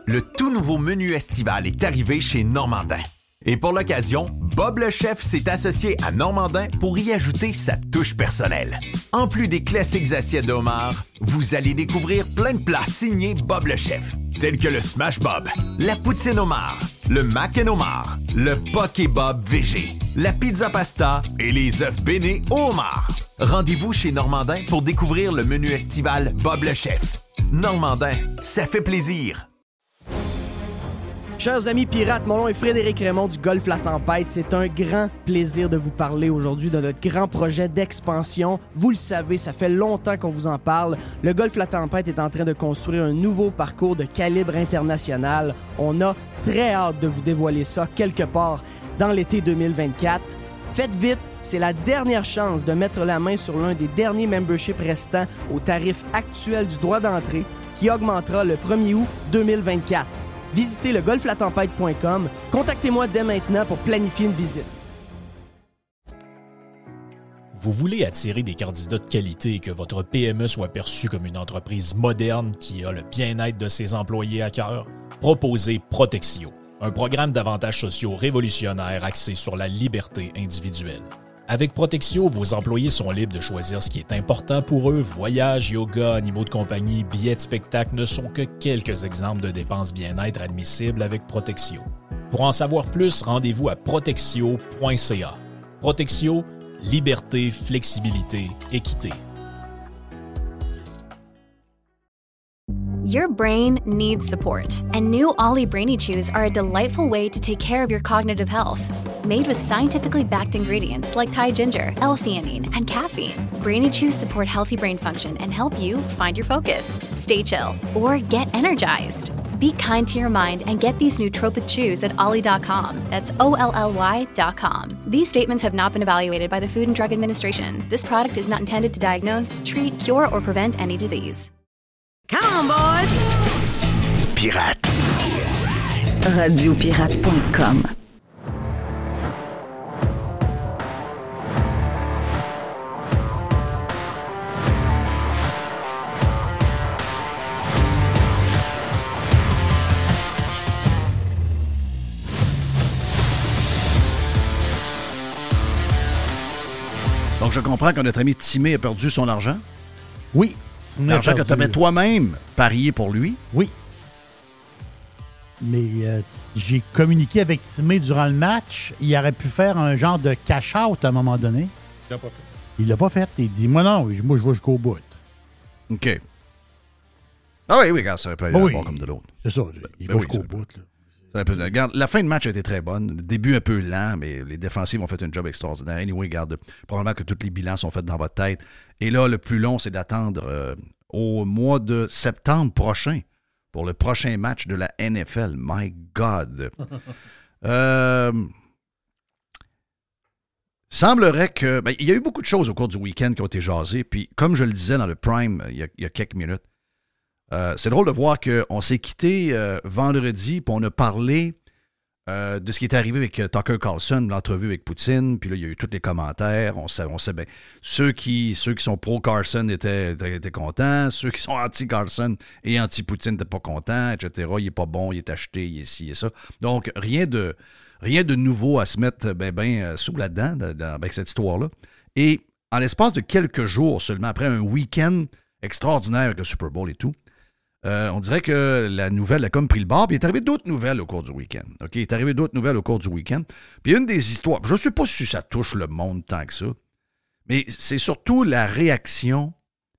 le tout nouveau menu estival est arrivé chez Normandin. Et pour l'occasion, Bob le chef s'est associé à Normandin pour y ajouter sa touche personnelle. En plus des classiques assiettes de homard, vous allez découvrir plein de plats signés Bob le chef, tels que le Smash Bob, la poutine homard, le mac and homard, le poké Bob VG, la pizza pasta et les œufs bénis au homard. Rendez-vous chez Normandin pour découvrir le menu estival Bob le chef. Normandin, ça fait plaisir. Chers amis pirates, mon nom est Frédéric Raymond du Golfe La Tempête. C'est un grand plaisir de vous parler aujourd'hui de notre grand projet d'expansion. Vous le savez, ça fait longtemps qu'on vous en parle. Le Golfe La Tempête est en train de construire un nouveau parcours de calibre international. On a très hâte de vous dévoiler ça quelque part dans l'été 2024. Faites vite, c'est la dernière chance de mettre la main sur l'un des derniers memberships restants au tarif actuel du droit d'entrée qui augmentera le 1er août 2024. Visitez le golflatempête.com. Contactez-moi dès maintenant pour planifier une visite. Vous voulez attirer des candidats de qualité et que votre PME soit perçue comme une entreprise moderne qui a le bien-être de ses employés à cœur? Proposez Protexio, un programme d'avantages sociaux révolutionnaire axé sur la liberté individuelle. Avec Protexio, vos employés sont libres de choisir ce qui est important pour eux. Voyages, yoga, animaux de compagnie, billets de spectacle ne sont que quelques exemples de dépenses bien-être admissibles avec Protexio. Pour en savoir plus, rendez-vous à protexio.ca. Protexio, liberté, flexibilité, équité. Your brain needs support, and new Ollie Brainy Chews are a delightful way to take care of your cognitive health. Made with scientifically backed ingredients like Thai ginger, L-theanine, and caffeine, Brainy Chews support healthy brain function and help you find your focus, stay chill, or get energized. Be kind to your mind and get these nootropic chews at ollie.com. That's OLLY.com. These statements have not been evaluated by the Food and Drug Administration. This product is not intended to diagnose, treat, cure, or prevent any disease. Come on, boys! Pirate. Radiopirate.com. Donc, je comprends que notre ami Timé a perdu son argent. Oui. L'argent que tu avais toi-même parié pour lui. Oui. Mais j'ai communiqué avec Timé durant le match. Il aurait pu faire un genre de cash-out à un moment donné. Il l'a pas fait. Il l'a pas fait. Il dit, moi non, moi je vais jusqu'au bout. OK. Ah oui, regarde, ça aurait pu aller oui, comme de l'autre. C'est ça, il va jusqu'au bout. Regarde, la fin de match a été très bonne. Le début un peu lent, mais les défensifs ont fait un job extraordinaire. Anyway, regarde, probablement que tous les bilans sont faits dans votre tête. Et là, le plus long, c'est d'attendre au mois de septembre prochain pour le prochain match de la NFL. My God! Semblerait que... il y a eu beaucoup de choses au cours du week-end qui ont été jasées. Puis, comme je le disais dans le Prime il y a quelques minutes, c'est drôle de voir qu'on s'est quitté vendredi, puis on a parlé de ce qui est arrivé avec Tucker Carlson, l'entrevue avec Poutine, puis là, il y a eu tous les commentaires. On sait bien. Ceux qui sont pro-Carlson étaient contents, ceux qui sont anti-Carlson et anti-Poutine n'étaient pas contents, etc. Il n'est pas bon, il est acheté, il est ci et ça. Donc, rien de nouveau à se mettre sous là-dedans avec cette histoire-là. Et en l'espace de quelques jours seulement, après un week-end extraordinaire avec le Super Bowl et tout, on dirait que la nouvelle a comme pris le bord. Puis il est arrivé d'autres nouvelles au cours du week-end. OK? Il est arrivé d'autres nouvelles au cours du week-end. Puis une des histoires, je ne sais pas si ça touche le monde tant que ça, mais c'est surtout la réaction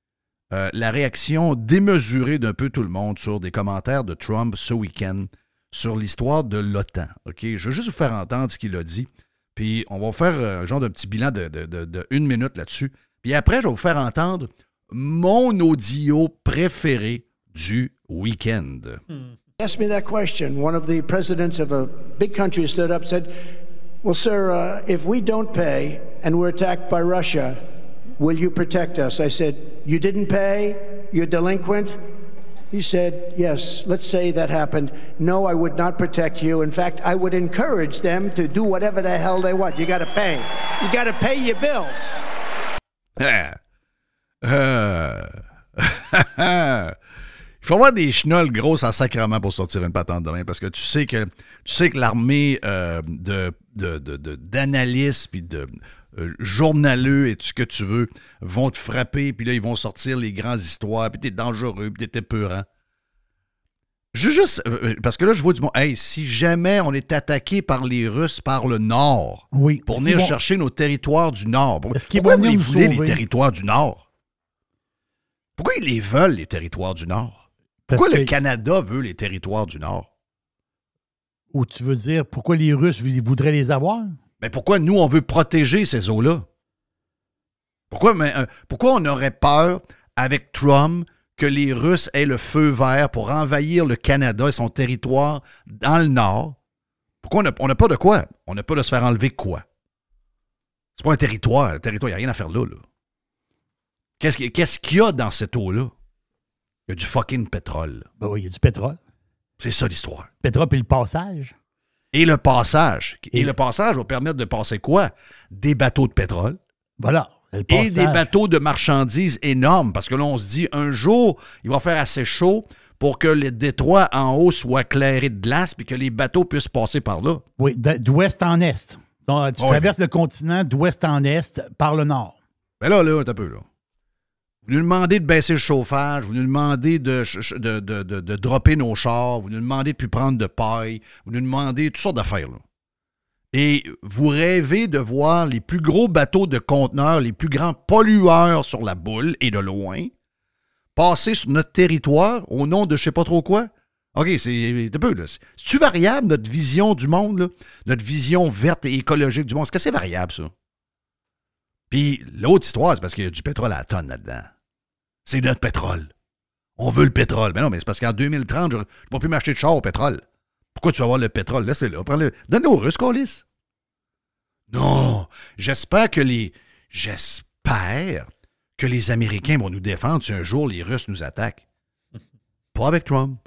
démesurée d'un peu tout le monde sur des commentaires de Trump ce week-end sur l'histoire de l'OTAN. OK? Je vais juste vous faire entendre ce qu'il a dit. Puis on va faire un genre de petit bilan de 1 minute là-dessus. Puis après, je vais vous faire entendre mon audio préféré du week-end. Asked me that question. One of the presidents of a big country stood up and said, well, sir, if we don't pay and we're attacked by Russia, will you protect us? I said, you didn't pay? You're delinquent? He said, yes, let's say that happened. No, I would not protect you. In fact, I would encourage them to do whatever the hell they want. You got to pay. You got to pay your bills. Il faut avoir des chenolles grosses en sacrement pour sortir une patente demain, parce que tu sais que l'armée d'analystes puis de journaleux et tout ce que tu veux vont te frapper, puis là, ils vont sortir les grandes histoires, puis t'es dangereux, puis t'es épeurant. Juste, parce que là, je vois du monde. Hey, si jamais on est attaqué par les Russes par le Nord, pour venir chercher nos territoires du Nord, pourquoi vous les voulez, les territoires du Nord? Pourquoi ils les veulent, les territoires du Nord? Pourquoi le Canada veut les territoires du Nord? Ou tu veux dire, pourquoi les Russes voudraient les avoir? Mais pourquoi nous, on veut protéger ces eaux-là? Pourquoi on aurait peur, avec Trump, que les Russes aient le feu vert pour envahir le Canada et son territoire dans le Nord? Pourquoi on n'a pas de quoi? On n'a pas de se faire enlever quoi? C'est pas un territoire. Le territoire, il n'y a rien à faire là. Qu'est-ce qu'il y a dans cette eau-là? Il y a du fucking pétrole. Ben oui, il y a du pétrole. C'est ça l'histoire. Pétrole puis le passage. Et le passage. Et le passage va permettre de passer quoi? Des bateaux de pétrole. Voilà. Et des bateaux de marchandises énormes. Parce que là, on se dit, un jour, il va faire assez chaud pour que le détroit en haut soit clairé de glace puis que les bateaux puissent passer par là. Oui, d'ouest en est. Donc, tu traverses le continent d'ouest en est par le nord. Ben là, t'as un peu, là. Vous nous demandez de baisser le chauffage, vous nous demandez de dropper nos chars, vous nous demandez de ne plus prendre de paille, vous nous demandez toutes sortes d'affaires, là. Et vous rêvez de voir les plus gros bateaux de conteneurs, les plus grands pollueurs sur la boule et de loin, passer sur notre territoire au nom de je sais pas trop quoi. OK, c'est un peu, là. C'est-tu variable, notre vision du monde, là? Notre vision verte et écologique du monde? Est-ce que c'est variable, ça? Puis l'autre histoire, c'est parce qu'il y a du pétrole à la tonne là-dedans. C'est notre pétrole. On veut le pétrole. Ben non, mais c'est parce qu'en 2030, je ne vais pas plus m'acheter de char au pétrole. Pourquoi tu vas avoir le pétrole? Laissez-le. Prends-le. Donne-le aux Russes, câlisse. Non. J'espère que les Américains vont nous défendre si un jour les Russes nous attaquent. Pas avec Trump.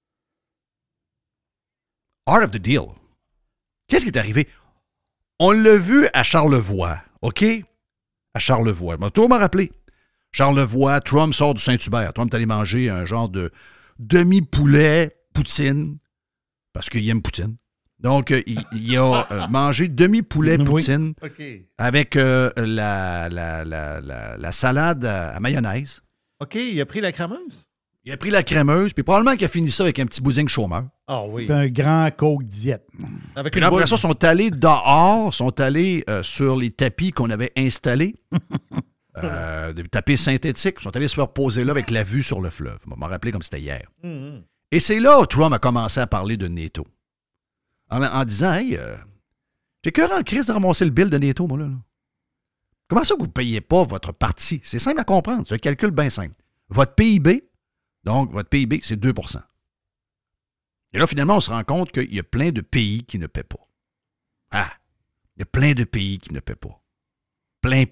Art of the deal. Qu'est-ce qui est arrivé? On l'a vu à Charlevoix, OK? À Charlevoix. Je vais toujours m'en rappeler. Charlevoix, Trump sort du Saint-Hubert. Trump est allé manger un genre de demi-poulet poutine, parce qu'il aime poutine. Donc, il a mangé demi-poulet poutine avec la salade à mayonnaise. OK, il a pris la crémeuse? Il a pris la crémeuse, puis probablement qu'il a fini ça avec un petit boudin chômeur. Ah oui. C'est un grand Coke diète. Avec puis une après ça, ils sont allés dehors, sont allés sur les tapis qu'on avait installés, des tapis synthétiques, ils sont allés se faire poser là avec la vue sur le fleuve. Je vais m'en rappeler comme c'était hier. Mm-hmm. Et c'est là où Trump a commencé à parler de NATO. En disant, hey, j'ai cœur en crise de ramasser le bill de NATO, moi, là. Comment ça que vous ne payez pas votre parti? C'est simple à comprendre, c'est un calcul bien simple. Votre PIB, donc votre PIB, c'est 2 %. Et là, finalement, on se rend compte qu'il y a plein de pays qui ne paient pas. Ah! Il y a plein de pays qui ne paient pas. Plein.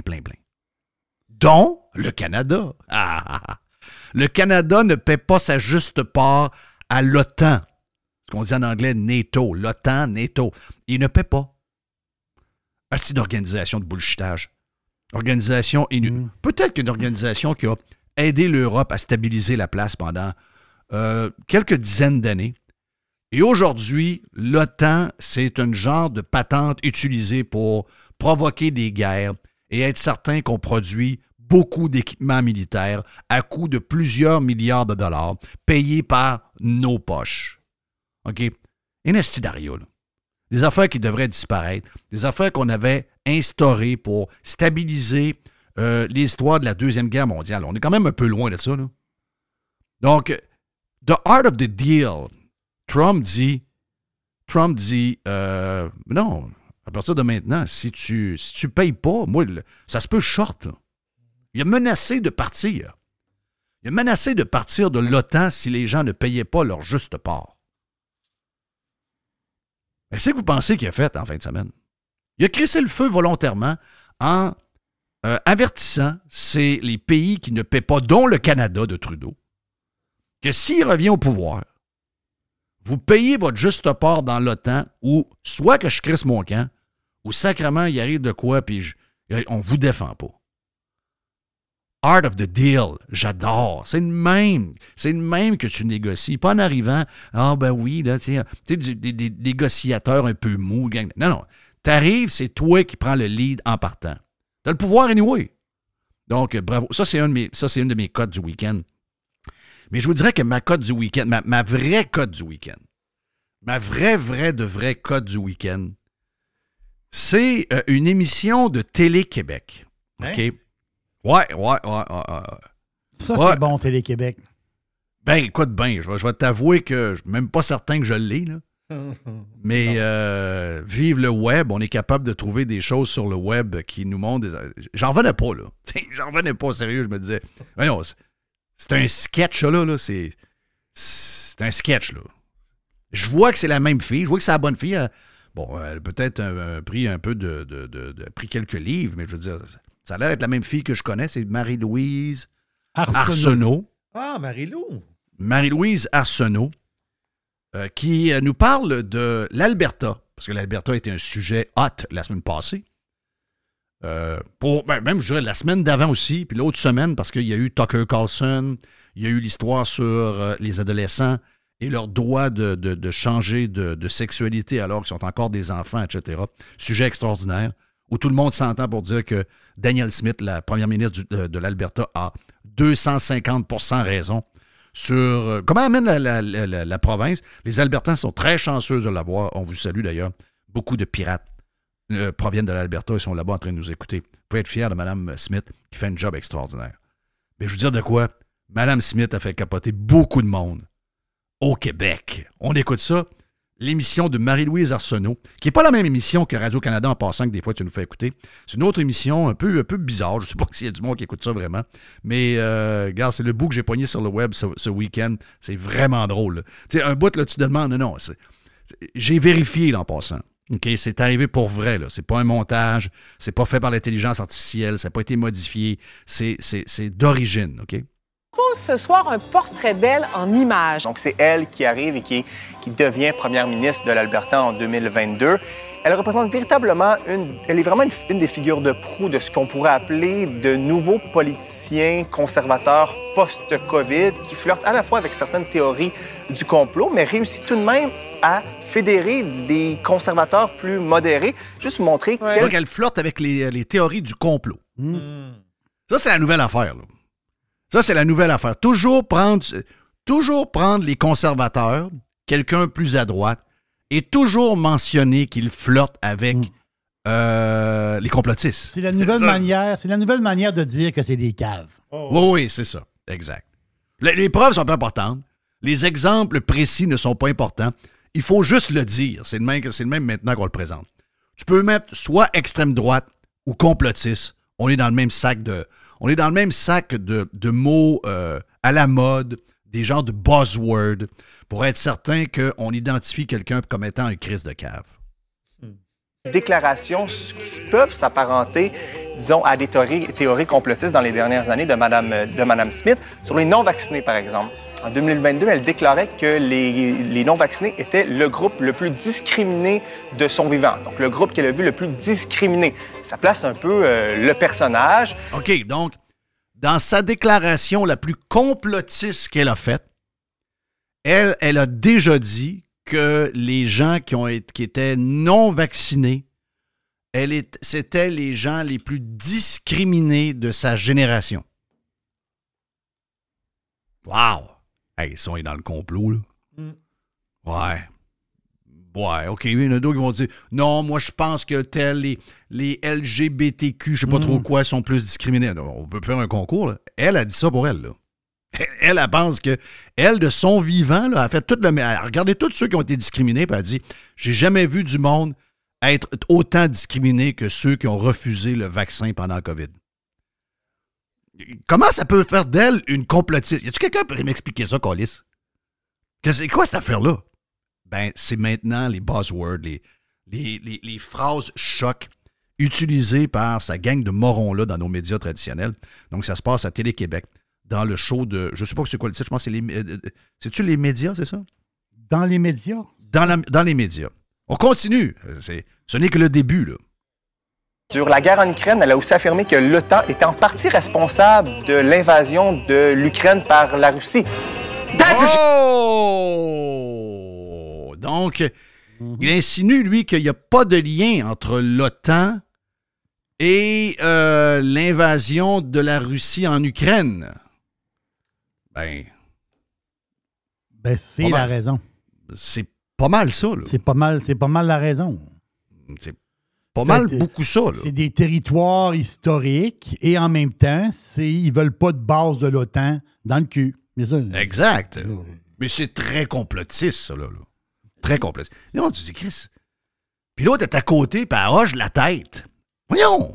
Dont le Canada. Le Canada ne paie pas sa juste part à l'OTAN. Ce qu'on dit en anglais NATO. L'OTAN, NATO. Il ne paie pas. C'est une organisation de bullshitage. Organisation inutile. Peut-être qu'une organisation qui a aidé l'Europe à stabiliser la place pendant quelques dizaines d'années. Et aujourd'hui, l'OTAN, c'est un genre de patente utilisée pour provoquer des guerres et être certain qu'on produit beaucoup d'équipements militaires à coût de plusieurs milliards de dollars payés par nos poches. OK? Un estidario, là. Des affaires qui devraient disparaître, des affaires qu'on avait instaurées pour stabiliser l'histoire de la Deuxième Guerre mondiale. On est quand même un peu loin de ça, là. Donc, the art of the deal, Trump dit, non, à partir de maintenant, si tu payes pas, moi, ça se peut short, là. Il a menacé de partir. Il a menacé de partir de l'OTAN si les gens ne payaient pas leur juste part. Qu'est-ce que vous pensez qu'il a fait en fin de semaine? Il a crissé le feu volontairement en avertissant les pays qui ne paient pas, dont le Canada de Trudeau, que s'il revient au pouvoir, vous payez votre juste part dans l'OTAN ou soit que je crisse mon camp ou sacrément il arrive de quoi puis on ne vous défend pas. Art of the deal, j'adore. C'est le même que tu négocies. Pas en arrivant, ben oui, là, tu sais, des négociateurs un peu mous. Non. T'arrives, c'est toi qui prends le lead en partant. T'as le pouvoir anyway. Donc, bravo. Ça, c'est une de mes cotes du week-end. Mais je vous dirais que ma cote du week-end, ma vraie cote du week-end, ma vraie cote du week-end, c'est une émission de Télé-Québec. OK? Hein? Ouais. Ça, Ouais. c'est bon, Télé-Québec. Ben, écoute bien, je vais t'avouer que je suis même pas certain que je l'ai, là. Mais vive le web, on est capable de trouver des choses sur le web qui nous montrent des... J'en revenais pas, là. J'en revenais pas, sérieux. Je me disais, voyons, c'est un sketch, là. C'est un sketch, là. Je vois que c'est la même fille. Je vois que c'est la bonne fille. Bon, elle a peut-être pris un peu pris quelques livres, mais je veux dire, ça a l'air d'être la même fille que je connais. C'est Marie-Louise Arsenault. Ah, Marie-Lou. Marie-Louise Arsenault. Qui nous parle de l'Alberta, parce que l'Alberta était un sujet hot la semaine passée. Même, je dirais, la semaine d'avant aussi, puis l'autre semaine, parce qu'il y a eu Tucker Carlson, il y a eu l'histoire sur les adolescents et leur droit de changer de sexualité alors qu'ils sont encore des enfants, etc. Sujet extraordinaire, où tout le monde s'entend pour dire que Danielle Smith, la première ministre de l'Alberta, a 250% raison sur comment amène la province. Les Albertains sont très chanceux de l'avoir. On vous salue d'ailleurs. Beaucoup de pirates proviennent de l'Alberta et sont là-bas en train de nous écouter. Vous pouvez être fiers de Mme Smith qui fait un job extraordinaire. Mais je veux dire de quoi? Mme Smith a fait capoter beaucoup de monde au Québec. On écoute ça. L'émission de Marie-Louise Arsenault, qui n'est pas la même émission que Radio-Canada en passant, que des fois tu nous fais écouter. C'est une autre émission un peu bizarre. Je ne sais pas s'il y a du monde qui écoute ça vraiment. Mais, regarde, c'est le bout que j'ai pogné sur le web ce week-end. C'est vraiment drôle. Tu sais, un bout, là, tu te demandes, non. J'ai vérifié, là, en passant. OK, c'est arrivé pour vrai, là. C'est pas un montage. C'est pas fait par l'intelligence artificielle. Ça n'a pas été modifié. C'est d'origine, OK? Pose ce soir un portrait d'elle en images. Donc, c'est elle qui arrive et qui devient première ministre de l'Alberta en 2022. Elle représente véritablement elle est vraiment une des figures de proue de ce qu'on pourrait appeler de nouveaux politiciens conservateurs post-COVID qui flirtent à la fois avec certaines théories du complot, mais réussit tout de même à fédérer des conservateurs plus modérés. Juste vous montrer Donc, elle flirte avec les théories du complot. Ça, c'est la nouvelle affaire, là. Ça, c'est la nouvelle affaire. Toujours prendre les conservateurs, quelqu'un plus à droite, et toujours mentionner qu'ils flirtent avec les complotistes. C'est la nouvelle manière de dire que c'est des caves. Oui, c'est ça. Exact. Les preuves sont pas importantes. Les exemples précis ne sont pas importants. Il faut juste le dire. C'est le même maintenant qu'on le présente. Tu peux mettre soit extrême droite ou complotiste. On est dans le même sac de mots à la mode, des genres de buzzwords, pour être certain qu'on identifie quelqu'un comme étant un Christ de cave. Déclarations qui peuvent s'apparenter, disons, à des théories complotistes dans les dernières années de Mme Smith, sur les non-vaccinés, par exemple. En 2022, elle déclarait que les non-vaccinés étaient le groupe le plus discriminé de son vivant. Donc, le groupe qu'elle a vu le plus discriminé. Ça place un peu le personnage. OK, donc, dans sa déclaration la plus complotiste qu'elle a faite, elle a déjà dit que les gens qui étaient non vaccinés, c'était les gens les plus discriminés de sa génération. Wow! Hey, ils sont dans le complot, là. Ouais, OK. Il y en a d'autres qui vont dire non, moi, je pense que les LGBTQ, je sais pas trop quoi, sont plus discriminés. On peut faire un concours, là. Elle a dit ça pour elle, là. Elle pense que, elle, de son vivant, là, a fait elle a regardé tous ceux qui ont été discriminés, puis elle a dit j'ai jamais vu du monde être autant discriminé que ceux qui ont refusé le vaccin pendant la COVID. Comment ça peut faire d'elle une complotiste? Y a-tu quelqu'un qui pourrait m'expliquer ça, Colis? C'est quoi cette affaire-là? Ben, c'est maintenant les buzzwords, les phrases chocs utilisées par sa gang de morons-là dans nos médias traditionnels. Donc, ça se passe à Télé-Québec, dans le show de... Je sais pas c'est quoi le titre, je pense que c'est c'est-tu les médias, c'est ça? Dans les médias? Dans les médias. On continue. Ce n'est que le début, là. Sur la guerre en Ukraine, elle a aussi affirmé que l'OTAN était en partie responsable de l'invasion de l'Ukraine par la Russie. Oh! Donc, il insinue, lui, qu'il n'y a pas de lien entre l'OTAN et l'invasion de la Russie en Ukraine. Ben, c'est la raison. C'est pas mal ça, là. C'est pas mal la raison. C'est pas mal beaucoup ça, là. C'est des territoires historiques et en même temps, ils veulent pas de base de l'OTAN dans le cul. Mais ça, exact. Mais c'est très complotiste, ça, là. Très complotiste. Non, tu dis, Chris. Puis l'autre est à côté, puis elle hoche la tête. Voyons!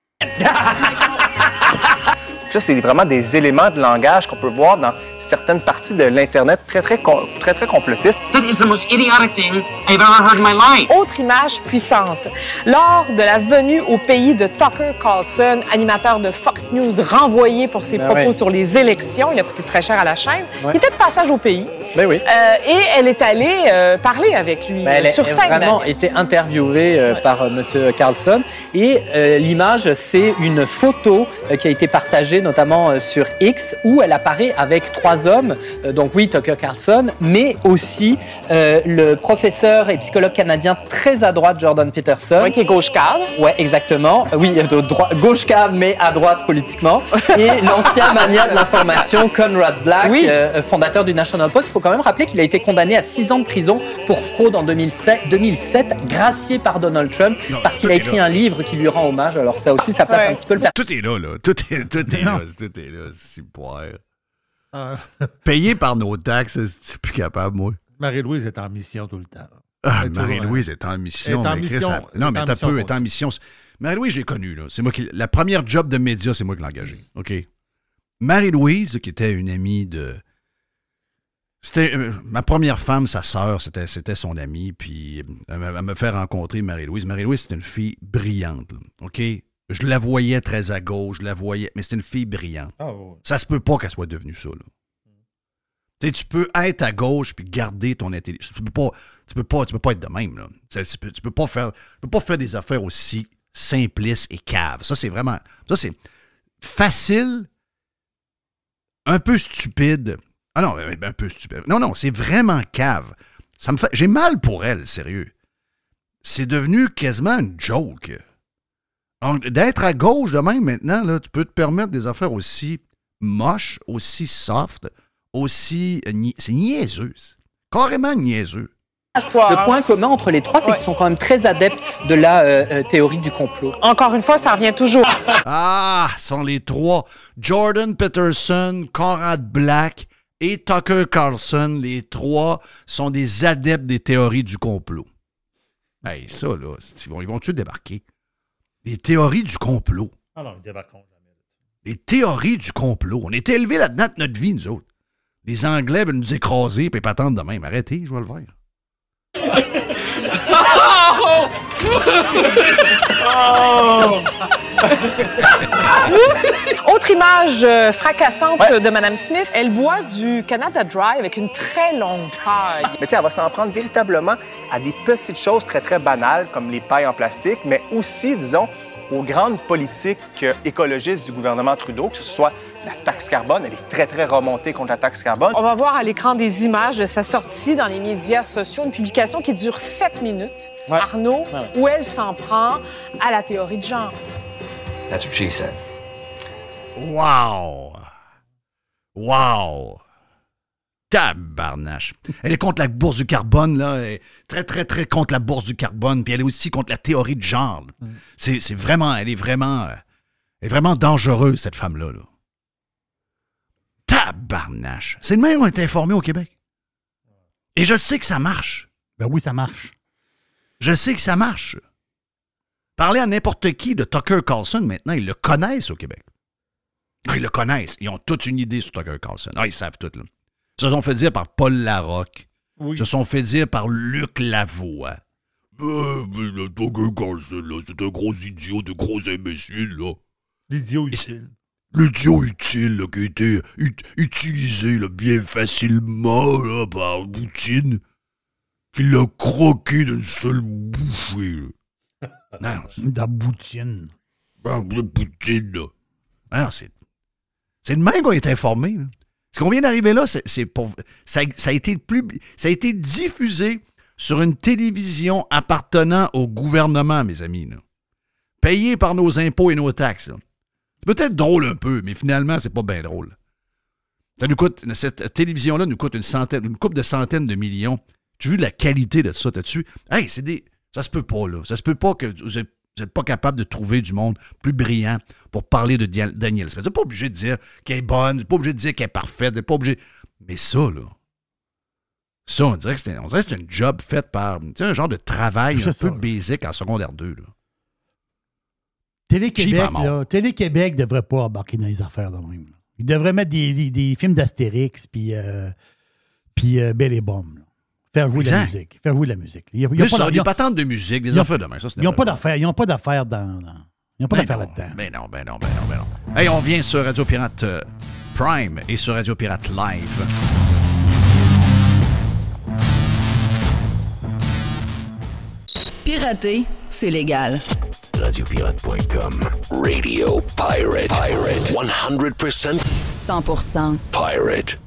Ça, c'est vraiment des éléments de langage qu'on peut voir dans certaines parties de l'Internet très complotistes. That is the most idiotic thing I've ever heard in my life. Autre image puissante. Lors de la venue au pays de Tucker Carlson, animateur de Fox News renvoyé pour ses propos sur les élections, il a coûté très cher à la chaîne, il était de passage au pays. Et elle est allée parler avec lui sur scène. Vraiment été interviewée par M. Carlson. Et l'image, c'est une photo qui a été partagée notamment sur X où elle apparaît avec 3 hommes. Donc oui, Tucker Carlson, mais aussi le professeur et psychologue canadien très à droite, Jordan Peterson. Oui, qui est gauche-cadre. Oui, exactement. Oui, gauche-cadre, mais à droite politiquement. Et l'ancien mania de l'information, Conrad Black, fondateur du National Post. Il faut quand même rappeler qu'il a été condamné à 6 ans de prison pour fraude en 2007, gracié par Donald Trump, parce qu'il a écrit un livre qui lui rend hommage. Alors ça aussi, ça place un petit peu le... Tout est là. Tout est là. C'est poire. Payé par nos taxes, c'est plus capable, moi. Marie-Louise est en mission tout le temps. Marie-Louise est en mission. Non, mais t'as peu, est en mission. Marie-Louise, je l'ai connue, là. C'est moi qui... La première job de média, c'est moi qui l'ai engagée. OK? Marie-Louise, qui était une amie de... C'était ma première femme, sa sœur, c'était son amie, puis elle me fait rencontrer Marie-Louise. Marie-Louise, c'est une fille brillante, là. OK? Je la voyais très à gauche, mais c'est une fille brillante. Ça se peut pas qu'elle soit devenue ça, là. Tu peux être à gauche puis garder ton intelligence. Tu peux pas être de même, là. Tu peux pas faire des affaires aussi simplistes et caves. Ça, c'est facile, un peu stupide. Ah non, un peu stupide. Non, c'est vraiment cave. J'ai mal pour elle, sérieux. C'est devenu quasiment une joke. Donc, d'être à gauche de même maintenant, là, tu peux te permettre des affaires aussi moches, aussi soft, aussi... c'est niaiseux. Carrément niaiseux. Le point commun entre les trois, c'est qu'ils sont quand même très adeptes de la théorie du complot. Encore une fois, ça revient toujours. Sont les 3. Jordan Peterson, Conrad Black et Tucker Carlson. Les 3 sont des adeptes des théories du complot. Hey, ça, là, ils vont-tu débarquer? Les théories du complot. Ah non, ils débarqueront jamais. Les théories du complot. On était élevés là-dedans de notre vie, nous autres. Les Anglais veulent nous écraser et patendre de même. Arrêtez, je vais le faire. Autre image fracassante de Mme Smith, elle boit du Canada Dry avec une très longue paille. Mais tu sais, elle va s'en prendre véritablement à des petites choses très, très banales, comme les pailles en plastique, mais aussi, disons, aux grandes politiques écologistes du gouvernement Trudeau, que ce soit la taxe carbone, elle est très, très remontée contre la taxe carbone. On va voir à l'écran des images de sa sortie dans les médias sociaux, une publication qui dure 7 minutes, Arnaud, où elle s'en prend à la théorie de genre. That's what she said. Wow! Tabarnache. Elle est contre la bourse du carbone, là. Elle est très, très, très contre la bourse du carbone. Puis elle est aussi contre la théorie de genre. Elle est vraiment dangereuse, cette femme-là, là. Tabarnache. C'est le même qu'on est informé au Québec. Et je sais que ça marche. Ben oui, ça marche. Je sais que ça marche. Parler à n'importe qui de Tucker Carlson, maintenant, ils le connaissent au Québec. Ils le connaissent. Ils ont toute une idée sur Tucker Carlson. Ils savent tout, là. Ils se sont fait dire par Paul Larocque. Ils se sont fait dire par Luc Lavoie. Tucker Carlson, là, c'est un gros idiot, de gros imbécile, là. L'idiot utile. L'idiot utile, là, qui a été utilisé, là, bien facilement, là, par Poutine, qui l'a croqué d'une seule bouchée, là. Non, de la boutine. La boutine, là. Non, c'est le même qu'on est informé. Là. Ce qu'on vient d'arriver là, c'est pour. Ça a été diffusé sur une télévision appartenant au gouvernement, mes amis. Là. Payé par nos impôts et nos taxes. Là. C'est peut-être drôle un peu, mais finalement, c'est pas bien drôle. Ça nous coûte. Cette télévision-là nous coûte une couple de centaines de millions. Tu as vu la qualité de ça, t'as-tu? Hey, ça se peut pas, là. Ça se peut pas que vous n'êtes pas capable de trouver du monde plus brillant pour parler de Danielle Smith. Vous n'êtes pas obligé de dire qu'elle est bonne, vous n'êtes pas obligé de dire qu'elle est parfaite, vous n'êtes pas obligé. Mais ça, là. Ça, on dirait que c'est un job fait par. Tu sais, un genre de travail un peu basique en secondaire 2, là. Télé-Québec ne devrait pas embarquer dans les affaires de même. Là. Ils devraient mettre des films d'Astérix puis Belle et Bomme. Là. Faire jouer de la musique. Faire jouer de la musique. Il y a des patentes de musique, des affaires de même. Ils n'ont pas d'affaires. Ils n'ont pas d'affaires là-dedans. Ben non. Hey, on vient sur Radio Pirate Prime et sur Radio Pirate Live. Pirater, c'est légal. Radiopirate.com. Radio Pirate. 100%. 100%. Pirate.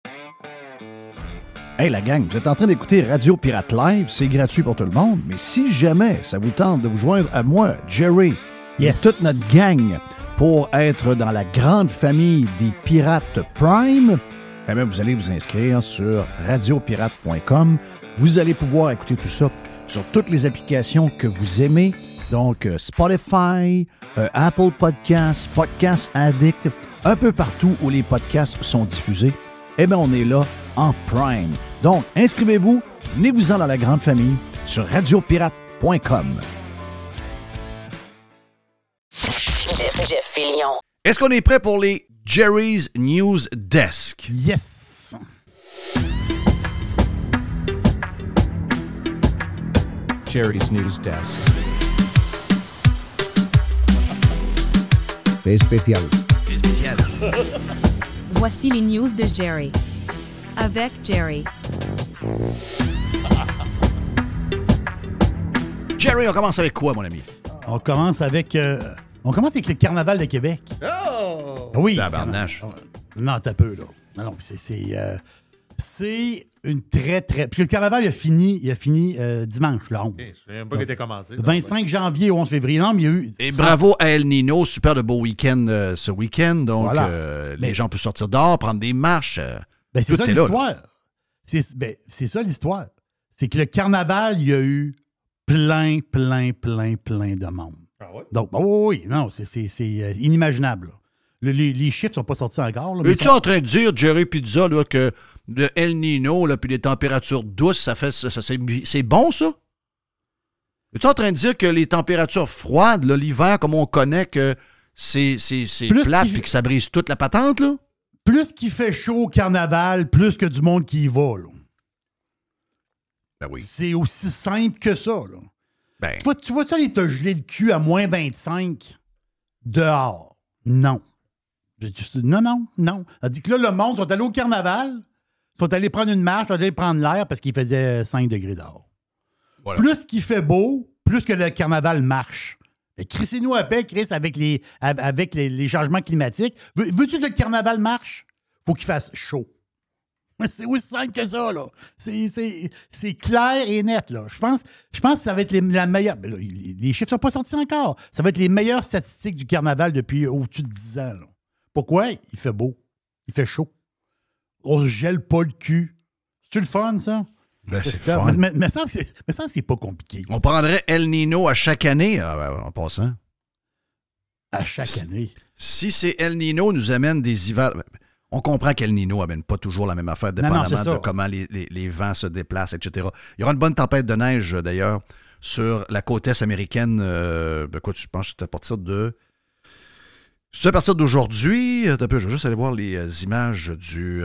Hey la gang, vous êtes en train d'écouter Radio Pirate Live, c'est gratuit pour tout le monde, mais si jamais ça vous tente de vous joindre à moi, Jerry, et toute notre gang pour être dans la grande famille des Pirates Prime, eh bien, vous allez vous inscrire sur radiopirate.com. Vous allez pouvoir écouter tout ça sur toutes les applications que vous aimez, donc Spotify, Apple Podcasts, Podcast Addict, un peu partout où les podcasts sont diffusés. Eh bien, on est là en Prime. Donc, inscrivez-vous, venez-vous-en dans la grande famille sur radiopirate.com. Jeff Fillion. Est-ce qu'on est prêt pour les Jerry's News Desk? Yes! Jerry's News Desk. Especial. Voici les news de Jerry. Avec Jerry. Jerry, on commence avec quoi, mon ami? On commence avec le Carnaval de Québec. Oh! Oui. Tabarnache. Non, t'as peu, là. Non, c'est une très, très... Puis le Carnaval, il a fini dimanche, le 11. Je ne sais pas qu'il était commencé. 25 janvier au 11 février. Non, mais il y a eu... Et bravo à El Nino, super de beau week-end ce week-end. Donc, voilà. Les gens peuvent sortir dehors, prendre des marches. C'est ça l'histoire. C'est ça l'histoire. C'est que le Carnaval, il y a eu plein de monde. Ah ouais? Donc, oui, non, c'est inimaginable. Les chiffres ne sont pas sortis encore. Là, es-tu en train de dire, Jerry Pizza, là, que le El Nino, puis les températures douces, c'est bon, ça? Es-tu en train de dire que les températures froides, là, l'hiver, comme on connaît, que c'est plate et que ça brise toute la patente, là? Plus qu'il fait chaud au Carnaval, plus que du monde qui y va, là. Ben oui. C'est aussi simple que ça, là. Ben. Tu vois ça, aller te geler le cul à moins 25 dehors? Non. Non. Elle dit que là, le monde sont allés au Carnaval, sont allés prendre une marche, sont allés prendre l'air parce qu'il faisait 5 degrés dehors. Voilà. Plus qu'il fait beau, plus que le Carnaval marche. Crissez-nous à paix, Chris, avec les changements climatiques. Veux-tu que le Carnaval marche? Faut qu'il fasse chaud. C'est aussi simple que ça, là. C'est clair et net, là. Je pense que ça va être la meilleure... Ben là, les chiffres ne sont pas sortis encore. Ça va être les meilleures statistiques du Carnaval depuis au-dessus de 10 ans, là. Pourquoi? Il fait beau. Il fait chaud. On se gèle pas le cul. C'est-tu le fun, ça? Ben, c'est fun. Mais ça, c'est pas compliqué. On prendrait El Nino à chaque année, en passant. À chaque année? Si c'est El Nino nous amène des hivers... On comprend qu'El Nino n'amène pas toujours la même affaire, dépendamment de comment les vents se déplacent, etc. Il y aura une bonne tempête de neige, d'ailleurs, sur la côte est américaine. Quoi, tu penses que c'est à partir de... C'est à partir d'aujourd'hui, je vais juste aller voir les images du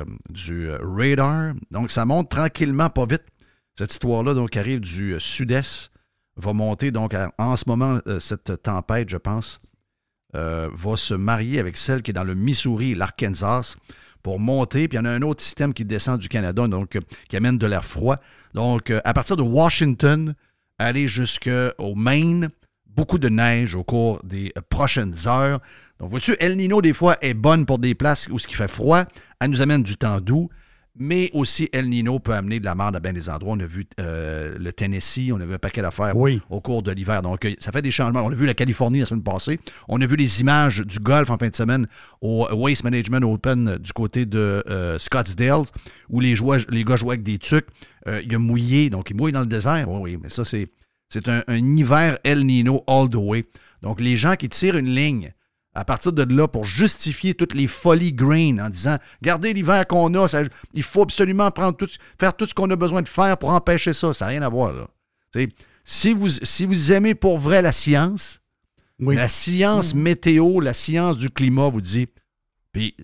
radar. Donc, ça monte tranquillement, pas vite. Cette histoire-là, donc, qui arrive du sud-est, va monter. Donc, en ce moment, cette tempête, je pense, va se marier avec celle qui est dans le Missouri et l'Arkansas pour monter. Puis, il y en a un autre système qui descend du Canada, donc qui amène de l'air froid. Donc, à partir de Washington, aller jusqu'au Maine. Beaucoup de neige au cours des prochaines heures. Donc, vois-tu, El Nino, des fois, est bonne pour des places où il fait froid. Elle nous amène du temps doux. Mais aussi, El Nino peut amener de la merde à bien des endroits. On a vu le Tennessee, on a vu un paquet d'affaires au cours de l'hiver. Donc, ça fait des changements. On a vu la Californie la semaine passée. On a vu les images du golf en fin de semaine au Waste Management Open du côté de Scottsdale, où les gars jouaient avec des tucs. Il a mouillé, donc il mouille dans le désert. Oui, mais ça, c'est un hiver El Nino all the way. Donc, les gens qui tirent une ligne à partir de là, pour justifier toutes les folies green en disant « Regardez l'hiver qu'on a, il faut absolument faire tout ce qu'on a besoin de faire pour empêcher ça. » Ça n'a rien à voir, là. Si vous aimez pour vrai la science, la science météo, la science du climat, vous dit, puis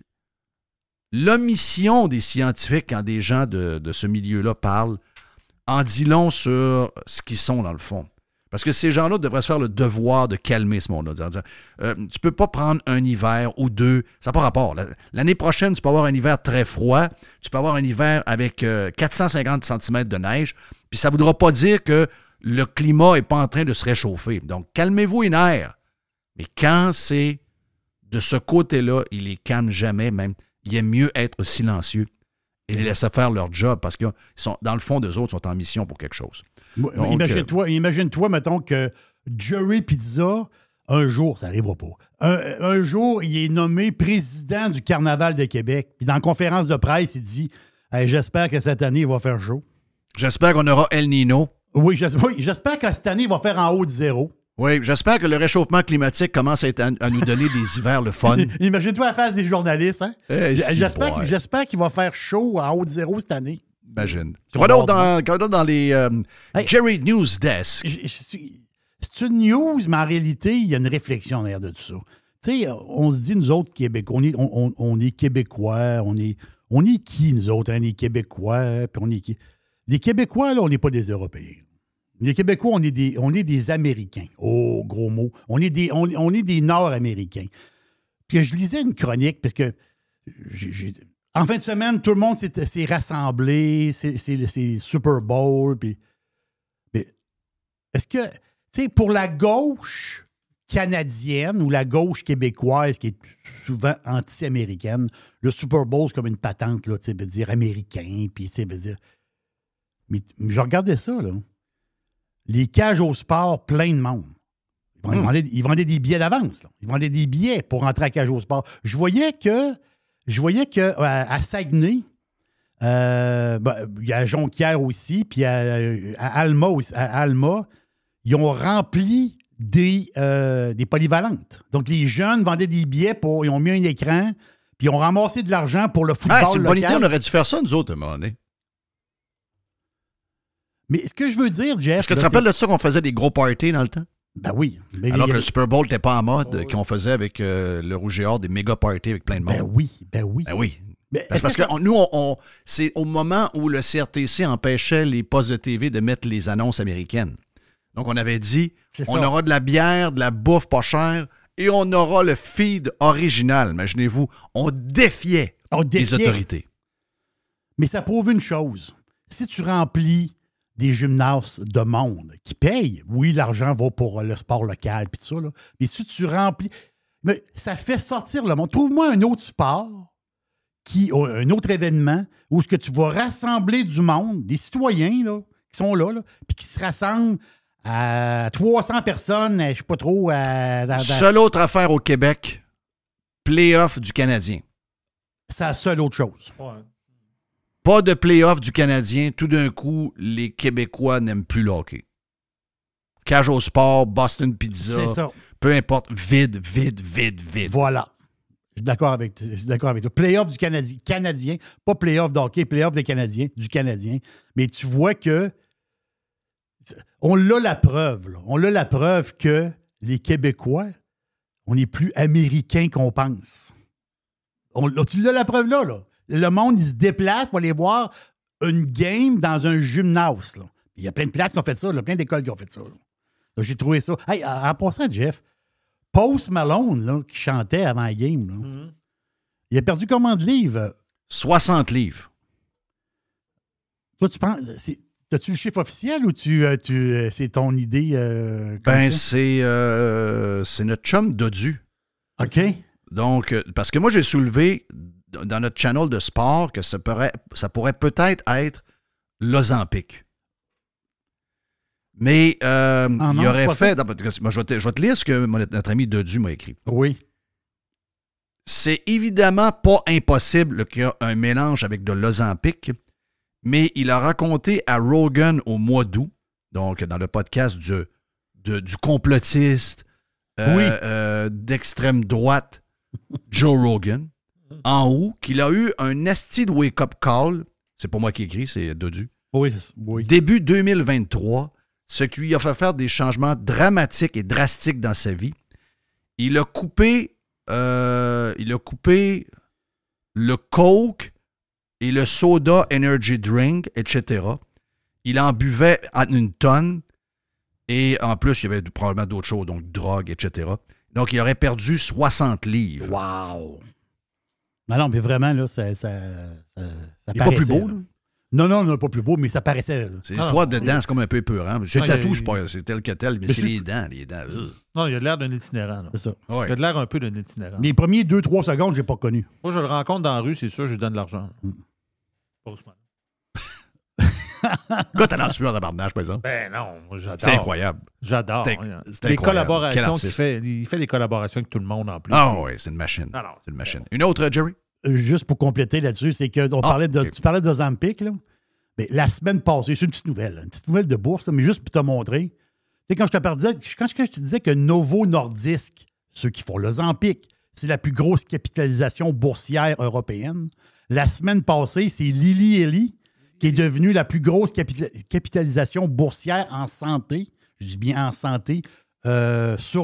l'omission des scientifiques quand des gens de ce milieu-là parlent en dit long sur ce qu'ils sont dans le fond. Parce que ces gens-là devraient se faire le devoir de calmer ce monde-là. Tu ne peux pas prendre un hiver ou deux. Ça n'a pas rapport. L'année prochaine, tu peux avoir un hiver très froid. Tu peux avoir un hiver avec 450 cm de neige. Puis ça ne voudra pas dire que le climat n'est pas en train de se réchauffer. Donc, calmez-vous les nerfs. Mais quand c'est de ce côté-là, il les calme jamais même. Il est mieux être silencieux et les laisser faire leur job parce que dans le fond, d'eux autres, sont en mission pour quelque chose. Donc, imagine-toi, mettons que Jerry Pizza, un jour, ça n'arrivera pas, un jour, il est nommé président du Carnaval de Québec. Puis dans la conférence de presse, il dit hey, « J'espère que cette année, il va faire chaud. » J'espère qu'on aura El Nino. Oui, j'espère que cette année, il va faire en haut de zéro. Oui, j'espère que le réchauffement climatique commence à nous donner des hivers le fun. Imagine-toi la face des journalistes. Hein? J'espère qu'il va faire chaud en haut de zéro cette année. Imagine. Quoi d'autre dans les Jerry News Desk? C'est une news, mais en réalité, il y a une réflexion derrière de tout ça. Tu sais, on se dit, nous autres, Québécois, on est Québécois, on est qui, nous autres? Hein? On est Québécois, puis on est qui? Les Québécois, là, on n'est pas des Européens. Les Québécois, on est des Américains. Oh, gros mot. On est des Nord-Américains. Puis je lisais une chronique, parce que en fin de semaine, tout le monde s'est rassemblé, c'est Super Bowl. Puis, mais est-ce que, tu sais, pour la gauche canadienne ou la gauche québécoise, qui est souvent anti-américaine, le Super Bowl, c'est comme une patente, là, tu sais, veut dire américain, puis, tu sais, veut dire... Mais je regardais ça, là. Les cages au sport, plein de monde. Ils vendaient des billets d'avance, là. Ils vendaient des billets pour rentrer à la cage au sport. Je voyais que à Saguenay, il y a Jonquière aussi, puis à Alma, ils ont rempli des polyvalentes. Donc, les jeunes vendaient des billets ils ont mis un écran, puis ils ont ramassé de l'argent pour le football c'est une bonne idée, local. on aurait dû faire ça, nous autres, à un moment donné. Mais ce que je veux dire, Jeff... Est-ce que tu te rappelles de ça qu'on faisait des gros parties dans le temps? Ben oui. Alors que le Super Bowl n'était pas en mode, qu'on faisait avec le Rouge et Or, des méga parties avec plein de monde. Ben oui. C'est parce que nous, c'est au moment où le CRTC empêchait les postes de TV de mettre les annonces américaines. Donc, on avait dit, on aura de la bière, de la bouffe pas chère, et on aura le feed original. Imaginez-vous, on défiait les autorités. Mais ça prouve une chose. Si tu remplis des gymnases de monde qui payent, oui, l'argent va pour le sport local puis tout ça, là. Mais si tu remplis... Mais ça fait sortir le monde. Trouve-moi un autre sport, un autre événement où ce que tu vas rassembler du monde, des citoyens là, qui sont là, puis qui se rassemblent à 300 personnes, je ne sais pas trop... Seule autre affaire au Québec, play-off du Canadien. C'est la seule autre chose. Ouais. Pas de play-off du Canadien. Tout d'un coup, les Québécois n'aiment plus le hockey. Cage au sport, Boston Pizza. C'est ça. Peu importe. Vide. Voilà. Je suis d'accord avec toi. Play-off du Canadien. Pas play-off de hockey, play-off des Canadiens, du Canadien. Mais tu vois que on a la preuve. Là. On a la preuve que les Québécois, on est plus américains qu'on pense. Tu l'as la preuve là. Le monde, il se déplace pour aller voir une game dans un gymnase. Là. Il y a plein de places qui ont fait ça, plein d'écoles qui ont fait ça. Là, j'ai trouvé ça. Hey, en passant, Jeff, Post Malone, là, qui chantait avant la game, là, il a perdu combien de livres? 60 livres. Toi, tu penses... T'as-tu le chiffre officiel ou c'est ton idée? C'est notre chum Dodu. OK. Donc, parce que moi, j'ai soulevé dans notre channel de sport que ça pourrait peut-être être l'Ozempic. Mais il aurait fait... je vais te lire ce que notre ami Dodu m'a écrit. Oui. C'est évidemment pas impossible qu'il y ait un mélange avec de l'Ozempic, mais il a raconté à Rogan au mois d'août, donc dans le podcast du complotiste d'extrême droite, Joe Rogan, en août, qu'il a eu un asti de wake-up call, c'est pas moi qui écris, c'est Dodu, début 2023, ce qui lui a fait faire des changements dramatiques et drastiques dans sa vie. Il a coupé le Coke et le soda energy drink, etc. Il en buvait une tonne. Et en plus, il y avait probablement d'autres choses, donc drogue, etc. Donc, il aurait perdu 60 livres. Wow! Non, mais vraiment, là, ça il n'est pas plus beau, là? Non, pas plus beau, mais ça paraissait. Là. C'est l'histoire de dents, c'est comme un peu épeurant. Juste la touche, c'est tel que tel, mais c'est les dents. Non, il a l'air d'un itinérant. Là. C'est ça. Ouais. Il a l'air un peu d'un itinérant. Les premiers 2-3 secondes, je n'ai pas connu. Moi, je le rencontre dans la rue, c'est sûr, je lui donne de l'argent. Quoi, t'as l'air sueur de barnage, par exemple? Ben non, moi, j'adore. C'est incroyable. J'adore. C'est les incroyable. collaborations qu'il fait, il fait des collaborations avec tout le monde en plus. Ah oui, c'est une machine. C'est une machine. Une autre, Jerry? Juste pour compléter là-dessus, c'est que tu parlais d'Ozempic, là. Mais la semaine passée, c'est une petite nouvelle de bourse, là, mais juste pour te montrer. Tu sais, quand je te disais que Novo Nordisk, ceux qui font l'Ozempic, c'est la plus grosse capitalisation boursière européenne. La semaine passée, c'est Lilly Eli qui est devenue la plus grosse capitalisation boursière en santé, je dis bien en santé, sur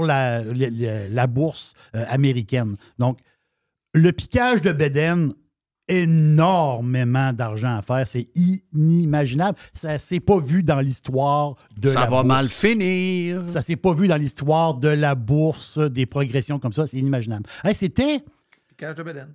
la bourse américaine. Donc, le piquage de bédaine, énormément d'argent à faire. C'est inimaginable. Ça ne s'est pas vu dans l'histoire de la bourse. Ça va mal finir. Ça ne s'est pas vu dans l'histoire de la bourse, des progressions comme ça. C'est inimaginable. Hey, c'était... Piquage de bédaine.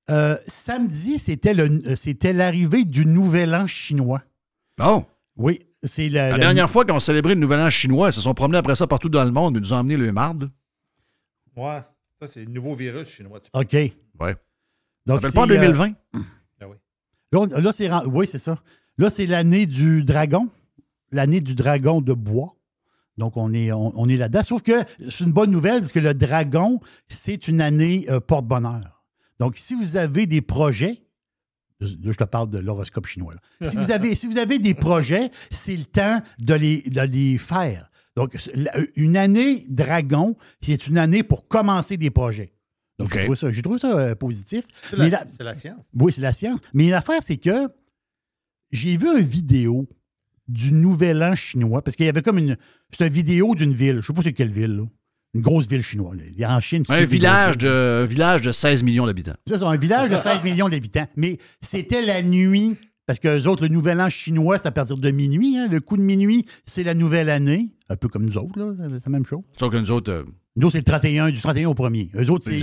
Samedi, c'était l'arrivée du Nouvel An chinois. Oh! Oui. C'est la dernière fois qu'on célébrait le Nouvel An chinois, ils se sont promenés après ça partout dans le monde et nous ont emmené le marde. Ouais. Ça, c'est le nouveau virus chinois. OK. Ouais. Donc, ça s'appelle pas en 2020? Ah oui. Là, oui, c'est ça. Là, c'est l'année du dragon. L'année du dragon de bois. Donc, on est là-dedans. Sauf que c'est une bonne nouvelle parce que le dragon, c'est une année porte-bonheur. Donc, si vous avez des projets, là, je te parle de l'horoscope chinois. Là. Si vous avez des projets, c'est le temps de les faire. Donc, une année dragon, c'est une année pour commencer des projets. Donc, j'ai trouvé ça positif. C'est la science. Oui, c'est la science. Mais l'affaire, c'est que j'ai vu une vidéo du Nouvel An chinois, parce qu'il y avait comme c'est une vidéo d'une ville. Je ne sais pas c'est quelle ville, là. Une grosse ville chinoise. En Chine, c'est un village de 16 millions d'habitants. C'est ça, un village de 16 millions d'habitants. Mais c'était la nuit, parce qu'eux autres, le Nouvel An chinois, c'est à partir de minuit. Hein. Le coup de minuit, c'est la nouvelle année. Un peu comme nous autres, là. C'est la même chose. Sauf que nous autres... Nous autres, c'est du 31 au 1er. Eux autres,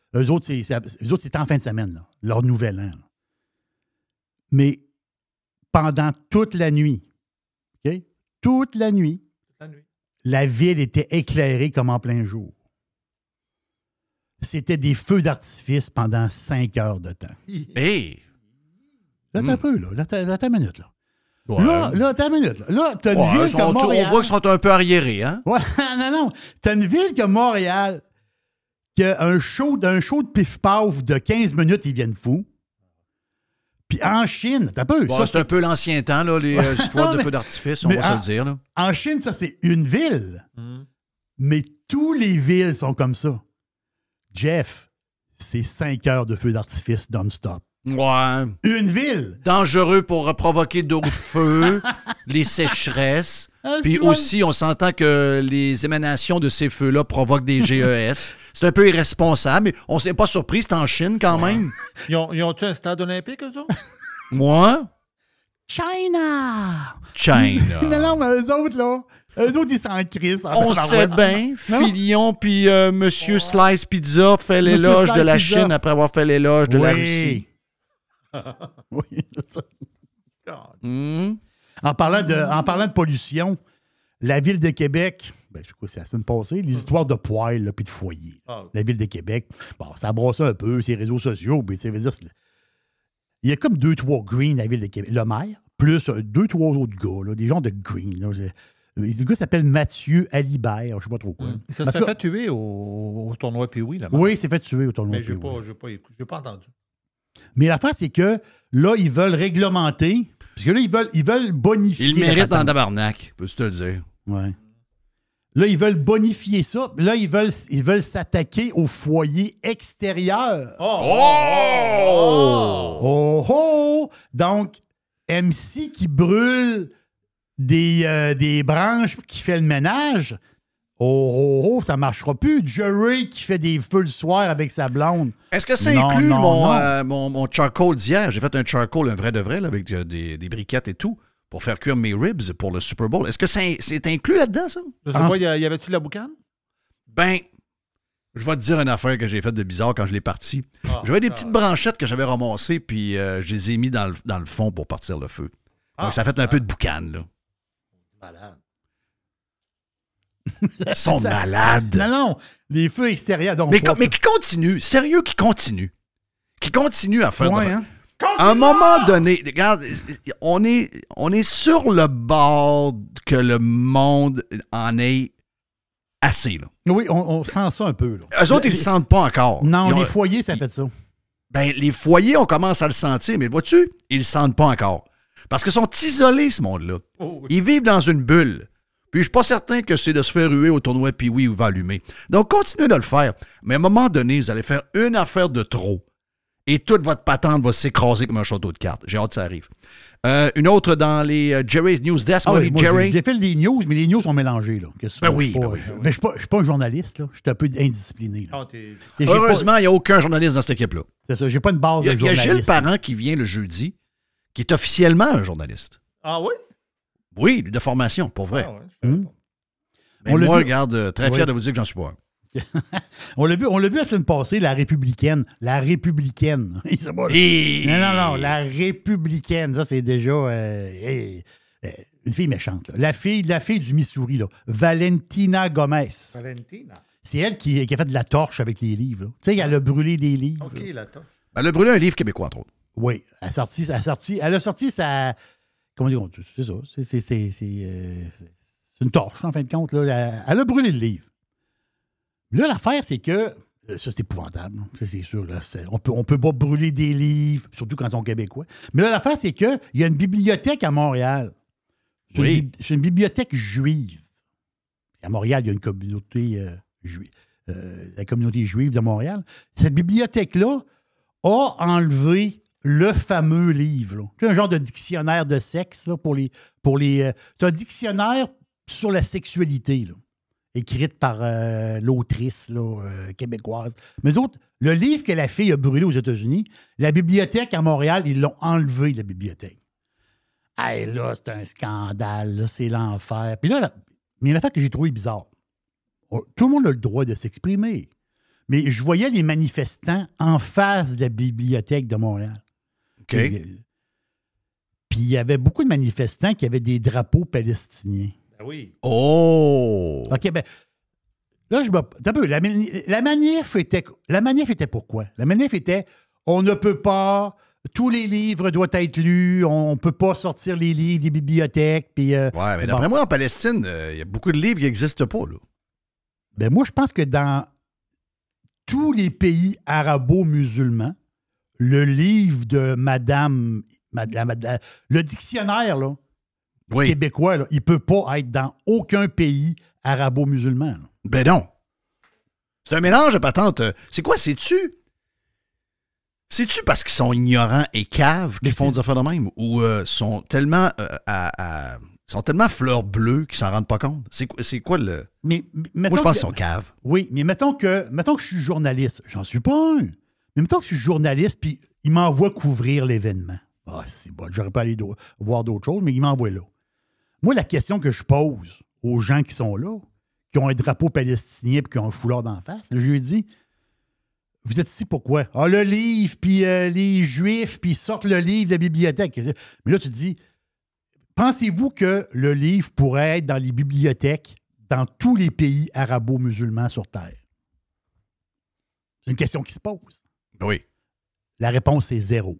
c'est en fin de semaine, là, leur Nouvel An. Là. Mais pendant toute la nuit, OK? Toute la nuit, la ville était éclairée comme en plein jour. C'était des feux d'artifice pendant 5 heures de temps. Hey! Là, t'as un peu, là. Là, t'as une minute, là. Ouais. Là, t'as une minute. Là, t'as une ville comme Montréal. On voit qu'ils sont un peu arriérés, hein? Ouais, non. T'as une ville comme Montréal qui a un show de pif-paf de 15 minutes, ils viennent fous. Puis en Chine, t'as peu. Bon, c'est un peu l'ancien temps, là, les histoires de feux d'artifice, on va se le dire. Là. En Chine, ça, c'est une ville. Mais tous les villes sont comme ça. Jeff, c'est 5 heures de feux d'artifice non-stop. Ouais. Une ville. Dangereux pour provoquer d'autres feux, les sécheresses. Puis aussi, on s'entend que les émanations de ces feux-là provoquent des GES. C'est un peu irresponsable, mais on s'est pas surpris, c'est en Chine quand même. Ils ont-tu un stade olympique, eux autres? Moi? China! Non, mais eux autres, là, ils s'en crissent. On sait bien, Filion puis Monsieur Slice Pizza fait l'éloge de la Chine après avoir fait l'éloge de la Russie. Oui, c'est ça. En parlant de pollution, la Ville de Québec, c'est la semaine passée, les histoires de poêles puis de foyers. La Ville de Québec, ça brosse un peu, ses réseaux sociaux, puis ça veut dire... Il y a comme 2-3 green à la Ville de Québec. Le maire, plus 2-3 autres gars, là, des gens de green. Là. Le gars s'appelle Mathieu Alibert, je ne sais pas trop quoi. Ça s'est fait tuer au tournoi Pee-Wee, là. Oui, il s'est fait tuer au tournoi Pee-Wee. Mais je n'ai pas entendu. Mais l'affaire, c'est que là, ils veulent réglementer, parce que là, ils veulent bonifier. Ils le méritent en tabarnak, peux-tu te le dire. Oui. Là, ils veulent bonifier ça. Là, ils veulent s'attaquer aux foyers extérieurs. Oh! Donc, MC qui brûle des branches qui fait le ménage. Ça ne marchera plus. Jerry qui fait des feux le soir avec sa blonde. Est-ce que ça inclut mon charcoal d'hier? J'ai fait un charcoal, un vrai de vrai, là, avec des briquettes et tout, pour faire cuire mes ribs pour le Super Bowl. Est-ce que c'est inclus là-dedans, ça? Je sais pas, y avait-tu de la boucane? Ben, je vais te dire une affaire que j'ai faite de bizarre quand je l'ai parti. J'avais des petites branchettes que j'avais ramassées, puis je les ai mis dans le fond pour partir le feu. Donc, ça fait un peu de boucane, là. Malade. Ils sont malades. Non, les feux extérieurs. Donc mais qui continue, sérieux, qui continue à faire hein? À un moment donné, regarde, on est sur le bord que le monde en ait assez, là. Oui, on sent ça un peu, là. Eux autres, ils le sentent pas encore. Non, les foyers, ça fait ça. Ben, les foyers, on commence à le sentir, mais vois-tu, ils le sentent pas encore. Parce qu'ils sont isolés, ce monde-là. Oh, oui. Ils vivent dans une bulle. Puis je suis pas certain que c'est de se faire ruer au tournoi Pee-Wee ou va allumer. Donc, continuez de le faire. Mais à un moment donné, vous allez faire une affaire de trop. Et toute votre patente va s'écraser comme un château de cartes. J'ai hâte que ça arrive. Une autre dans les Jerry's News Desk. Jerry. J'ai fait les news, mais les news sont mélangés. Là. Oui. Mais je ne suis pas un journaliste. Là. Je suis un peu indiscipliné. Là. Heureusement, il n'y a aucun journaliste dans cette équipe-là. C'est ça, j'ai pas une base de journaliste. Il y a Gilles Parent qui vient le jeudi, qui est officiellement un journaliste. Ah oui? Oui, de formation, pour vrai. Mais On moi, regarde, très fier de vous dire que j'en suis pas un. On l'a vu la semaine passée, la républicaine. La républicaine. Non, la républicaine. Ça, c'est déjà une fille méchante. Là. La fille du Missouri, là. Valentina Gomez. Valentina. C'est elle qui a fait de la torche avec les livres. Tu sais, elle a brûlé des livres. OK, la torche. Elle a brûlé un livre québécois, entre autres. Oui. Elle a sorti sa... Comment dire? C'est ça. C'est une torche, en fin de compte. Là. Elle a brûlé le livre. Là, l'affaire, c'est que... Ça, c'est épouvantable. Ça, c'est sûr. Là, on peut pas brûler des livres, surtout quand ils sont québécois. Mais là, l'affaire, c'est qu'il y a une bibliothèque à Montréal. C'est une bibliothèque juive. À Montréal, il y a une communauté juive. La communauté juive de Montréal. Cette bibliothèque-là a enlevé le fameux livre. C'est un genre de dictionnaire de sexe là, pour les. C'est un dictionnaire sur la sexualité, là, écrite par l'autrice québécoise. Mais d'autres, le livre que la fille a brûlé aux États-Unis, la bibliothèque à Montréal, ils l'ont enlevé, la bibliothèque. Hey, là, c'est un scandale, là, c'est l'enfer. Puis là, mais l'affaire que j'ai trouvé bizarre, tout le monde a le droit de s'exprimer. Mais je voyais les manifestants en face de la bibliothèque de Montréal. OK. Puis il y avait beaucoup de manifestants qui avaient des drapeaux palestiniens. Ben oui. Oh! OK, ben là, t'as un peu, la manif était pourquoi? La manif était, on ne peut pas, tous les livres doivent être lus, on ne peut pas sortir les livres des bibliothèques. Puis, ouais, mais d'après moi, en Palestine, il y a beaucoup de livres qui n'existent pas, là. Ben moi, je pense que dans tous les pays arabo-musulmans, le livre de Madame le dictionnaire, là, québécois, là, il ne peut pas être dans aucun pays arabo-musulman. Là. Ben non. C'est un mélange de patentes. C'est quoi, c'est-tu parce qu'ils sont ignorants et caves qu'ils font des affaires de même ou sont tellement sont tellement fleurs bleues qu'ils s'en rendent pas compte? C'est quoi le... Moi, je pense qu'ils sont caves. Oui, mais mettons que je suis journaliste. J'en suis pas un. Mais mettons que je suis journaliste puis il m'envoie couvrir l'événement. Ah, c'est bon, j'aurais pas allé voir d'autres choses, mais il m'envoie là. Moi, la question que je pose aux gens qui sont là, qui ont un drapeau palestinien et qui ont un foulard d'en face, je lui dis, vous êtes ici pourquoi? Ah, le livre, puis les Juifs, puis ils sortent le livre de la bibliothèque. Mais là, tu te dis, Pensez-vous que le livre pourrait être dans les bibliothèques dans tous les pays arabo-musulmans sur Terre? C'est une question qui se pose. Oui. La réponse est 0.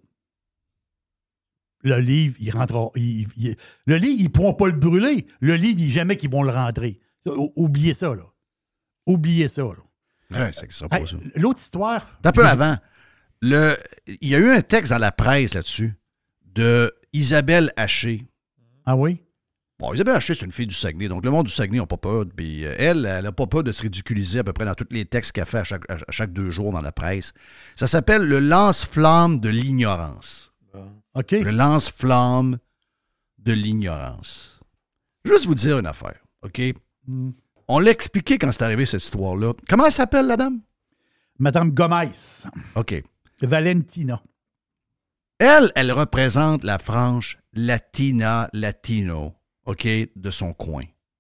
Le livre, il rentrera. Le livre, ils ne pourront pas le brûler. Le livre, il dit jamais qu'ils vont le rentrer. Oubliez ça, là. Oubliez ça, là. Ouais, c'est que ça pas ça. L'autre histoire. Un peu avant. Il y a eu un texte dans la presse là-dessus de Isabelle Haché. Ah oui? Bon, Isabelle Haché, c'est une fille du Saguenay, donc le monde du Saguenay n'a pas peur. Puis elle n'a pas peur de se ridiculiser à peu près dans tous les textes qu'elle fait à chaque 2 jours dans la presse. Ça s'appelle le lance-flamme de l'ignorance. OK. Le lance-flamme de l'ignorance. Juste vous dire une affaire, OK? On l'a expliqué quand c'est arrivé cette histoire-là. Comment elle s'appelle, la dame? Madame Gomez. OK. Valentina. Elle représente la frange latino, OK, de son coin.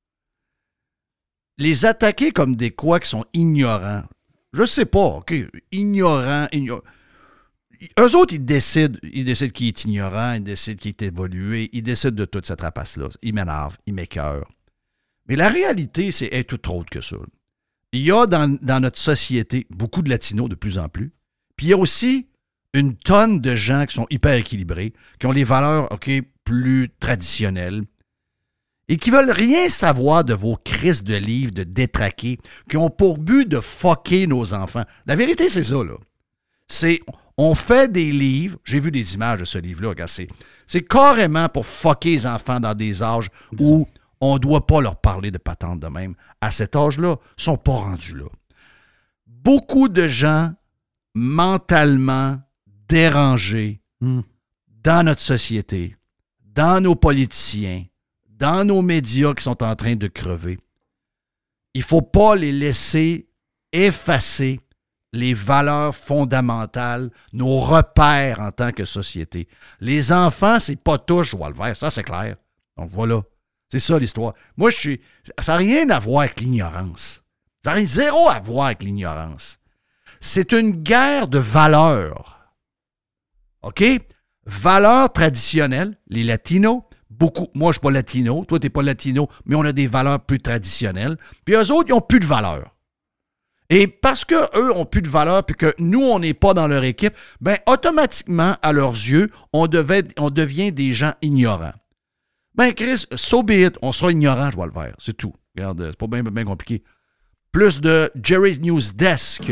Les attaquer comme des quoi qui sont ignorants, je sais pas, OK, ignorants. Eux autres, ils décident qui est ignorant, ils décident qui est évolué, ils décident de toute cette rapace-là. Ils m'énervent, ils m'écœurent. Mais la réalité, c'est tout autre que ça. Il y a dans notre société beaucoup de latinos de plus en plus, puis il y a aussi une tonne de gens qui sont hyper équilibrés, qui ont les valeurs, OK, plus traditionnelles, et qui veulent rien savoir de vos crises de livres, de détraqués, qui ont pour but de fucker nos enfants. La vérité, c'est ça, là. On fait des livres, j'ai vu des images de ce livre-là, regarde, c'est carrément pour fucker les enfants dans des âges où on ne doit pas leur parler de patente de même. À cet âge-là, ils ne sont pas rendus là. Beaucoup de gens mentalement dérangés dans notre société, dans nos politiciens, dans nos médias qui sont en train de crever. Il ne faut pas les laisser effacer les valeurs fondamentales, nos repères en tant que société. Les enfants, c'est pas touche joie le vert, ça c'est clair. Donc voilà, c'est ça l'histoire. Moi, ça n'a rien à voir avec l'ignorance. Ça n'a zéro à voir avec l'ignorance. C'est une guerre de valeurs. OK? Valeurs traditionnelles, les latinos, beaucoup. Moi, je ne suis pas latino, toi, tu n'es pas latino, mais on a des valeurs plus traditionnelles. Puis eux autres, ils n'ont plus de valeurs. Et parce qu'eux n'ont plus de valeur puis que nous, on n'est pas dans leur équipe, bien, automatiquement, à leurs yeux, on devient des gens ignorants. Ben, Chris, so be it, on sera ignorant, je vois le vert. C'est tout. Regarde, c'est pas bien compliqué. Plus de Jerry's News Desk.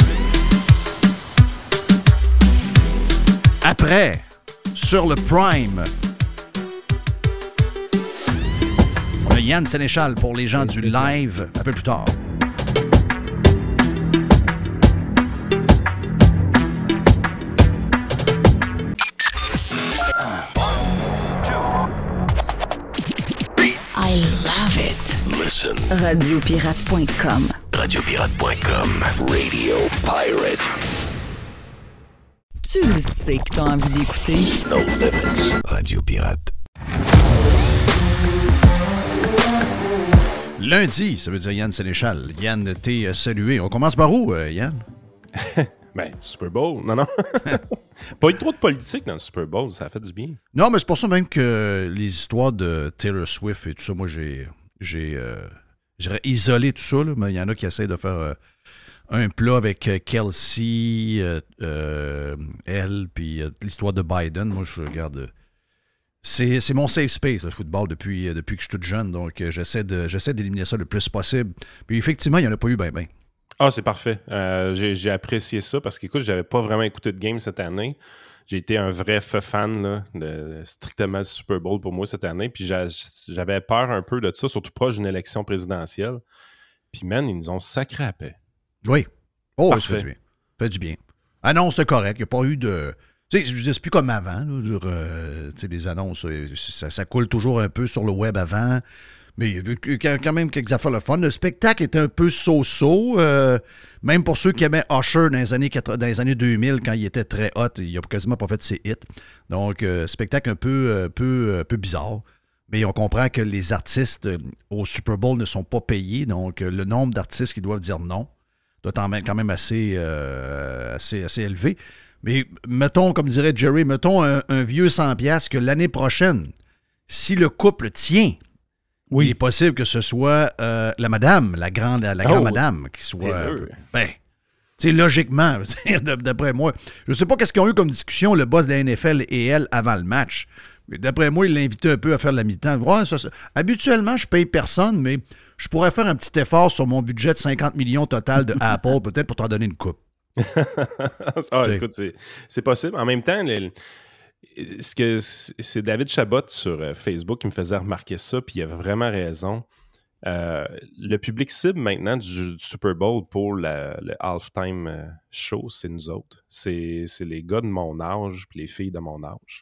Après, sur le Prime, on a Yann Sénéchal pour les gens du live un peu plus tard. I love it. Listen. Radiopirate.com. Radiopirate.com. Radio Pirate. Tu le sais que t'as envie d'écouter. No limits. Radio Pirate. Lundi, ça veut dire Yann Sénéchal. Yann, t'es salué. On commence par où, Yann? Ben, Super Bowl. Non. Pas eu trop de politique dans le Super Bowl, ça a fait du bien. Non, mais c'est pour ça même que les histoires de Taylor Swift et tout ça, moi, j'ai isolé tout ça, là, mais il y en a qui essayent de faire un plat avec Kelsey, elle, puis l'histoire de Biden. Moi, je regarde... C'est mon safe space, le football, depuis que je suis tout jeune, donc j'essaie d'éliminer ça le plus possible. Puis effectivement, il n'y en a pas eu ben. Ah, c'est parfait. J'ai apprécié ça parce qu'écoute, j'avais pas vraiment écouté de game cette année. J'ai été un vrai fan là, de strictement du Super Bowl pour moi cette année. Puis j'avais peur un peu de ça, surtout proche d'une élection présidentielle. Puis man, ils nous ont sacré à paix. Oui. Oh, parfait. ça fait du bien. Ça fait du bien. Annonce correcte. Il n'y a pas eu de... Tu sais, je dis, c'est plus comme avant. Là, les annonces, ça coule toujours un peu sur le web avant. Mais il y a quand même quelques affaires le fun. Le spectacle est un peu so-so. Même pour ceux qui aimaient Usher dans les années 2000, quand il était très hot, il n'a quasiment pas fait ses hits. Donc, spectacle un peu bizarre. Mais on comprend que les artistes au Super Bowl ne sont pas payés. Donc, le nombre d'artistes qui doivent dire non doit être quand même assez élevé. Mais mettons, comme dirait Jerry, mettons un vieux 100$ que l'année prochaine, si le couple tient, il est possible que ce soit la madame, la grande madame, qui soit... Ben, tu sais, logiquement, d'après moi, je sais pas qu'est-ce qu'ils ont eu comme discussion, le boss de la NFL et elle, avant le match. Mais d'après moi, il l'invitait un peu à faire de la mi-temps. Ouais, habituellement, je paye personne, mais je pourrais faire un petit effort sur mon budget de 50 millions total de Apple, peut-être pour t'en donner une coupe. Écoute, c'est possible. En même temps, c'est David Chabot sur Facebook qui me faisait remarquer ça, puis il avait vraiment raison. Le public cible maintenant du Super Bowl pour le halftime show, c'est nous autres. C'est les gars de mon âge puis les filles de mon âge.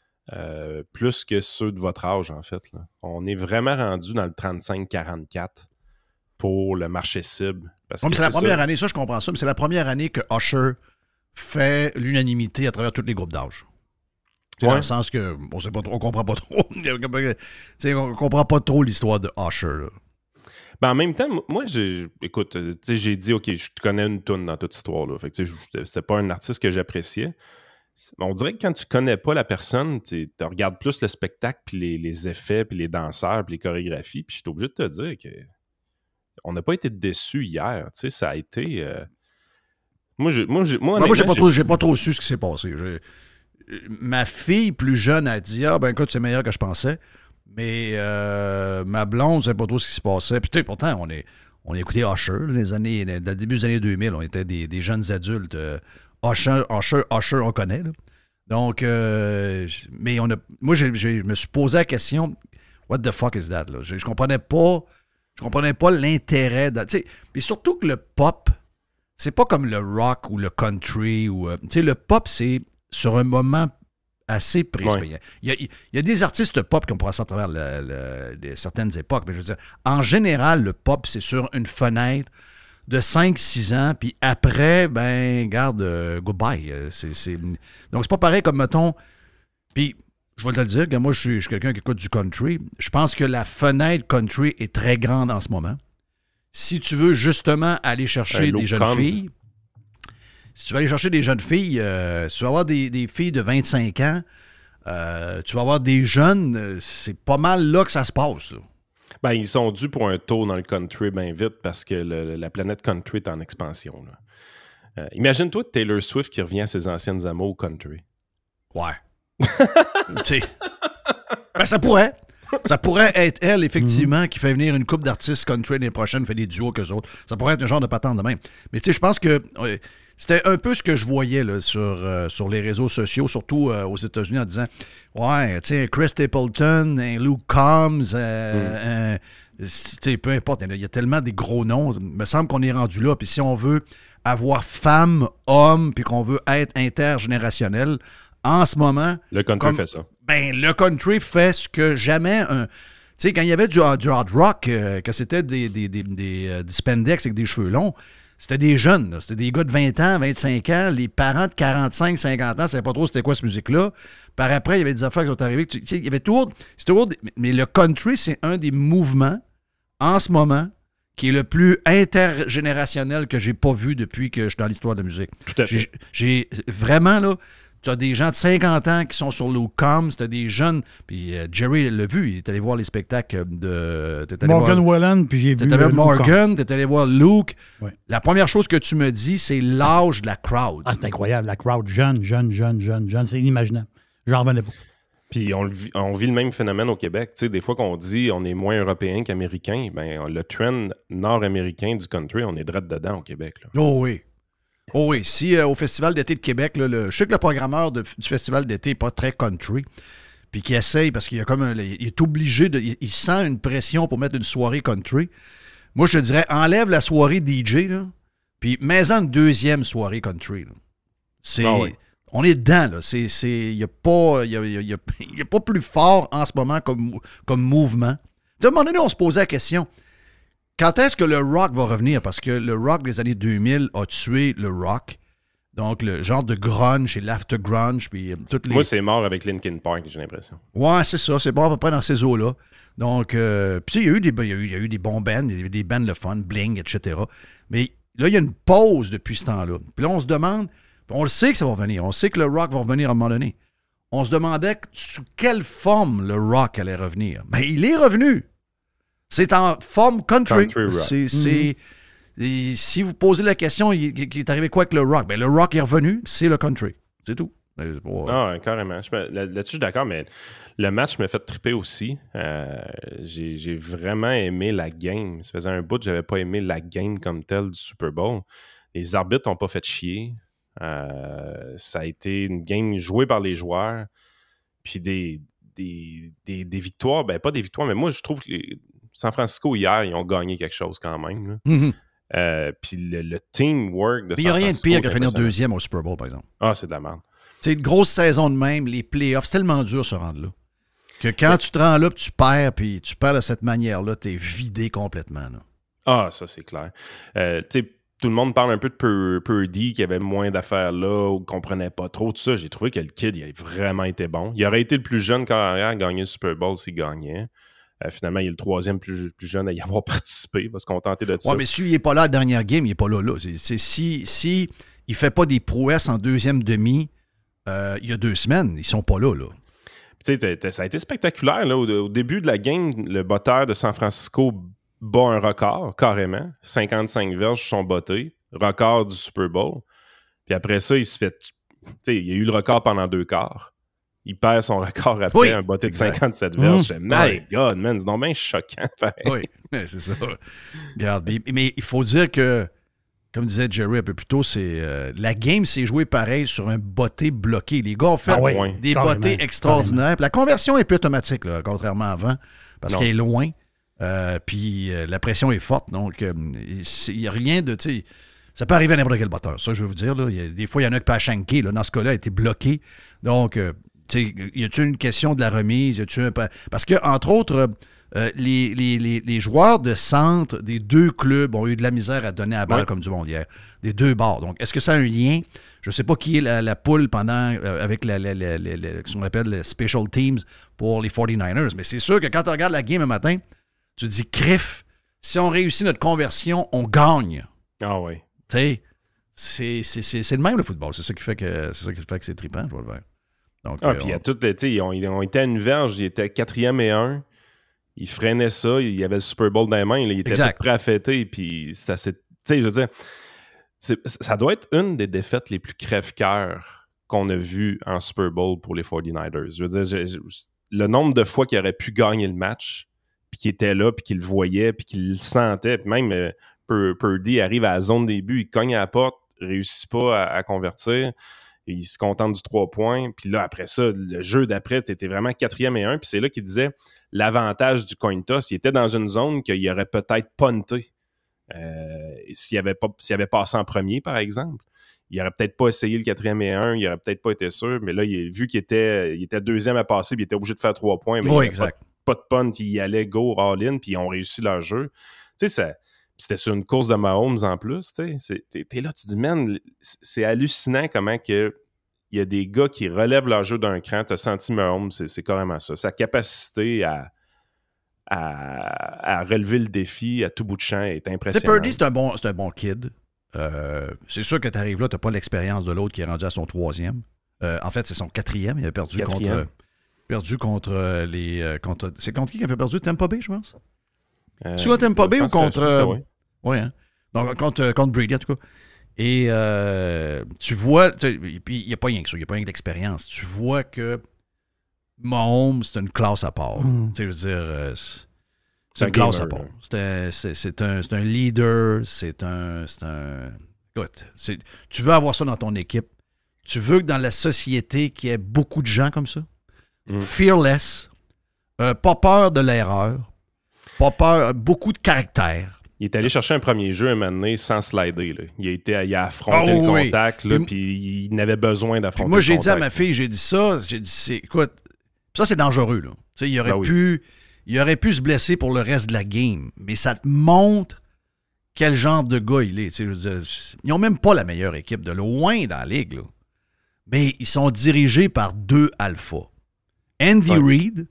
Plus que ceux de votre âge, en fait. Là. On est vraiment rendu dans le 35-44 pour le marché cible. Parce que c'est la première année, ça je comprends ça, mais c'est la première année que Usher fait l'unanimité à travers tous les groupes d'âge. Dans le sens que on comprend pas trop. On comprend pas trop l'histoire de Usher. Là. Ben en même temps, moi, j'ai dit, OK, je te connais une toune dans toute cette histoire-là. Fait que c'était pas un artiste que j'appréciais. On dirait que quand tu connais pas la personne, tu regardes plus le spectacle, puis les effets, puis les danseurs, puis les chorégraphies, puis je suis obligé de te dire que on n'a pas été déçus hier. Ça a été... Moi, j'ai pas trop su ce qui s'est passé. Ma fille plus jeune a dit « Ah, ben écoute, c'est meilleur que je pensais. » Mais ma blonde ne savait pas trop ce qui se passait. Puis pourtant, on a écouté Usher, dans le début des années 2000. On était des jeunes adultes. Usher, on connaît. Là. Donc, mais moi, je me suis posé la question « What the fuck is that? » là? Je comprenais pas l'intérêt. Puis surtout que le pop, c'est pas comme le rock ou le country. Le pop, c'est sur un moment assez précis. Ouais. Il y a des artistes pop qui ont passé à travers certaines époques, mais je veux dire, en général, le pop, c'est sur une fenêtre de 5-6 ans, puis après, ben, garde, goodbye. Donc, c'est pas pareil comme, mettons, puis, je vais te le dire, que moi, je suis quelqu'un qui écoute du country. Je pense que la fenêtre country est très grande en ce moment. Si tu veux justement aller chercher des jeunes filles... Si tu vas aller chercher des jeunes filles, si tu vas avoir des filles de 25 ans, tu vas avoir des jeunes, c'est pas mal là que ça se passe. Là. Ben, ils sont dus pour un tour dans le country bien vite parce que la planète country est en expansion. Là. Imagine-toi Taylor Swift qui revient à ses anciennes amours country. Ouais. Ben, ça pourrait. Ça pourrait être elle, effectivement, qui fait venir une couple d'artistes country l'année prochaine, fait des duos qu'eux autres. Ça pourrait être un genre de patente de même. Mais tu sais, je pense que... C'était un peu ce que je voyais là, sur les réseaux sociaux, surtout aux États-Unis, en disant ouais, tu sais, Chris Stapleton, Luke Combs, peu importe, il y a tellement des gros noms. Il me semble qu'on est rendu là. Puis si on veut avoir femme, homme, puis qu'on veut être intergénérationnel, en ce moment. Le country fait ça. Ben, le country fait ce que jamais un. Tu sais, quand il y avait du hard rock, que c'était des spandex avec des cheveux longs, c'était des jeunes, là. C'était des gars de 20 ans, 25 ans, les parents de 45, 50 ans, ne savaient pas trop c'était quoi cette musique-là. Par après, il y avait des affaires qui sont arrivées. Il y avait toujours mais le country, c'est un des mouvements, en ce moment, qui est le plus intergénérationnel que j'ai pas vu depuis que je suis dans l'histoire de la musique. Tout à fait. J'ai vraiment, là, tu as des gens de 50 ans qui sont sur Luke Combs, tu as des jeunes, puis Jerry l'a vu, il est allé voir les spectacles de... Morgan Wallen, puis j'ai vu... Tu allé voir Morgan, tu es allé voir Luke. Ouais. La première chose que tu me dis, c'est l'âge de la crowd. Ah, c'est incroyable, la crowd, jeune, c'est inimaginable. J'en revenais pas. Puis on vit le même phénomène au Québec. Tu sais, des fois qu'on dit on est moins européen qu'américain, ben le trend nord-américain du country, on est direct dedans au Québec. Là. Oh oui. Oh oui, si au Festival d'été de Québec, là, je sais que le programmeur du Festival d'été n'est pas très country, puis qu'il essaye parce qu'il y a comme il est obligé il sent une pression pour mettre une soirée country. Moi, je te dirais, enlève la soirée DJ, là, puis mets-en une deuxième soirée country. Là. Oui. On est dedans, là. Il n'y a pas plus fort en ce moment comme mouvement. À un moment donné, on se posait la question. Quand est-ce que le rock va revenir? Parce que le rock des années 2000 a tué le rock. Donc, le genre de grunge et l'after-grunge. Puis toutes les... Moi, c'est mort avec Linkin Park, j'ai l'impression. Ouais, c'est ça. C'est bon à peu près dans ces eaux-là. Donc, puis il y a eu des bons bands, des bands le fun, Bling, etc. Mais là, il y a une pause depuis ce temps-là. Puis là, on se demande, on le sait que ça va revenir. On sait que le rock va revenir à un moment donné. on se demandait sous quelle forme le rock allait revenir. Mais il est revenu. C'est en forme country. Rock. Et si vous posez la question, il est arrivé quoi avec le rock? Ben, le rock est revenu, c'est le country. C'est tout. Ah, carrément. Là-dessus, je suis d'accord, mais le match m'a fait triper aussi. J'ai vraiment aimé la game. Ça faisait un bout que je n'avais pas aimé la game comme telle du Super Bowl. Les arbitres n'ont pas fait chier. Ça a été une game jouée par les joueurs. Puis des victoires, ben pas des victoires, mais moi, je trouve que San Francisco, hier, ils ont gagné quelque chose quand même. Puis le teamwork de San Francisco. Il n'y a rien de pire que finir deuxième au Super Bowl, par exemple. Ah, c'est de la merde. C'est une grosse saison de même, les playoffs, c'est tellement dur de se rendre là. Que quand tu te rends là, puis tu perds de cette manière-là, t'es vidé complètement. Là. Ah, ça, c'est clair. Tout le monde parle un peu de Purdy, qui avait moins d'affaires là, ou qu'on comprenait pas trop, tout ça. J'ai trouvé que le kid, il a vraiment été bon. Il aurait été le plus jeune carrière à gagner le Super Bowl s'il gagnait. Finalement, il est le troisième plus jeune à y avoir participé. Il va se contenter de ça. Oui, mais s'il n'est pas là à la dernière game, il n'est pas là. Si il ne fait pas des prouesses en deuxième demi, il y a 2 semaines, ils sont pas là. Ça a été spectaculaire. Là. Au début de la game, le botteur de San Francisco bat un record, carrément. 55 verges sont bottés. Record du Super Bowl. Puis après ça, il se fait... il y a eu le record pendant 2 quarts. Il perd son record après, un botté de 57 verges. My God, man, c'est donc bien choquant. Oui, c'est ça. Regarde, mais il faut dire que, comme disait Jerry un peu plus tôt, la game s'est jouée pareil sur un botté bloqué. Les gars ont fait des bottés extraordinaires. La conversion est plus automatique, là, contrairement à avant, parce qu'elle est loin. Puis la pression est forte. Donc, il n'y a rien de... Ça peut arriver à n'importe quel botteur. Ça, je veux vous dire. Là, des fois, il y en a qui peut shanker. Dans ce cas-là, il a été bloqué. Donc, y a-t-il une question de la remise? Parce que, entre autres... les joueurs de centre des 2 clubs ont eu de la misère à donner à la balle comme du monde hier. Des 2 bords. Donc, est-ce que ça a un lien? Je ne sais pas qui est la poule pendant avec ce qu'on appelle les special teams pour les 49ers, mais c'est sûr que quand tu regardes la game un matin, tu te dis, crif, si on réussit notre conversion, on gagne. Ah oui. Tu sais, c'est le même le football. C'est ça qui fait que c'est trippant, je vois le faire. Donc, puis il y a tout ils ont été à une verge, ils étaient 4e et 1. Il freinait ça, il y avait le Super Bowl dans les mains, il était tout prêt à fêter, puis ça c'est, je veux dire, ça doit être une des défaites les plus crève-cœur qu'on a vues en Super Bowl pour les 49ers. Je veux dire, le nombre de fois qu'il aurait pu gagner le match, puis qu'il était là, puis qu'il le voyait, puis qu'il le sentait, puis même Purdy arrive à la zone début, il cogne à la porte, réussit pas à convertir. Il se contente du 3 points. Puis là, après ça, le jeu d'après, t'étais vraiment 4e et 1. Puis c'est là qu'il disait l'avantage du coin toss. Il était dans une zone qu'il aurait peut-être punté. S'il avait passé en premier, par exemple. Il aurait peut-être pas essayé le 4e et 1. Il aurait peut-être pas été sûr. Mais là, vu qu'il était 2e à passer, puis il était obligé de faire 3 points. Mais il avait pas de punt. Il y allait go all-in, puis ils ont réussi leur jeu. Tu sais, c'était sur une course de Mahomes en plus. T'es là, tu te dis, man, c'est hallucinant comment il y a des gars qui relèvent leur jeu d'un cran. Tu as senti Mahomes, c'est carrément ça. Sa capacité à relever le défi à tout bout de champ est impressionnante. Purdy, c'est un bon kid. C'est sûr que tu arrives là, tu n'as pas l'expérience de l'autre qui est rendu à son 3e. En fait, c'est son 4e. Il a perdu contre les... c'est contre qui qu'il avait perdu? Tampa Bay, je pense? Soit Tampa Bay ou contre... Oui, hein? Donc, contre Brady, en tout cas. Et tu vois, il n'y a pas rien que ça, il n'y a pas rien que l'expérience. Tu vois que Mahomes, c'est une classe à part. Je veux dire, c'est une classe à part. C'est un leader, écoute, tu veux avoir ça dans ton équipe. Tu veux que dans la société, qu'il y ait beaucoup de gens comme ça. Fearless, pas peur de l'erreur, pas peur, beaucoup de caractère. Il est allé chercher un premier jeu un moment donné sans slider. Là. Il a affronté le contact, puis il n'avait besoin d'affronter le contact. Moi, j'ai dit à ma fille, écoute, ça c'est dangereux. Là. Il aurait pu se blesser pour le reste de la game, mais ça te montre quel genre de gars il est. Je veux dire, ils n'ont même pas la meilleure équipe de loin dans la ligue. Là. Mais ils sont dirigés par 2 alphas. Andy Reid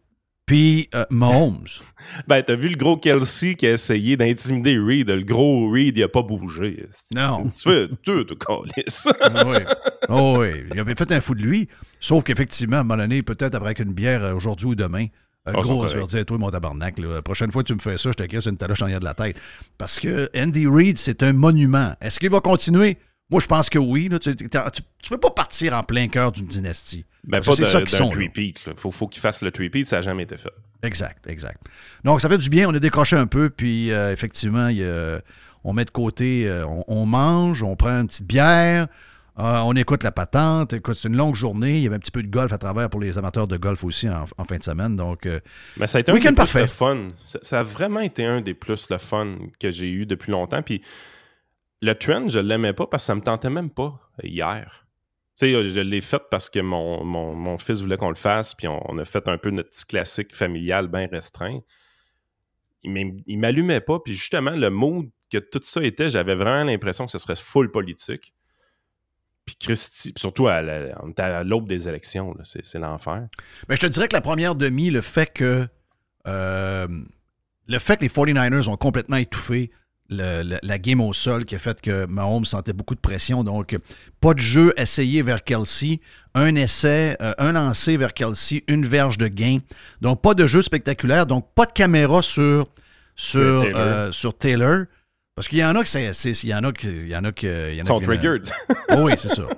Puis Mahomes. Ben, t'as vu le gros Kelsey qui a essayé d'intimider Reed. Le gros Reed, il a pas bougé. Non. Tu te calisses. Oui. Oh, oui. Il avait fait un fou de lui. Sauf qu'effectivement, à un moment donné, peut-être après une bière aujourd'hui ou demain, le gros va se faire dire, toi, mon tabarnak, la prochaine fois que tu me fais ça, je te crisse une taloche en arrière de la tête. Parce que Andy Reid, c'est un monument. Est-ce qu'il va continuer? Moi, je pense que oui. Là, tu peux pas partir en plein cœur d'une dynastie. Ben, pas d'un three-peat. Il faut qu'il fasse le three-peat, ça n'a jamais été fait. Exact. Donc, ça fait du bien. On a décroché un peu, puis effectivement, on met de côté, on mange, on prend une petite bière, on écoute la patente. Écoute, c'est une longue journée. Il y avait un petit peu de golf à travers pour les amateurs de golf aussi en fin de semaine. Donc, mais ça a été un des plus le fun. Ça a vraiment été un des plus le fun que j'ai eu depuis longtemps. Puis le trend, je l'aimais pas parce que ça me tentait même pas hier. Tu sais, je l'ai fait parce que mon fils voulait qu'on le fasse, puis on a fait un peu notre petit classique familial bien restreint. Il m'allumait pas, puis justement, le mood que tout ça était, j'avais vraiment l'impression que ce serait full politique. Puis Christy, puis surtout on était à l'aube des élections, là, c'est l'enfer. Mais je te dirais que la première demi, le fait que les 49ers ont complètement étouffé la game au sol qui a fait que Mahomes sentait beaucoup de pression. Donc, pas de jeu essayé vers Kelsey, un essai, un lancé vers Kelsey, une verge de gain. Donc, pas de jeu spectaculaire. Donc, pas de caméra sur Taylor. Parce qu'il y en a qui sont triggered. Oui, c'est ça.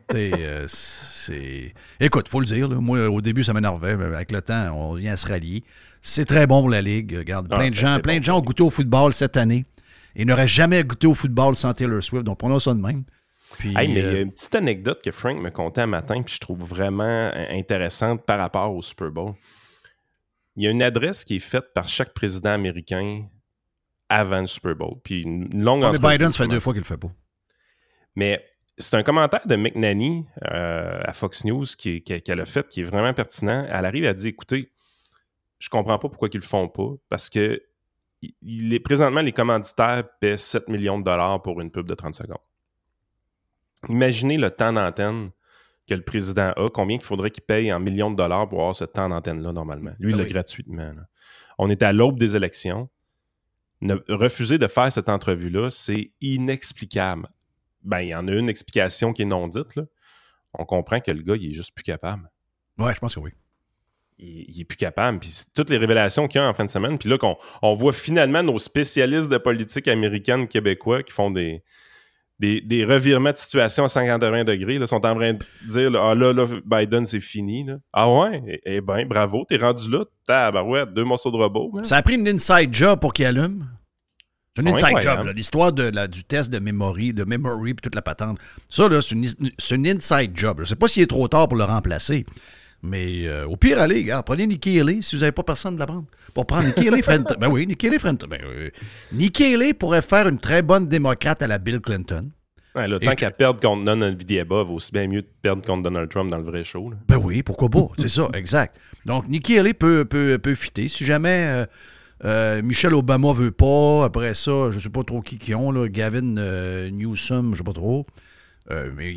Écoute, il faut le dire. Là, moi, au début, ça m'énervait. Mais avec le temps, on vient à se rallier. C'est très bon pour la Ligue. Regarde, plein de gens ont goûté au football cette année. Ils n'auraient jamais goûté au football sans Taylor Swift. Donc, prenons ça de même. Puis, mais il y a une petite anecdote que Frank me contait un matin puis je trouve vraiment intéressante par rapport au Super Bowl. Il y a une adresse qui est faite par chaque président américain avant le Super Bowl. Puis une longue entrevue. Mais Biden, ça fait 2 fois qu'il le fait pas. Mais c'est un commentaire de McNanny à Fox News qu'elle a fait qui est vraiment pertinent. Elle arrive à dire, écoutez, je comprends pas pourquoi ils le font pas. Parce que présentement, les commanditaires paient 7 millions de dollars pour une pub de 30 secondes. Imaginez le temps d'antenne que le président a, combien il faudrait qu'il paye en millions de dollars pour avoir ce temps d'antenne-là, normalement. Lui, il l'a gratuitement. Là. On est à l'aube des élections. Refuser de faire cette entrevue-là, c'est inexplicable. Ben, il y en a une explication qui est non dite. Là. On comprend que le gars, il est juste plus capable. Ouais, je pense que oui. Il est plus capable. Puis toutes les révélations qu'il y a en fin de semaine, puis là, on voit finalement nos spécialistes de politique américaine québécois qui font des revirements de situation à 180 degrés, là, sont en train de dire là, Biden, c'est fini. Là. Ah ouais? Eh bien, bravo, t'es rendu là. Tabarouette, 2 morceaux de robot. Là. Ça a pris une inside job pour qu'il allume. C'est une inside job. Là. L'histoire du test de memory puis toute la patente. Ça, là, c'est une inside job. Je ne sais pas s'il est trop tard pour le remplacer. Mais au pire, allez, gars, prenez Nikki Haley si vous n'avez pas personne de la prendre. Pour prendre Nikki Haley, Nikki Haley, Nikki Haley pourrait faire une très bonne démocrate à la Bill Clinton. Ouais, là, tant qu'elle perd contre Nvidia, vaut aussi bien mieux de perdre contre Donald Trump dans le vrai show. Là. Ben oui, pourquoi pas? C'est ça, exact. Donc, Nikki Haley peut fitter. Si jamais Michelle Obama veut pas, après ça, je ne sais pas trop qui ont, là, Gavin Newsom, je ne sais pas trop. Mais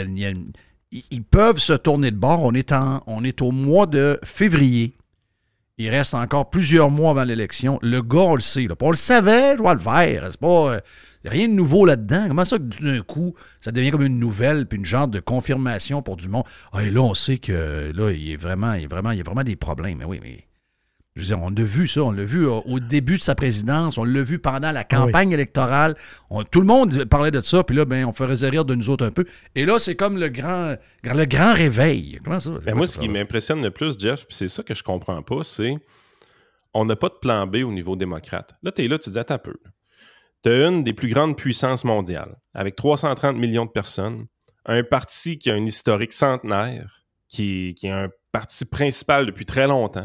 ils peuvent se tourner de bord. On est au mois de février. Il reste encore plusieurs mois avant l'élection. Le gars, on le sait. Là. On le savait, je vois le faire. C'est pas rien de nouveau là-dedans. Comment ça que d'un coup, ça devient comme une nouvelle puis une genre de confirmation pour du monde? Ah, et là, on sait que là, il y a vraiment des problèmes. Mais oui, mais je veux dire, on a vu ça. On l'a vu au début de sa présidence. On l'a vu pendant la campagne électorale. Tout le monde parlait de ça. Puis là, ben, on ferait rire de nous autres un peu. Et là, c'est comme le grand réveil. Comment ça? Ben moi, ce qui m'impressionne le plus, Jeff, puis c'est ça que je comprends pas, c'est on n'a pas de plan B au niveau démocrate. Là, tu es là, tu dis, attends un peu. Tu as une des plus grandes puissances mondiales, avec 330 millions de personnes, un parti qui a un historique centenaire, qui est un parti principal depuis très longtemps.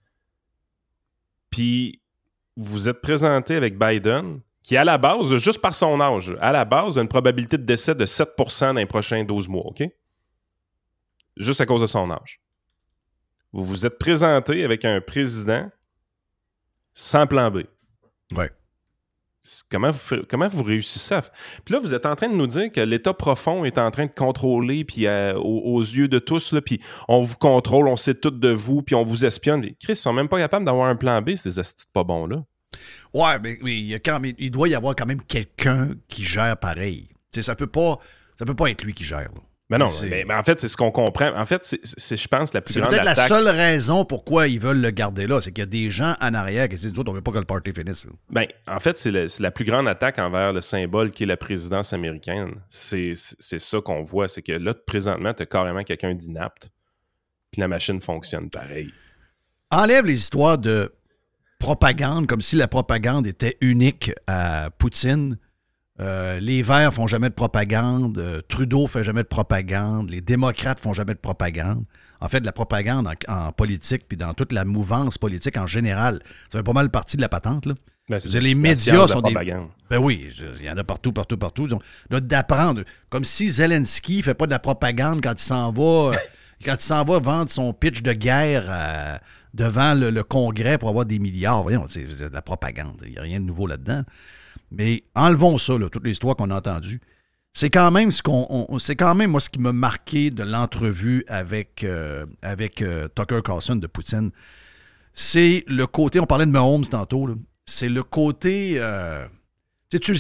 Puis, vous êtes présenté avec Biden, qui, à la base, juste par son âge, à la base, a une probabilité de décès de 7% dans les prochains 12 mois, OK? Juste à cause de son âge. Vous vous êtes présenté avec un président sans plan B. Ouais. Comment vous réussissez à... Puis là, vous êtes en train de nous dire que l'État profond est en train de contrôler, puis aux yeux de tous, là, puis on vous contrôle, on sait tout de vous, puis on vous espionne. Mais Chris, ils sont même pas capables d'avoir un plan B, ces astis pas bons là. Ouais, mais il doit y avoir quand même quelqu'un qui gère pareil. T'sais, ça peut pas être lui qui gère. Là. Mais non, mais en fait, c'est ce qu'on comprend. En fait, c'est je pense, la plus grande attaque. C'est peut-être la seule raison pourquoi ils veulent le garder là. C'est qu'il y a des gens en arrière qui disent « on veut pas que le party finisse. » Ben, en fait, c'est la plus grande attaque envers le symbole qui est la présidence américaine. C'est ça qu'on voit. C'est que là, présentement, tu as carrément quelqu'un d'inapte, puis la machine fonctionne pareil. Enlève les histoires de propagande, comme si la propagande était unique à Poutine. Les Verts font jamais de propagande, Trudeau fait jamais de propagande, les démocrates font jamais de propagande. En fait, de la propagande en politique puis dans toute la mouvance politique en général, ça fait pas mal partie de la patente. Là. Ben, les médias sont des... propagande. Ben oui, il y en a partout. Donc, là, d'apprendre, comme si Zelensky fait pas de la propagande quand il s'en va vendre son pitch de guerre devant le Congrès pour avoir des milliards. Voyons, c'est de la propagande. Il n'y a rien de nouveau là-dedans. Mais enlevons ça, là, toute l'histoire qu'on a entendue. C'est quand même moi ce qui m'a marqué de l'entrevue avec Tucker Carlson de Poutine. C'est le côté, on parlait de Mahomes tantôt, là, c'est le côté, tu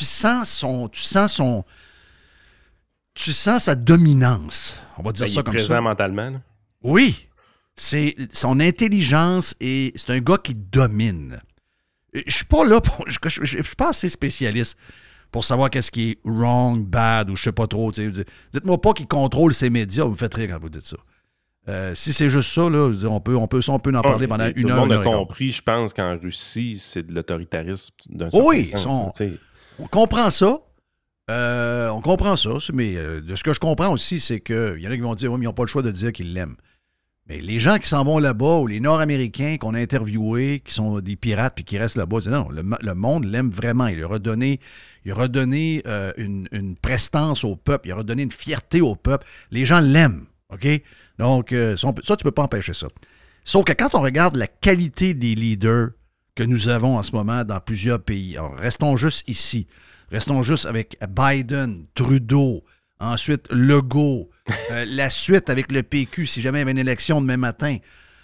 sens sa dominance. On va dire ça comme ça. Il est présent mentalement. Là. Oui, c'est son intelligence et c'est un gars qui domine. Je suis pas là pour. Je suis pas assez spécialiste pour savoir qu'est-ce qui est wrong, bad ou je sais pas trop. Dites-moi pas qu'il contrôle ses médias. Vous me faites rire quand vous dites ça. Si c'est juste ça, là, on peut en parler pendant une heure. Tout le monde a compris, je pense, qu'en Russie, c'est de l'autoritarisme d'un certain sens. On comprend ça. Mais de ce que je comprends aussi, c'est qu'il y en a qui vont dire oui, mais ils n'ont pas le choix de dire qu'ils l'aiment. Mais les gens qui s'en vont là-bas, ou les Nord-Américains qu'on a interviewés, qui sont des pirates puis qui restent là-bas, c'est non, le monde l'aime vraiment. Il a redonné une prestance au peuple, il a redonné une fierté au peuple. Les gens l'aiment, OK? Donc, ça, tu peux pas empêcher ça. Sauf que quand on regarde la qualité des leaders que nous avons en ce moment dans plusieurs pays, alors, restons juste ici. Restons juste avec Biden, Trudeau, ensuite Legault, la suite avec le PQ, si jamais il y avait une élection demain matin.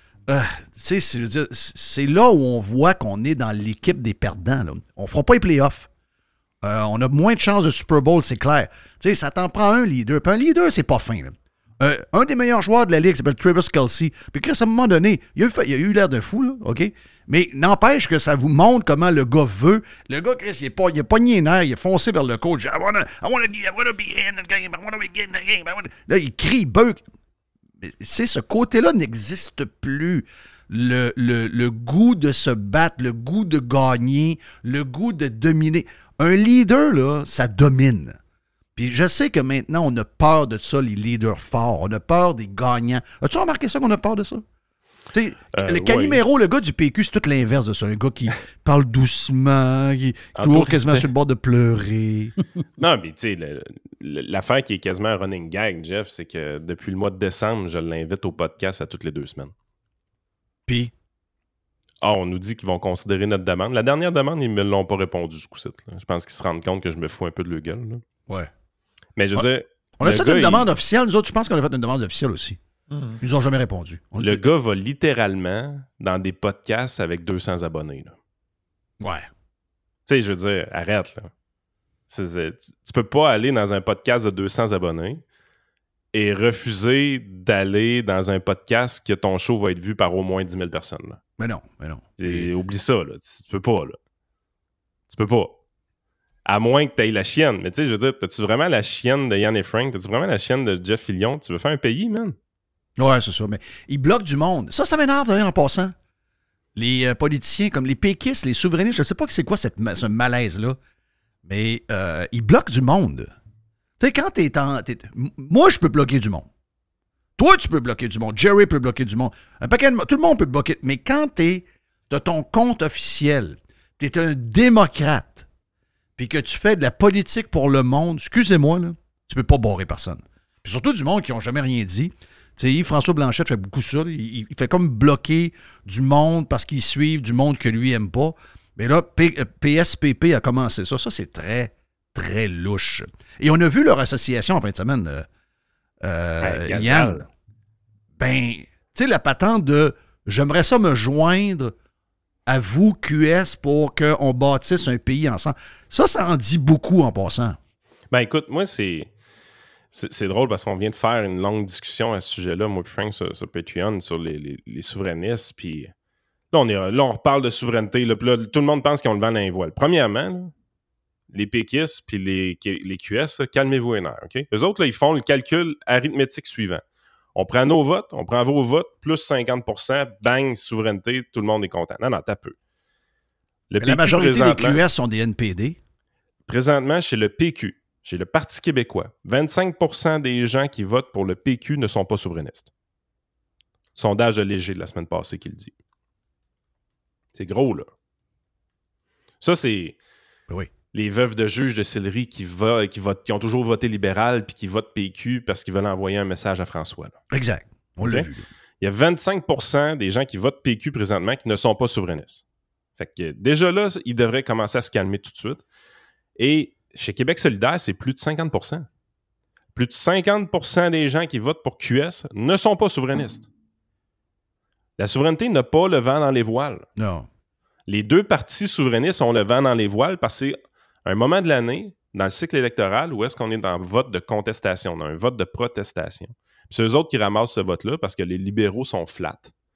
C'est là où on voit qu'on est dans l'équipe des perdants. Là. On ne fera pas les playoffs. On a moins de chances de Super Bowl, c'est clair. T'sais, ça t'en prend un leader. Puis un leader, c'est pas fin. Là. Un des meilleurs joueurs de la Ligue s'appelle Travis Kelce. Puis Chris, à un moment donné, il a eu l'air de fou, là, OK? Mais n'empêche que ça vous montre comment le gars veut. Le gars, Chris, il a pogné les nerfs, il a foncé vers le coach. I wanna be in the game, I wanna be in the game. Là, il crie, il beugle. Mais ce côté-là n'existe plus. Le goût de se battre, le goût de gagner, le goût de dominer. Un leader, là, ça domine. Puis je sais que maintenant, on a peur de ça, les leaders forts. On a peur des gagnants. As-tu remarqué ça qu'on a peur de ça? Le Calimero, le gars du PQ, c'est tout l'inverse de ça. Un gars qui parle doucement, qui est toujours quasiment sur le bord de pleurer. Non, mais tu sais, l'affaire qui est quasiment un running gag, Jeff, c'est que depuis le mois de décembre, je l'invite au podcast à toutes les 2 semaines. Puis? On nous dit qu'ils vont considérer notre demande. La dernière demande, ils ne me l'ont pas répondu, ce coup-ci. Je pense qu'ils se rendent compte que je me fous un peu de leur gueule. Là. Ouais. Mais je veux dire... On a fait une demande officielle. Nous autres, je pense qu'on a fait une demande officielle aussi. Ils nous ont jamais répondu. Le gars va littéralement dans des podcasts avec 200 abonnés. Là. Ouais. Tu sais, je veux dire, arrête. Là. Tu peux pas aller dans un podcast de 200 abonnés et refuser d'aller dans un podcast que ton show va être vu par au moins 10 000 personnes. Là. Mais non. Oublie ça. Là. Tu peux pas. Là. Tu peux pas. À moins que tu aies la chienne. Mais tu sais, je veux dire, t'as-tu vraiment la chienne de Yann et Frank? T'as-tu vraiment la chienne de Jeff Fillion? Tu veux faire un pays, man? Ouais, c'est ça. Mais ils bloquent du monde. Ça m'énerve d'ailleurs en passant. Les politiciens, comme les péquistes, les souverainistes, je ne sais pas c'est quoi ce malaise-là, mais ils bloquent du monde. Tu sais, quand moi, je peux bloquer du monde. Toi, tu peux bloquer du monde. Jerry peut bloquer du monde. Tout le monde peut bloquer. Mais quand tu as ton compte officiel, tu es un démocrate, puis que tu fais de la politique pour le monde, excusez-moi, là, tu peux pas barrer personne. Puis surtout du monde qui n'ont jamais rien dit. Tu sais, François Blanchette fait beaucoup ça. Il fait comme bloquer du monde parce qu'ils suivent du monde que lui aime pas. Mais là, PSPP a commencé ça. Ça, c'est très, très louche. Et on a vu leur association en fin de semaine, Yann. Ben, tu sais, la patente de « j'aimerais ça me joindre à vous, QS, pour qu'on bâtisse un pays ensemble ». Ça en dit beaucoup en passant. Ben écoute, moi, c'est drôle parce qu'on vient de faire une longue discussion à ce sujet-là, moi et Frank, sur Patreon, sur les souverainistes, puis là, on reparle de souveraineté, là, puis là, tout le monde pense qu'ils ont le vent dans les voiles. Premièrement, là, les péquistes puis les QS, là, calmez-vous les nerfs, OK? Eux autres, là, ils font le calcul arithmétique suivant. On prend nos votes, on prend vos votes, plus 50%, bang, souveraineté, tout le monde est content. Non, t'as peu. La majorité des QS sont des NPD. Présentement, chez le PQ, chez le Parti québécois, 25% des gens qui votent pour le PQ ne sont pas souverainistes. Sondage de Léger de la semaine passée qui le dit. C'est gros, là. Ça, c'est les veuves de juges de Sillery qui ont toujours voté libéral puis qui votent PQ parce qu'ils veulent envoyer un message à François. Là. Exact. On l'a vu. Il y a 25% des gens qui votent PQ présentement qui ne sont pas souverainistes. Fait que déjà là, ils devraient commencer à se calmer tout de suite. Et chez Québec solidaire, c'est plus de 50%. Plus de 50% des gens qui votent pour QS ne sont pas souverainistes. La souveraineté n'a pas le vent dans les voiles. Non. Les deux partis souverainistes ont le vent dans les voiles parce que c'est un moment de l'année, dans le cycle électoral, où est-ce qu'on est dans un vote de contestation, dans un vote de protestation. Puis c'est eux autres qui ramassent ce vote-là parce que les libéraux sont flats.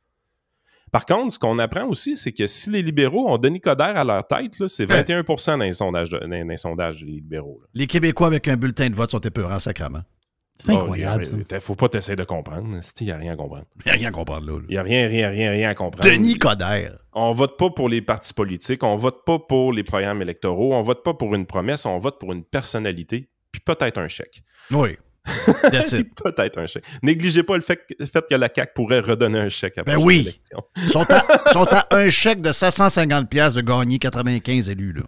Par contre, ce qu'on apprend aussi, c'est que si les libéraux ont Denis Coderre à leur tête, là, c'est 21% dans les sondages des libéraux. Là. Les Québécois avec un bulletin de vote sont épeurants sacrément. C'est incroyable, ça. Faut pas t'essayer de comprendre. Il n'y a rien à comprendre. Il n'y a rien à comprendre, là. Il n'y a rien à comprendre. Denis Coderre. On vote pas pour les partis politiques, on vote pas pour les programmes électoraux, on vote pas pour une promesse, on vote pour une personnalité, puis peut-être un chèque. Oui. Puis peut-être un chèque. Négligez pas le fait que la CAQ pourrait redonner un chèque après l'élection. Ils sont à un chèque de 750$ de gagner 95 élus, là.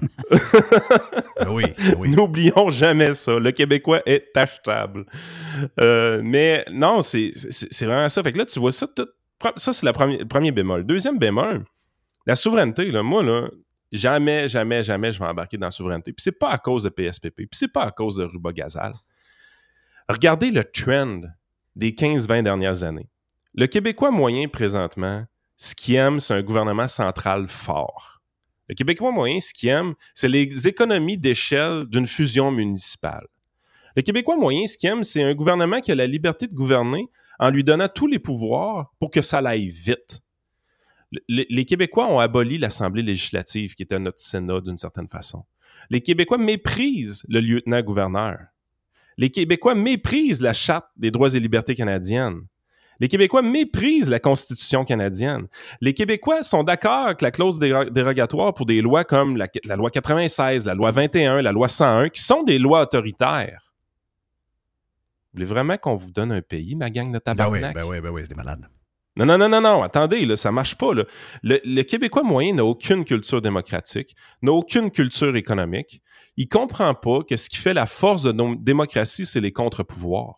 Oui. N'oublions jamais ça. Le Québécois est achetable. Mais non, c'est vraiment ça. Fait que là, tu vois ça, ça c'est le premier bémol. Deuxième bémol, la souveraineté, là, moi, là, jamais je vais embarquer dans la souveraineté. Puis c'est pas à cause de PSPP, puis c'est pas à cause de Ruba-Gazal. Regardez le trend des 15-20 dernières années. Le Québécois moyen, présentement, ce qu'il aime, c'est un gouvernement central fort. Le Québécois moyen, ce qu'il aime, c'est les économies d'échelle d'une fusion municipale. Le Québécois moyen, ce qu'il aime, c'est un gouvernement qui a la liberté de gouverner en lui donnant tous les pouvoirs pour que ça aille vite. Les Québécois ont aboli l'Assemblée législative, qui était notre Sénat d'une certaine façon. Les Québécois méprisent le lieutenant-gouverneur. Les Québécois méprisent la Charte des droits et libertés canadiennes. Les Québécois méprisent la Constitution canadienne. Les Québécois sont d'accord avec la clause dérogatoire pour des lois comme la loi 96, la loi 21, la loi 101, qui sont des lois autoritaires. Vous voulez vraiment qu'on vous donne un pays, ma gang de tabarnak? Ben oui, c'est des malades. Non, attendez, là, ça marche pas. Là. Le Québécois moyen n'a aucune culture démocratique, n'a aucune culture économique. Il comprend pas que ce qui fait la force de nos démocraties, c'est les contre-pouvoirs.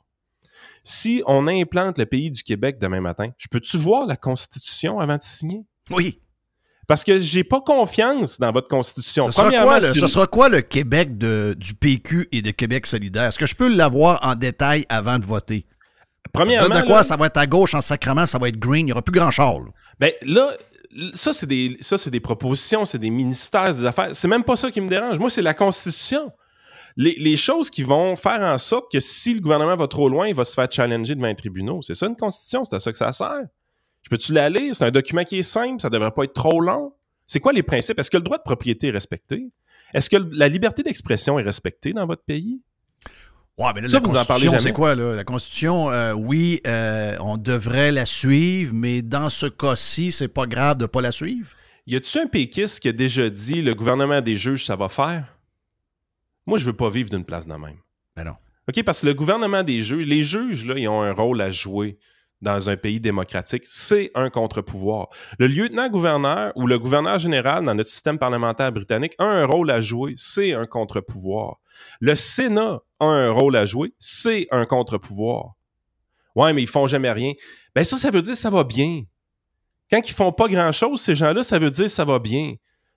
Si on implante le pays du Québec demain matin, je peux-tu voir la Constitution avant de signer? Oui. Parce que j'ai pas confiance dans votre Constitution. Ce sera quoi le Québec du PQ et de Québec solidaire? Est-ce que je peux l'avoir en détail avant de voter? Premièrement, de quoi, ça va être à gauche en sacrement, ça va être green, il n'y aura plus grand char. Ben là, ça c'est des propositions, c'est des ministères, c'est des affaires. C'est même pas ça qui me dérange. Moi, c'est la Constitution. Les choses qui vont faire en sorte que si le gouvernement va trop loin, il va se faire challenger devant les tribunaux. C'est ça une Constitution, c'est à ça que ça sert. Je peux-tu la lire? C'est un document qui est simple, ça devrait pas être trop long. C'est quoi les principes? Est-ce que le droit de propriété est respecté? Est-ce que la liberté d'expression est respectée dans votre pays? Ouais, mais là, ça, la Constitution, c'est quoi, là? La Constitution, oui, on devrait la suivre, mais dans ce cas-ci, c'est pas grave de pas la suivre? Y a-tu un péquiste qui a déjà dit le gouvernement des juges, ça va faire? Moi, je veux pas vivre d'une place de même. Ben non. OK, parce que le gouvernement des juges, les juges, là, ils ont un rôle à jouer dans un pays démocratique. C'est un contre-pouvoir. Le lieutenant-gouverneur ou le gouverneur général dans notre système parlementaire britannique a un rôle à jouer. C'est un contre-pouvoir. Le Sénat a un rôle à jouer. C'est un contre-pouvoir. Ouais, mais ils font jamais rien. Ben ça veut dire que ça va bien. Quand ils font pas grand-chose, ces gens-là, ça veut dire que ça va bien.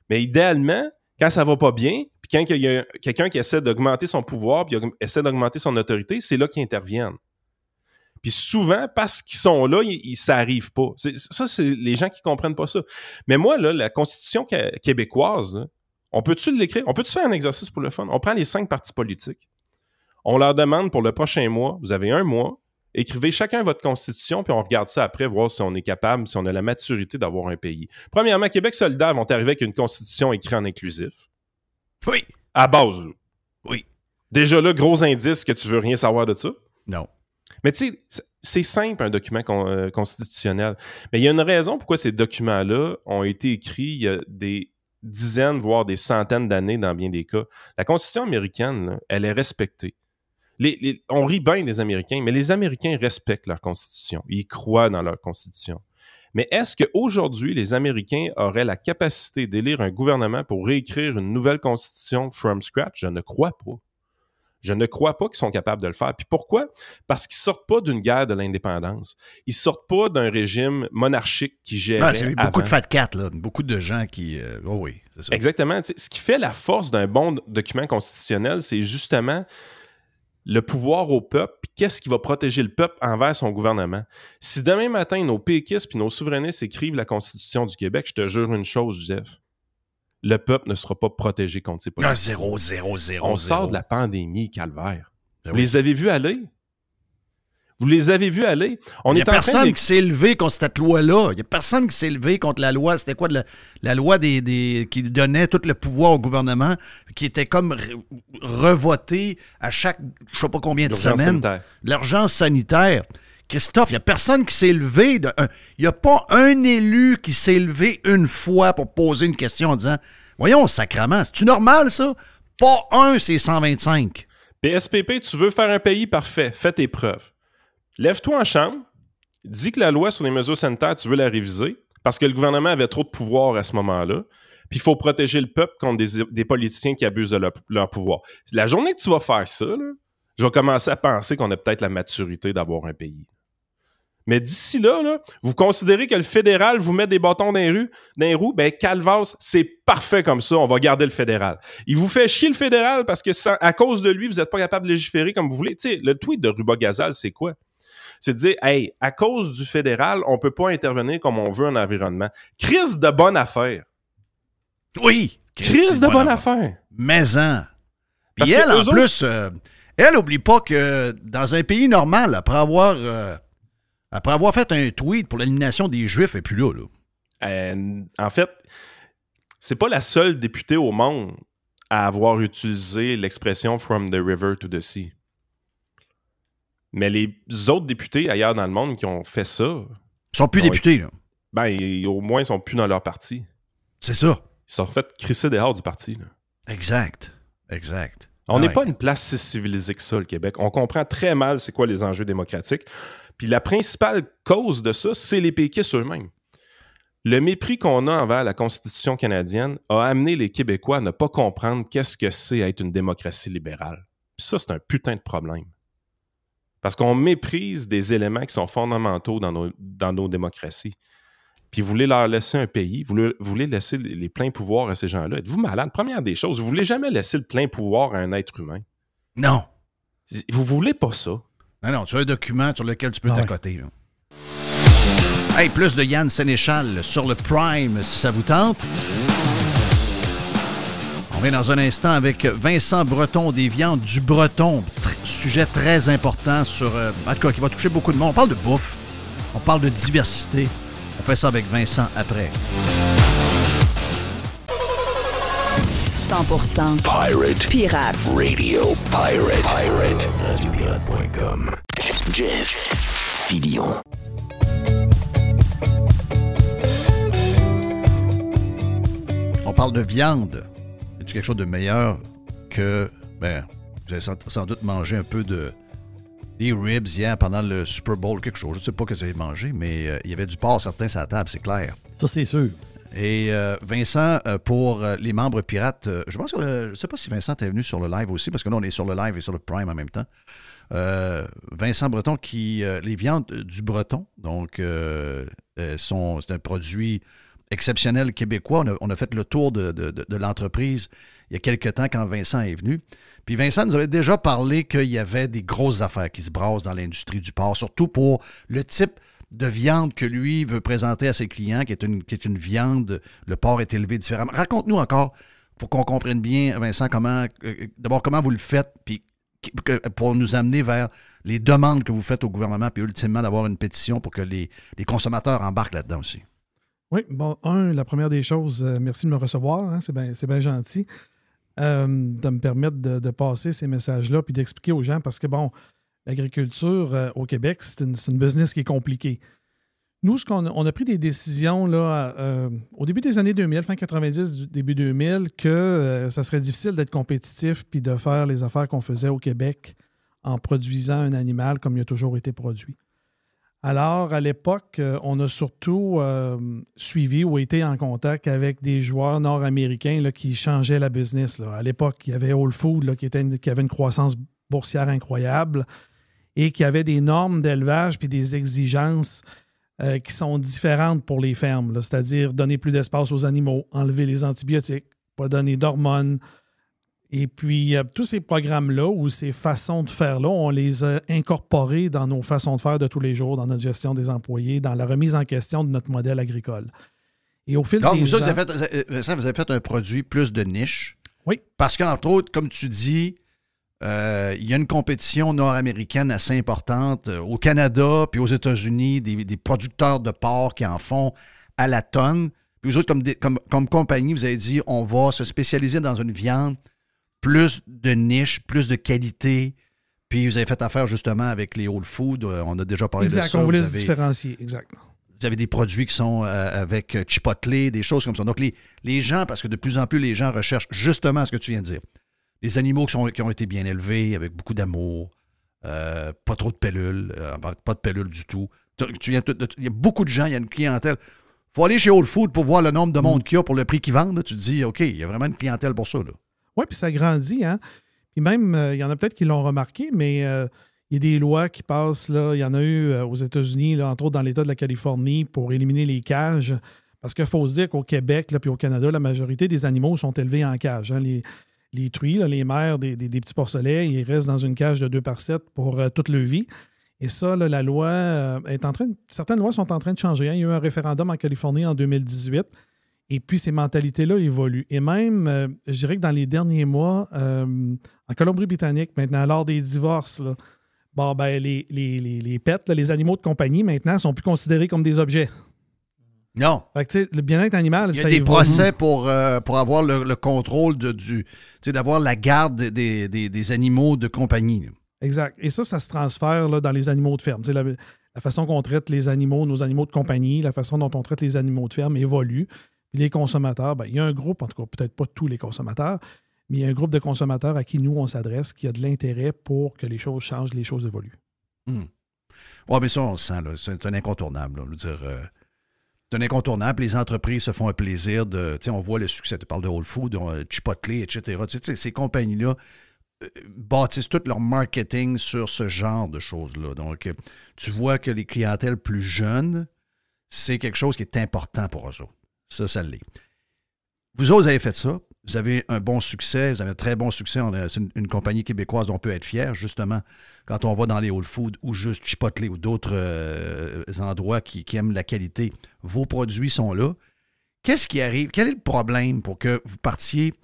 Mais idéalement, quand ça va pas bien, puis quand il y a quelqu'un qui essaie d'augmenter son pouvoir, puis essaie d'augmenter son autorité, c'est là qu'ils interviennent. Puis souvent, parce qu'ils sont là, ça n'arrive pas. Ça, c'est les gens qui ne comprennent pas ça. Mais moi, là, la Constitution québécoise, là, on peut-tu l'écrire? On peut-tu faire un exercice pour le fun? On prend les 5 partis politiques. On leur demande pour le prochain mois, vous avez 1 mois, écrivez chacun votre Constitution, puis on regarde ça après, voir si on est capable, si on a la maturité d'avoir un pays. Premièrement, Québec solidaire vont arriver avec une Constitution écrite en inclusif. Oui. À base, là. Oui. Déjà là, gros indice que tu veux rien savoir de ça? Non. Mais tu sais, c'est simple un document constitutionnel. Mais il y a une raison pourquoi ces documents-là ont été écrits il y a des dizaines, voire des centaines d'années dans bien des cas. La Constitution américaine, là, elle est respectée. On rit bien des Américains, mais les Américains respectent leur Constitution. Ils croient dans leur Constitution. Mais est-ce qu'aujourd'hui, les Américains auraient la capacité d'élire un gouvernement pour réécrire une nouvelle Constitution from scratch? Je ne crois pas. Je ne crois pas qu'ils sont capables de le faire. Puis pourquoi? Parce qu'ils ne sortent pas d'une guerre de l'indépendance. Ils ne sortent pas d'un régime monarchique qui gérait c'est avant. beaucoup de fat cat, là. Beaucoup de gens qui... oui, c'est ça. Exactement. Ce qui fait la force d'un bon document constitutionnel, c'est justement le pouvoir au peuple, puis qu'est-ce qui va protéger le peuple envers son gouvernement. Si demain matin, nos péquistes puis nos souverainistes écrivent la Constitution du Québec, je te jure une chose, Jeff, le peuple ne sera pas protégé contre ces politiciens. 0. On sort de la pandémie, calvaire. Ben Vous oui. les avez vus aller? Vous les avez vus aller? Il n'y a personne qui s'est élevé contre cette loi-là. Il n'y a personne qui s'est élevé contre la loi. C'était quoi la loi qui donnait tout le pouvoir au gouvernement, qui était comme revotée à chaque, je ne sais pas combien de L'urgence semaines. sanitaire. L'urgence sanitaire. Christophe, il n'y a personne qui s'est élevé. Il n'y a pas un élu qui s'est élevé une fois pour poser une question en disant « Voyons, sacrement, c'est-tu normal, ça? » Pas un, c'est 125. PSPP, tu veux faire un pays parfait, fais tes preuves. Lève-toi en chambre, dis que la loi sur les mesures sanitaires, tu veux la réviser, parce que le gouvernement avait trop de pouvoir à ce moment-là, puis il faut protéger le peuple contre des politiciens qui abusent de leur pouvoir. La journée que tu vas faire ça, là, je vais commencer à penser qu'on a peut-être la maturité d'avoir un pays. Mais d'ici là, vous considérez que le fédéral vous met des bâtons dans les roues, ben Calvas, c'est parfait comme ça, on va garder le fédéral. Il vous fait chier le fédéral parce que à cause de lui, vous n'êtes pas capable de légiférer comme vous voulez. Tu sais, le tweet de Ruba Gazal, c'est quoi? C'est de dire, hey, à cause du fédéral, on peut pas intervenir comme on veut en environnement. Crise de bonne affaire. Oui. Crise de bonne affaire. Mais-en. Puis Parce elle, que en eux plus, elle n'oublie pas que dans un pays normal, après avoir fait un tweet pour l'élimination des Juifs, elle n'est plus là. En fait, c'est pas la seule députée au monde à avoir utilisé l'expression « from the river to the sea ». Mais les autres députés ailleurs dans le monde qui ont fait ça... Ils sont plus députés, là. Ben, au moins, ils sont plus dans leur parti. C'est ça. Ils sont fait crisser dehors du parti, là. Exact. On n'est pas une place si civilisée que ça, le Québec. On comprend très mal c'est quoi les enjeux démocratiques. Puis la principale cause de ça, c'est les péquistes eux-mêmes. Le mépris qu'on a envers la Constitution canadienne a amené les Québécois à ne pas comprendre qu'est-ce que c'est être une démocratie libérale. Puis ça, c'est un putain de problème. Parce qu'on méprise des éléments qui sont fondamentaux dans nos démocraties. Puis vous voulez leur laisser un pays, vous voulez laisser les pleins pouvoirs à ces gens-là. Êtes-vous malade? Première des choses, vous voulez jamais laisser le plein pouvoir à un être humain. Non. Vous voulez pas ça. Non, tu as un document sur lequel tu peux t'accoter. Là. Hey, plus de Yann Sénéchal sur le Prime, si ça vous tente. On vient dans un instant avec Vincent Breton des Viandes du Breton. Sujet très important sur... en tout cas, qui va toucher beaucoup de monde. On parle de bouffe. On parle de diversité. On fait ça avec Vincent après. 100% Pirate Radio Pirate. Radiopirate.com. Jeff Filion. On parle de viande. Est-ce quelque chose de meilleur que... Ben, vous avez sans doute mangé un peu des ribs hier pendant le Super Bowl, quelque chose. Je ne sais pas ce que vous avez mangé, mais il y avait du porc certain sur la table, c'est clair. Ça, c'est sûr. Et Vincent, pour les membres pirates, je pense que, je ne sais pas si Vincent est venu sur le live aussi, parce que nous, on est sur le live et sur le Prime en même temps. Vincent Breton, les viandes du Breton, donc, c'est un produit exceptionnel québécois. On a fait le tour de l'entreprise il y a quelques temps quand Vincent est venu. Puis Vincent nous avait déjà parlé qu'il y avait des grosses affaires qui se brassent dans l'industrie du porc, surtout pour le type de viande que lui veut présenter à ses clients, qui est une viande, le porc est élevé différemment. Raconte-nous encore, pour qu'on comprenne bien, Vincent, d'abord comment vous le faites, puis pour nous amener vers les demandes que vous faites au gouvernement, puis ultimement d'avoir une pétition pour que les consommateurs embarquent là-dedans aussi. Oui, bon, la première des choses, merci de me recevoir, hein, c'est bien gentil, de me permettre de passer ces messages-là puis d'expliquer aux gens, parce que, bon, l'agriculture au Québec, c'est une business qui est compliquée. Nous, on a pris des décisions là, au début des années 2000, fin 90, début 2000, que ça serait difficile d'être compétitif puis de faire les affaires qu'on faisait au Québec en produisant un animal comme il a toujours été produit. Alors, à l'époque, on a surtout suivi ou été en contact avec des joueurs nord-américains là, qui changeaient la business. Là. À l'époque, il y avait Whole Foods là, qui avait une croissance boursière incroyable et qui avait des normes d'élevage puis des exigences qui sont différentes pour les fermes, là, c'est-à-dire donner plus d'espace aux animaux, enlever les antibiotiques, pas donner d'hormones. Et puis, tous ces programmes-là ou ces façons de faire-là, on les a incorporés dans nos façons de faire de tous les jours, dans notre gestion des employés, dans la remise en question de notre modèle agricole. Et au fil des ans... Vous avez fait un produit plus de niche. Oui. Parce qu'entre autres, comme tu dis, il y a une compétition nord-américaine assez importante au Canada puis aux États-Unis, des producteurs de porc qui en font à la tonne. Puis vous autres, comme compagnie, vous avez dit, on va se spécialiser dans une viande plus de niche, plus de qualité. Puis vous avez fait affaire justement avec les Whole Foods. On a déjà parlé de ça. Exact, on voulait se différencier, exact. Vous avez des produits qui sont avec Chipotle, des choses comme ça. Donc les gens, parce que de plus en plus, les gens recherchent justement ce que tu viens de dire. Les animaux qui ont été bien élevés, avec beaucoup d'amour, pas trop de pellules, pas de pellules du tout. Il y a beaucoup de gens, il y a une clientèle. Il faut aller chez Whole Foods pour voir le nombre de monde qu'il y a pour le prix qu'ils vendent. Là. Tu te dis, OK, il y a vraiment une clientèle pour ça. Oui, puis ça grandit. Hein? Puis même, il y en a peut-être qui l'ont remarqué, mais il y a des lois qui passent. Là. Il y en a eu aux États-Unis, là, entre autres dans l'État de la Californie, pour éliminer les cages. Parce qu'il faut se dire qu'au Québec puis au Canada, la majorité des animaux sont élevés en cage. Hein? Les truies, là, les mères des petits porcelets, ils restent dans une cage de 2/7 pour toute leur vie. Et ça, là, la loi certaines lois sont en train de changer. Hein. Il y a eu un référendum en Californie en 2018. Et puis, ces mentalités-là évoluent. Et même, je dirais que dans les derniers mois, en Colombie-Britannique, maintenant, lors des divorces, là, bon, ben, les pets, là, les animaux de compagnie, maintenant, sont plus considérés comme des objets. Non. Fait que, le bien-être animal, il y a des procès pour avoir le contrôle d'avoir la garde des animaux de compagnie. Là. Exact. Et ça se transfère là, dans les animaux de ferme. La façon qu'on traite les animaux, nos animaux de compagnie, la façon dont on traite les animaux de ferme évolue. Puis les consommateurs, ben, il y a un groupe, en tout cas peut-être pas tous les consommateurs, mais il y a un groupe de consommateurs à qui nous, on s'adresse, qui a de l'intérêt pour que les choses changent, les choses évoluent. Oui, mais ça, on le sent. Là. C'est un incontournable. Là. Je veux dire, c'est un incontournable. Les entreprises se font un plaisir de... On voit le succès. Tu parles de Whole Foods, Chipotle, etc. Ces compagnies-là bâtissent tout leur marketing sur ce genre de choses-là. Donc, tu vois que les clientèles plus jeunes, c'est quelque chose qui est important pour eux autres. Ça l'est. Vous autres, vous avez fait ça. Vous avez un bon succès. Vous avez un très bon succès. C'est une compagnie québécoise dont on peut être fier, justement, quand on va dans les Whole Foods ou juste Chipotle ou d'autres endroits qui aiment la qualité. Vos produits sont là. Qu'est-ce qui arrive? Quel est le problème pour que vous partiez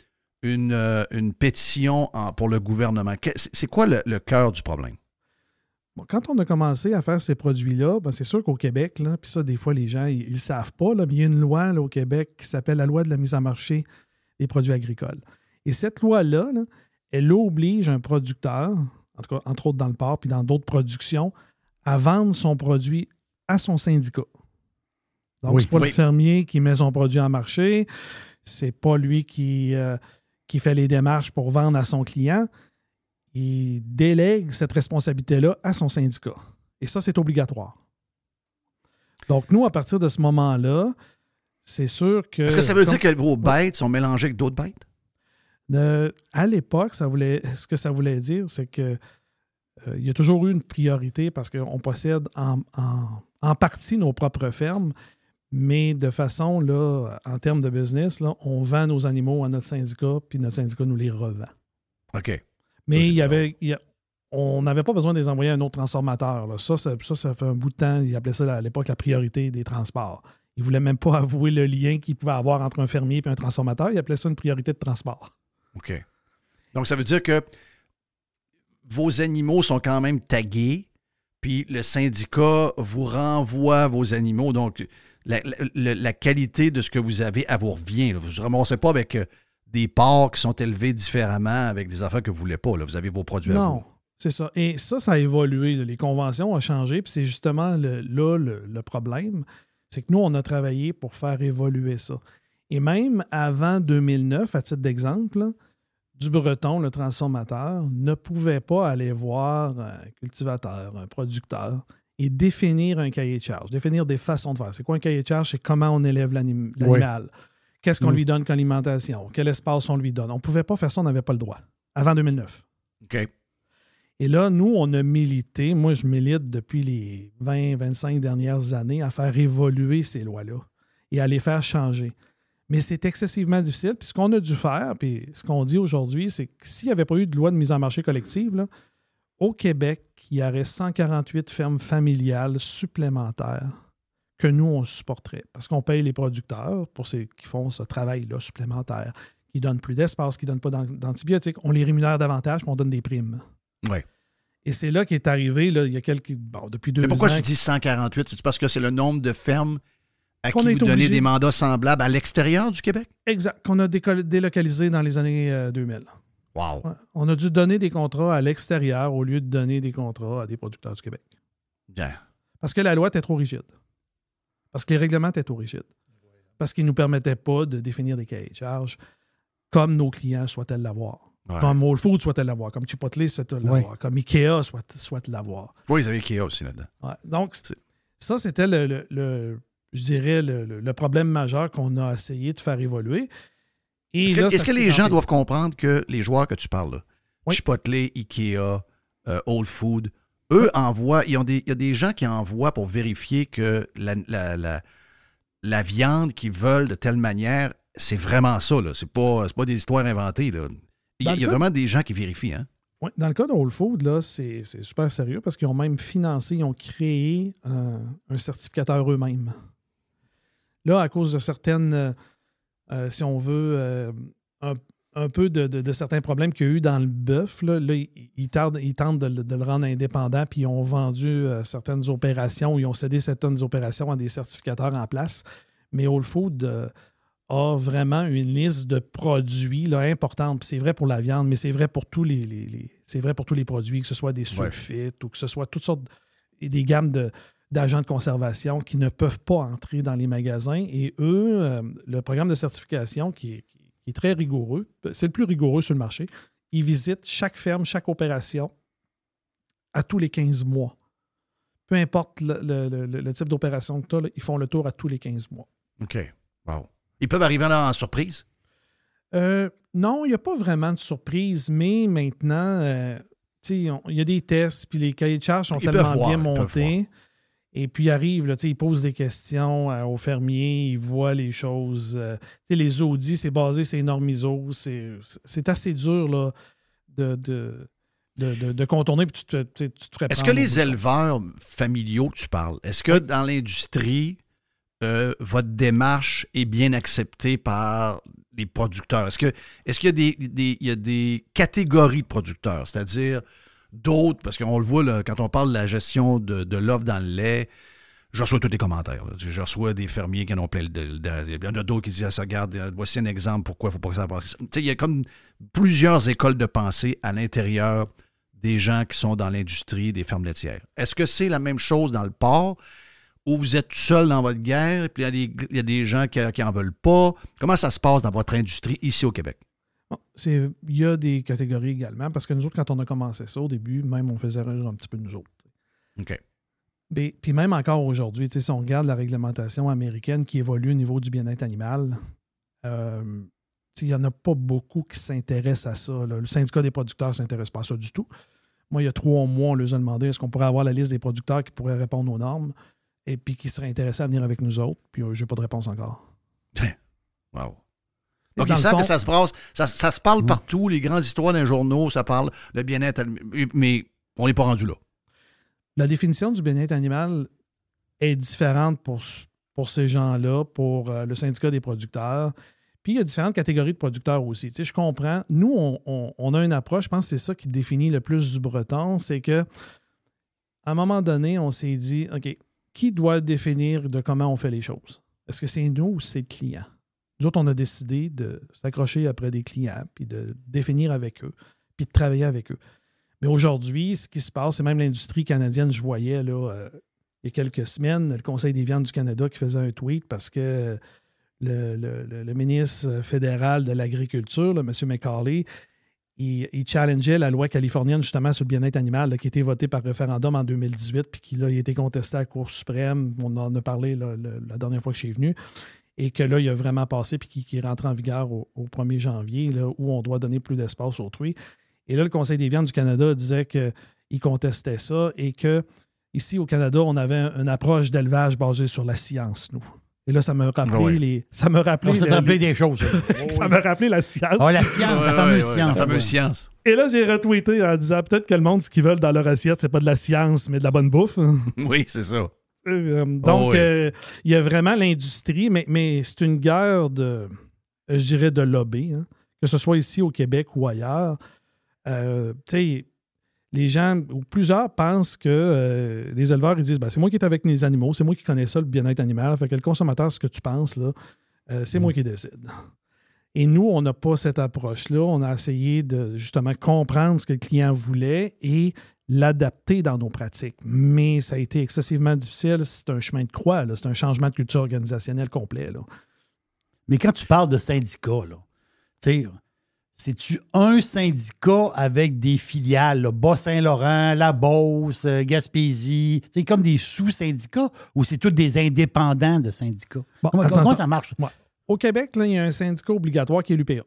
une pétition pour le gouvernement? C'est quoi le cœur du problème? Bon, quand on a commencé à faire ces produits-là, ben c'est sûr qu'au Québec, puis ça, des fois, les gens, ils ne savent pas, là, mais il y a une loi là, au Québec qui s'appelle la loi de la mise en marché des produits agricoles. Et cette loi-là, là, elle oblige un producteur, en tout cas, entre autres dans le porc puis dans d'autres productions, à vendre son produit à son syndicat. Donc, c'est pas le fermier qui met son produit en marché, c'est pas lui qui fait les démarches pour vendre à son client. Il délègue cette responsabilité-là à son syndicat. Et ça, c'est obligatoire. Donc, nous, à partir de ce moment-là, c'est sûr que... Est-ce que ça veut dire que vos bêtes sont mélangées avec d'autres bêtes? À l'époque, ce que ça voulait dire, c'est que il y a toujours eu une priorité parce qu'on possède en partie nos propres fermes, Mais de façon, là, en termes de business, là, on vend nos animaux à notre syndicat, puis notre syndicat nous les revend. OK. Mais on n'avait pas besoin de les envoyer à un autre transformateur. Là. Ça fait un bout de temps. Ils appelaient ça à l'époque la priorité des transports. Ils ne voulaient même pas avouer le lien qu'il pouvait avoir entre un fermier et un transformateur. Ils appelaient ça une priorité de transport. OK. Donc, ça veut dire que vos animaux sont quand même tagués, puis le syndicat vous renvoie vos animaux. Donc, la qualité de ce que vous avez, elle vous revient. Là. Vous ne vous ramassez pas avec des porcs qui sont élevés différemment, avec des affaires que vous ne voulez pas. Là. Vous avez vos produits à vous. Non, c'est ça. Et ça a évolué. Là. Les conventions ont changé, puis c'est justement le problème. C'est que nous, on a travaillé pour faire évoluer ça. Et même avant 2009, à titre d'exemple, là, Dubreton, le transformateur, ne pouvait pas aller voir un cultivateur, un producteur et définir un cahier de charge, définir des façons de faire. C'est quoi un cahier de charge? C'est comment on élève l'animal. Oui. Qu'est-ce qu'on lui donne comme alimentation? Quel espace on lui donne? On ne pouvait pas faire ça, on n'avait pas le droit. Avant 2009. OK. Et là, nous, on a milité. Moi, je milite depuis les 20-25 dernières années à faire évoluer ces lois-là et à les faire changer. Mais c'est excessivement difficile. Puis ce qu'on a dû faire, puis ce qu'on dit aujourd'hui, c'est que s'il n'y avait pas eu de loi de mise en marché collective, là, au Québec, il y aurait 148 fermes familiales supplémentaires que nous, on supporterait. Parce qu'on paye les producteurs pour ceux qui font ce travail-là supplémentaire, qui donnent plus d'espace, qui ne donnent pas d'antibiotiques. On les rémunère davantage, puis on donne des primes. Oui. Et c'est là qu'est arrivé, là, il y a depuis 2 ans. Mais pourquoi tu dis 148? C'est parce que c'est le nombre de fermes à qui vous donnez des mandats semblables à l'extérieur du Québec? Exact, qu'on a délocalisé dans les années 2000. Wow! Ouais. On a dû donner des contrats à l'extérieur au lieu de donner des contrats à des producteurs du Québec. Bien. Parce que la loi était trop rigide. Parce que les règlements étaient trop rigides. Parce qu'ils ne nous permettaient pas de définir des cahiers de charges comme nos clients souhaitaient l'avoir. Ouais. Comme Whole Foods souhaitait l'avoir, comme Chipotle souhaitait l'avoir, comme Ikea souhaite l'avoir. Oui, ils avaient Ikea aussi là-dedans. Ouais. Donc, ça, c'était je dirais, le problème majeur qu'on a essayé de faire évoluer. Est-ce que les gens doivent comprendre que les joueurs que tu parles, là, oui. Chipotle, Ikea, Whole Foods, eux envoient, il y a des gens qui envoient pour vérifier que la viande qu'ils veulent de telle manière, c'est vraiment ça. Là. C'est pas des histoires inventées. Là. Il y a vraiment des gens qui vérifient. Hein? Oui, dans le cas de Whole Foods, là, c'est super sérieux parce qu'ils ont même financé, ils ont créé un certificateur eux-mêmes. Là, à cause de certaines, si on veut, un peu de certains problèmes qu'il y a eu dans le bœuf, là ils tentent de le rendre indépendant, puis ils ont vendu certaines opérations, ils ont cédé certaines opérations à des certificateurs en place. Mais Whole Foods a vraiment une liste de produits là, importante. Puis c'est vrai pour la viande, mais c'est vrai pour tous c'est vrai pour tous les produits, que ce soit des sulfites ou que ce soit toutes sortes des gammes d'agents de conservation qui ne peuvent pas entrer dans les magasins. Et eux, le programme de certification qui est très rigoureux, c'est le plus rigoureux sur le marché, ils visitent chaque ferme, chaque opération à tous les 15 mois. Peu importe le type d'opération que tu as, là, ils font le tour à tous les 15 mois. OK. Wow. Ils peuvent arriver en surprise? Non, il n'y a pas vraiment de surprise, mais maintenant, il y a des tests, puis les cahiers de charges sont tellement bien montés. Et puis, ils arrivent, là, ils posent des questions aux fermiers, ils voient les choses. Les audits, c'est basé sur les normes ISO. C'est assez dur là, de contourner, puis tu te ferais prendre. Est-ce que les éleveurs familiaux que tu parles, est-ce que dans l'industrie, votre démarche est bien acceptée par les producteurs? Est-ce qu'il y a des catégories de producteurs, c'est-à-dire d'autres, parce qu'on le voit là, quand on parle de la gestion de l'offre dans le lait, je reçois tous les commentaires. Là. Je reçois des fermiers qui en ont plein il y en a d'autres qui disent, regarde, voici un exemple, pourquoi il ne faut pas que ça passe. Il y a comme plusieurs écoles de pensée à l'intérieur des gens qui sont dans l'industrie des fermes laitières. Est-ce que c'est la même chose dans le porc? Ou vous êtes tout seul dans votre guerre, et puis il y a des gens qui n'en veulent pas. Comment ça se passe dans votre industrie ici au Québec? Bon, il y a des catégories également, parce que nous autres, quand on a commencé ça, au début, même on faisait rire un petit peu nous autres. OK. Puis même encore aujourd'hui, si on regarde la réglementation américaine qui évolue au niveau du bien-être animal, il n'y en a pas beaucoup qui s'intéressent à ça. Là. Le syndicat des producteurs ne s'intéresse pas à ça du tout. Moi, il y a 3 mois, on leur a demandé est-ce qu'on pourrait avoir la liste des producteurs qui pourraient répondre aux normes. et puis qui seraient intéressés à venir avec nous autres. Puis j'ai pas de réponse encore. Wow. Donc, ils savent que ça se brasse. Ça se parle partout, les grandes histoires d'un journaux, ça parle le bien-être, mais on n'est pas rendu là. La définition du bien-être animal est différente pour ces gens-là, pour le syndicat des producteurs. Puis, il y a différentes catégories de producteurs aussi. Tu sais, je comprends. Nous, on a une approche, je pense que c'est ça qui définit le plus du breton, c'est que à un moment donné, on s'est dit, OK, qui doit définir de comment on fait les choses? Est-ce que c'est nous ou c'est le client? Nous autres, on a décidé de s'accrocher après des clients, puis de définir avec eux, puis de travailler avec eux. Mais aujourd'hui, ce qui se passe, c'est même l'industrie canadienne, je voyais là, il y a quelques semaines, le Conseil des viandes du Canada qui faisait un tweet parce que le ministre fédéral de l'Agriculture, là, M. McCauley, il challengeait la loi californienne justement sur le bien-être animal là, qui a été votée par référendum en 2018 puis qui là, il a été contesté à la Cour suprême. On en a parlé là, la dernière fois que je suis venu. Et que là, il a vraiment passé puis qui est rentré en vigueur au 1er janvier, là, où on doit donner plus d'espace autrui. Et là, le Conseil des viandes du Canada disait qu'il contestait ça et qu'ici, au Canada, on avait une approche d'élevage basée sur la science, nous. Et là, ça me rappelait Ça me rappelait des choses. Ça me rappelait la science. Oh, la science, la fameuse science. La fameuse science. Et là, j'ai retweeté en disant peut-être que le monde, ce qu'ils veulent dans leur assiette, c'est pas de la science, mais de la bonne bouffe. Oui, c'est ça. Donc, il y a vraiment l'industrie, mais c'est une guerre je dirais, de lobby, hein, que ce soit ici au Québec ou ailleurs. Tu sais, les gens, ou plusieurs pensent que les éleveurs, ils disent, c'est moi qui est avec mes animaux, c'est moi qui connais ça, le bien-être animal. Fait que le consommateur, ce que tu penses, là, c'est moi qui décide. Et nous, on n'a pas cette approche-là. On a essayé de, justement, comprendre ce que le client voulait et l'adapter dans nos pratiques. Mais ça a été excessivement difficile. C'est un chemin de croix, là. C'est un changement de culture organisationnelle complet, là. Mais quand tu parles de syndicat, là, tu sais, c'est-tu un syndicat avec des filiales, là, Bas-Saint-Laurent, La Beauce, Gaspésie, c'est comme des sous-syndicats ou c'est tous des indépendants de syndicats? Bon, comment ça marche? Ouais. Au Québec, là, il y a un syndicat obligatoire qui est l'UPA.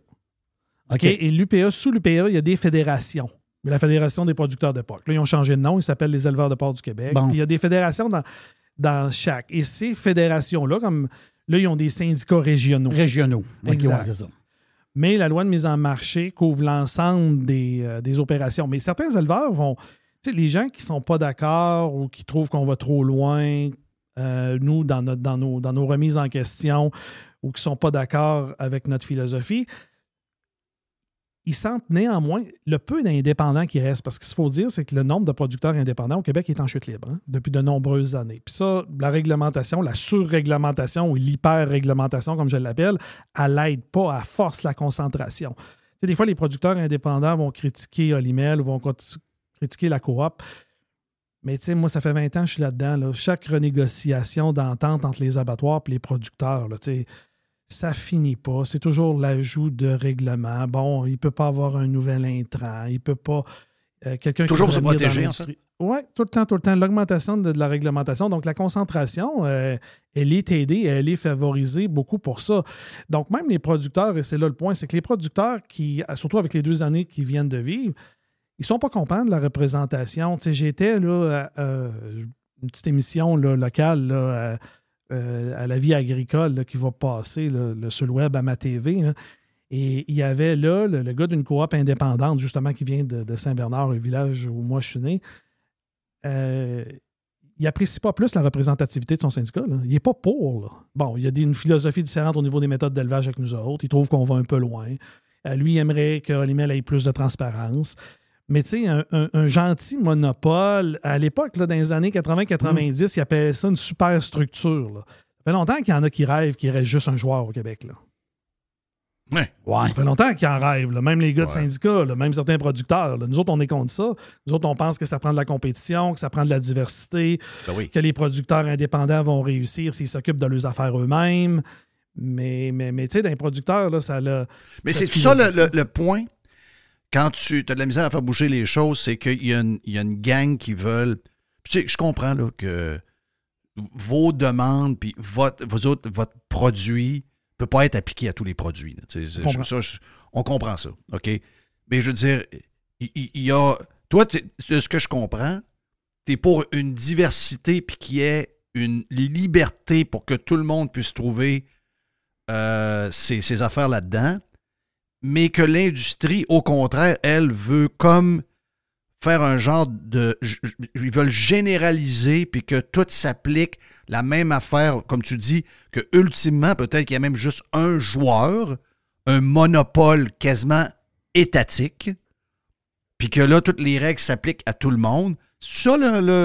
OK? Et l'UPA, sous l'UPA, il y a des fédérations. La Fédération des producteurs de porc. Là, ils ont changé de nom. Ils s'appellent les éleveurs de porc du Québec. Puis il y a des fédérations dans chaque. Et ces fédérations-là, comme là, ils ont des syndicats régionaux. Régionaux. Exact. Okay, c'est ça. Mais la loi de mise en marché couvre l'ensemble des opérations. Mais certains éleveurs vont... Tu sais, les gens qui ne sont pas d'accord ou qui trouvent qu'on va trop loin, nous, dans nos remises en question, ou qui ne sont pas d'accord avec notre philosophie, ils sentent néanmoins le peu d'indépendants qui restent. Parce qu'il faut dire, c'est que le nombre de producteurs indépendants au Québec est en chute libre depuis de nombreuses années. Puis ça, la réglementation, la surréglementation ou l'hyper-réglementation, comme je l'appelle, elle n'aide pas, elle force la concentration. Tu sais, des fois, les producteurs indépendants vont critiquer Olimel ou vont critiquer la coop. Mais tu sais, moi, ça fait 20 ans que je suis là-dedans. Là. Chaque renégociation d'entente entre les abattoirs et les producteurs, là, tu sais, ça finit pas. C'est toujours l'ajout de règlements. Bon, il ne peut pas avoir un nouvel intrant. Il ne peut pas... quelqu'un toujours qui se protéger, en fait. Oui, tout le temps. L'augmentation de la réglementation. Donc, la concentration, elle est aidée, elle est favorisée beaucoup pour ça. Donc, même les producteurs, et c'est là le point, c'est que les producteurs qui, surtout avec les 2 années qui viennent de vivre, ils ne sont pas contents de la représentation. Tu sais, j'étais là, une petite émission là, locale là, à la vie agricole là, qui va passer là, sur le web à ma TV. Là. Et il y avait là le gars d'une coop indépendante, justement, qui vient de Saint-Bernard, le village où moi je suis né. Il n'apprécie pas plus la représentativité de son syndicat. Là. Il n'est pas pour. Là. Bon, il y a une philosophie différente au niveau des méthodes d'élevage avec nous autres. Il trouve qu'on va un peu loin. Lui, il aimerait que Olimel ait plus de transparence. Mais tu sais, un gentil monopole, à l'époque, là, dans les années 80-90, il appelait ça une super structure. Là. Ça fait longtemps qu'il y en a qui rêvent qu'il reste juste un joueur au Québec. Là. Ouais. Ça fait longtemps qu'ils en rêvent. Là. Même les gars de syndicats, là, même certains producteurs. Là. Nous autres, on est contre ça. Nous autres, on pense que ça prend de la compétition, que ça prend de la diversité, que les producteurs indépendants vont réussir s'ils s'occupent de leurs affaires eux-mêmes. Mais tu sais, d'un producteur, là, ça l'a... Mais c'est ça le point. Quand tu as de la misère à faire bouger les choses, c'est qu'il y a une gang qui veulent... Puis, tu sais, je comprends là, que vos demandes puis votre produit ne peut pas être appliqué à tous les produits. On comprend ça, OK? Mais je veux dire, il y a... Toi, de ce que je comprends, tu es pour une diversité puis qui est une liberté pour que tout le monde puisse trouver ses affaires là-dedans, mais que l'industrie, au contraire, elle veut comme faire un genre de... Ils veulent généraliser puis que tout s'applique la même affaire, comme tu dis, que ultimement, peut-être qu'il y a même juste un joueur, un monopole quasiment étatique, puis que là, toutes les règles s'appliquent à tout le monde. C'est ça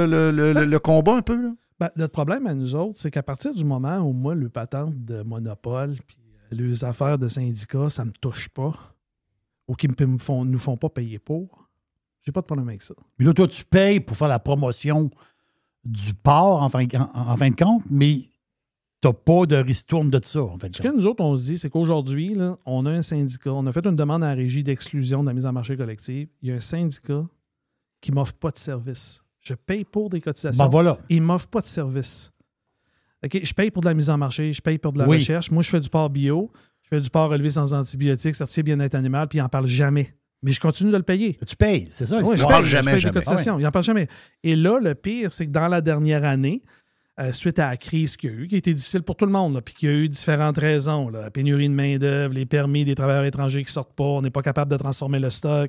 le combat un peu, là? Ben, notre problème à nous autres, c'est qu'à partir du moment où moi, le patente de monopole puis les affaires de syndicats, ça ne me touche pas, ou qu'ils nous font pas payer pour, j'ai pas de problème avec ça. Mais là, toi, tu payes pour faire la promotion du port, en fin de compte, mais tu n'as pas de ristourne de ça, en fait. Ce que nous autres, on se dit, c'est qu'aujourd'hui, là, on a un syndicat, on a fait une demande à la régie d'exclusion de la mise en marché collective. Il y a un syndicat qui ne m'offre pas de service. Je paye pour des cotisations. Ben voilà. Il ne m'offre pas de service. OK, je paye pour de la mise en marché, je paye pour de la recherche. Moi, je fais du porc bio, je fais du porc relevé sans antibiotiques, certifié bien-être animal, puis il n'en parle jamais. Mais je continue de le payer. Tu payes, c'est ça? Oui, je parle paye jamais. des cotisations. Il n'en parle jamais. Et là, le pire, c'est que dans la dernière année, suite à la crise qu'il y a eu, qui a été difficile pour tout le monde, là, puis qu'il y a eu différentes raisons, là, la pénurie de main-d'œuvre, les permis des travailleurs étrangers qui ne sortent pas, on n'est pas capable de transformer le stock,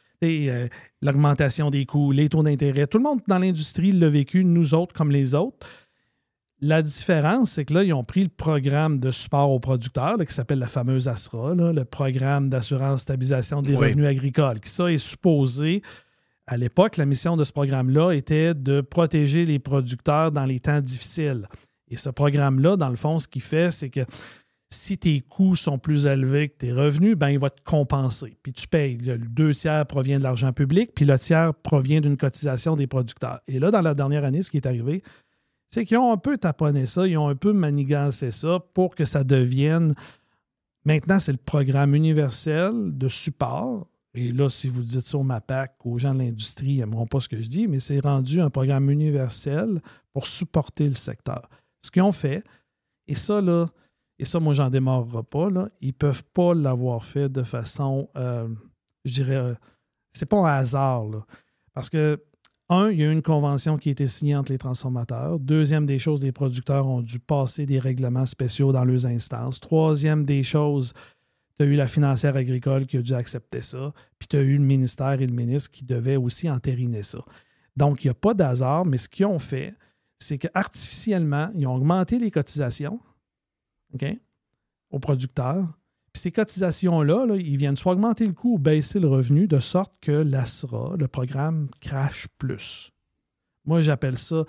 l'augmentation des coûts, les taux d'intérêt. Tout le monde dans l'industrie l'a vécu, nous autres comme les autres. La différence, c'est que là, ils ont pris le programme de support aux producteurs, là, qui s'appelle la fameuse ASRA, là, le programme d'assurance stabilisation des revenus agricoles, qui ça est supposé, à l'époque, la mission de ce programme-là était de protéger les producteurs dans les temps difficiles. Et ce programme-là, dans le fond, ce qu'il fait, c'est que si tes coûts sont plus élevés que tes revenus, ben il va te compenser. Puis tu payes. Le 2 tiers provient de l'argent public, puis le tiers provient d'une cotisation des producteurs. Et là, dans la dernière année, ce qui est arrivé, c'est qu'ils ont un peu taponné ça, ils ont un peu manigancé ça pour que ça devienne... Maintenant, c'est le programme universel de support. Et là, si vous dites ça au MAPAC, aux gens de l'industrie, ils n'aimeront pas ce que je dis, mais c'est rendu un programme universel pour supporter le secteur. Ce qu'ils ont fait, et ça, moi, j'en démarrerai pas, là, ils ne peuvent pas l'avoir fait de façon, je dirais, c'est pas un hasard, là. Parce que, il y a eu une convention qui a été signée entre les transformateurs. Deuxième des choses, les producteurs ont dû passer des règlements spéciaux dans leurs instances. Troisième des choses, tu as eu la financière agricole qui a dû accepter ça. Puis tu as eu le ministère et le ministre qui devaient aussi entériner ça. Donc, il n'y a pas d'hasard, mais ce qu'ils ont fait, c'est qu'artificiellement, ils ont augmenté les cotisations, OK, aux producteurs. Puis ces cotisations-là, là, ils viennent soit augmenter le coût ou baisser le revenu de sorte que l'ASRA, le programme, crache plus. Moi, j'appelle ça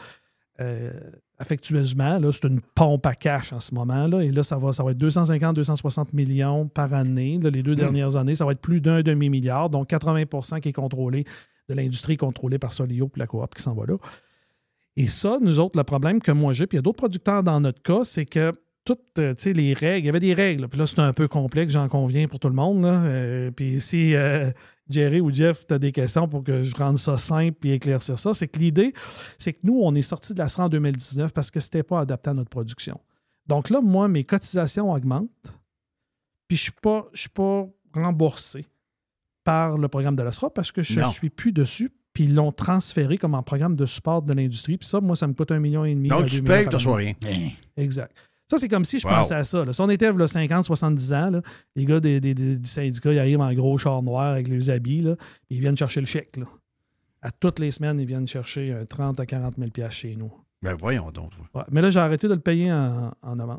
affectueusement, là, c'est une pompe à cash en ce moment. Là, et là, ça va être 250-260 millions par année. Là, les 2 dernières années, ça va être plus d'un demi-milliard, donc 80% qui est contrôlé de l'industrie contrôlée par Solio puis la coop qui s'en va là. Et ça, nous autres, le problème que moi j'ai, puis il y a d'autres producteurs dans notre cas, c'est que toutes les règles, il y avait des règles, puis là, c'est un peu complexe, j'en conviens pour tout le monde. Là. Puis si Jerry ou Jeff, tu as des questions pour que je rende ça simple et éclaircir ça, c'est que l'idée, c'est que nous, on est sortis de l'ASRA en 2019 parce que c'était pas adapté à notre production. Donc là, moi, mes cotisations augmentent, puis je suis pas remboursé par le programme de l'ASRA parce que je ne suis plus dessus, puis ils l'ont transféré comme un programme de support de l'industrie. Puis ça, moi, ça me coûte 1,5 million. Donc, tu payes, tu reçois rien. Exact. Ça, c'est comme si je pensais à ça. Là. Si on était là, 50, 70 ans, là, les gars du syndicat, ils arrivent en gros char noir avec les habits, là, ils viennent chercher le chèque. Là. À toutes les semaines, ils viennent chercher 30 à 40 000 $ chez nous. Ben voyons donc. Ouais. Mais là, j'ai arrêté de le payer en novembre.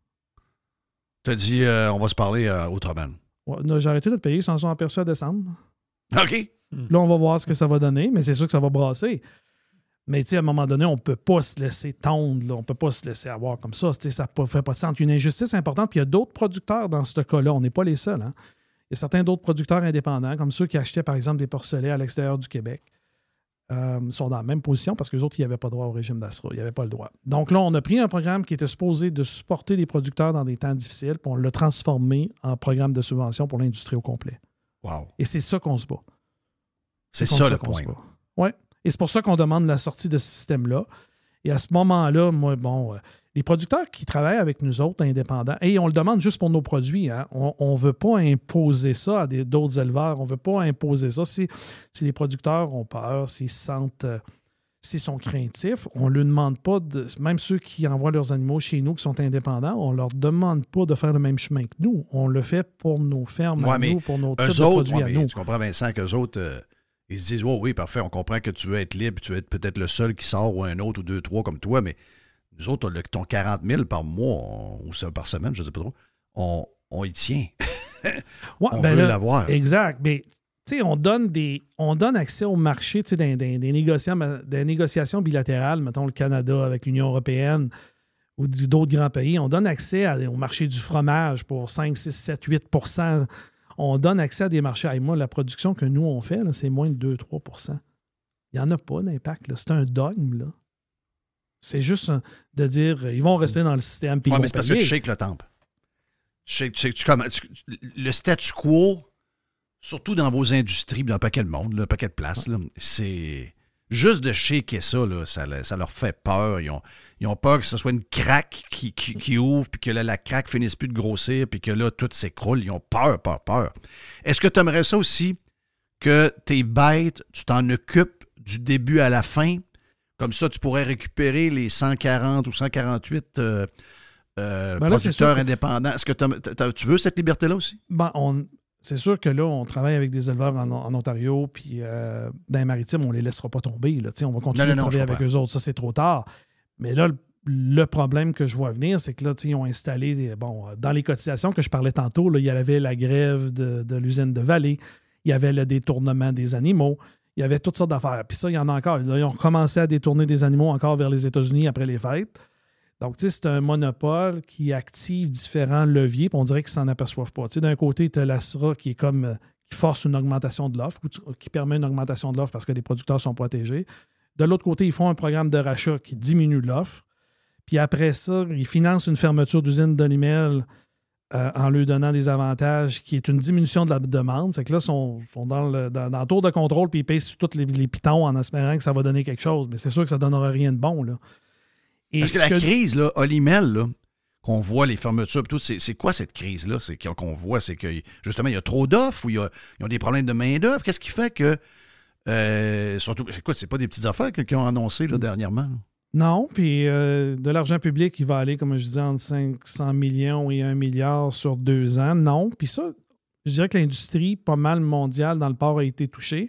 Tu as dit, on va se parler autrement. Ouais, non, j'ai arrêté de le payer, ils s'en sont aperçus à décembre. OK. Là, on va voir ce que ça va donner, mais c'est sûr que ça va brasser. Mais à un moment donné, on ne peut pas se laisser tondre, là. On ne peut pas se laisser avoir comme ça. Ça ne fait pas de sens. Il y a une injustice importante, puis il y a d'autres producteurs dans ce cas-là. On n'est pas les seuls. Hein? Il y a certains d'autres producteurs indépendants, comme ceux qui achetaient, par exemple, des porcelets à l'extérieur du Québec. Sont dans la même position parce qu'eux autres, ils n'avaient pas droit au régime d'ASRA. Ils n'avaient pas le droit. Donc là, on a pris un programme qui était supposé de supporter les producteurs dans des temps difficiles, puis on l'a transformé en programme de subvention pour l'industrie au complet. Wow. Et c'est ça qu'on se bat. C'est ça le point. Oui. Et c'est pour ça qu'on demande la sortie de ce système-là. Et à ce moment-là, moi, les producteurs qui travaillent avec nous autres, indépendants, et on le demande juste pour nos produits, hein, on ne veut pas imposer ça à d'autres éleveurs, on ne veut pas imposer ça. Si les producteurs ont peur, s'ils se s'ils sont craintifs, on ne leur demande pas, même ceux qui envoient leurs animaux chez nous, qui sont indépendants, on ne leur demande pas de faire le même chemin que nous. On le fait pour nos fermes à nous, pour nos types de produits à nous. Tu comprends, Vincent, qu'eux autres, ils se disent, oh, oui, parfait, on comprend que tu veux être libre, tu veux être peut-être le seul qui sort ou un autre ou 2, 3 comme toi, mais nous autres, ton 40 000 par mois ou par semaine, je ne sais pas trop, on y tient. On veut l'avoir. Exact. Mais on donne accès au marché des négociations bilatérales, mettons le Canada avec l'Union européenne ou d'autres grands pays. On donne accès au marché du fromage pour 5, 6, 7, 8 %. On donne accès à des marchés. Et moi, la production que nous, on fait, là, c'est moins de 2-3 %. Il n'y en a pas d'impact. C'est un dogme. Là. C'est juste de dire ils vont rester dans le système. Oui, mais c'est parce que tu shakes le temple. Le statu quo, surtout dans vos industries, dans un paquet de monde, un paquet de places, là, c'est juste de shaker ça, là, ça leur fait peur. Ils ont peur que ce soit une craque qui ouvre, puis que là, la craque finisse plus de grossir, puis que là, tout s'écroule. Ils ont peur. Est-ce que tu aimerais ça aussi, que tes bêtes, tu t'en occupes du début à la fin? Comme ça, tu pourrais récupérer les 140 ou 148 producteurs indépendants. Est-ce que tu veux cette liberté-là aussi? C'est sûr que là, on travaille avec des éleveurs en Ontario, puis dans les maritimes, on ne les laissera pas tomber. Là. On va continuer de travailler avec eux autres. Ça, c'est trop tard. Mais là, le problème que je vois venir, c'est que là, ils ont installé, dans les cotisations que je parlais tantôt, là, il y avait la grève de l'usine de Vallée, il y avait le détournement des animaux, il y avait toutes sortes d'affaires. Puis ça, il y en a encore. Là, ils ont recommencé à détourner des animaux encore vers les États-Unis après les fêtes. Donc, c'est un monopole qui active différents leviers, puis on dirait qu'ils ne s'en aperçoivent pas. D'un côté, tu as l'ASRA qui est comme qui force une augmentation de l'offre, qui permet une augmentation de l'offre parce que les producteurs sont protégés. De l'autre côté, ils font un programme de rachat qui diminue l'offre. Puis après ça, ils financent une fermeture d'usine d'Olimel en lui donnant des avantages, qui est une diminution de la demande. C'est que là, ils sont dans le tour de contrôle, puis ils payent sur tous les pitons en espérant que ça va donner quelque chose. Mais c'est sûr que ça ne donnera rien de bon, là. Parce que la crise, là, Olimel, là, qu'on voit les fermetures, tout, c'est quoi cette crise-là qu'on voit? C'est que, justement, il y a trop d'offres ou ils ont des problèmes de main-d'œuvre. Qu'est-ce qui fait que, surtout, écoute, c'est pas des petites affaires qu'ils ont annoncées là, dernièrement? Non, puis de l'argent public, il va aller, comme je disais, entre 500 millions et 1 milliard sur 2 ans. Non, puis ça, je dirais que l'industrie, pas mal mondiale dans le port, a été touchée.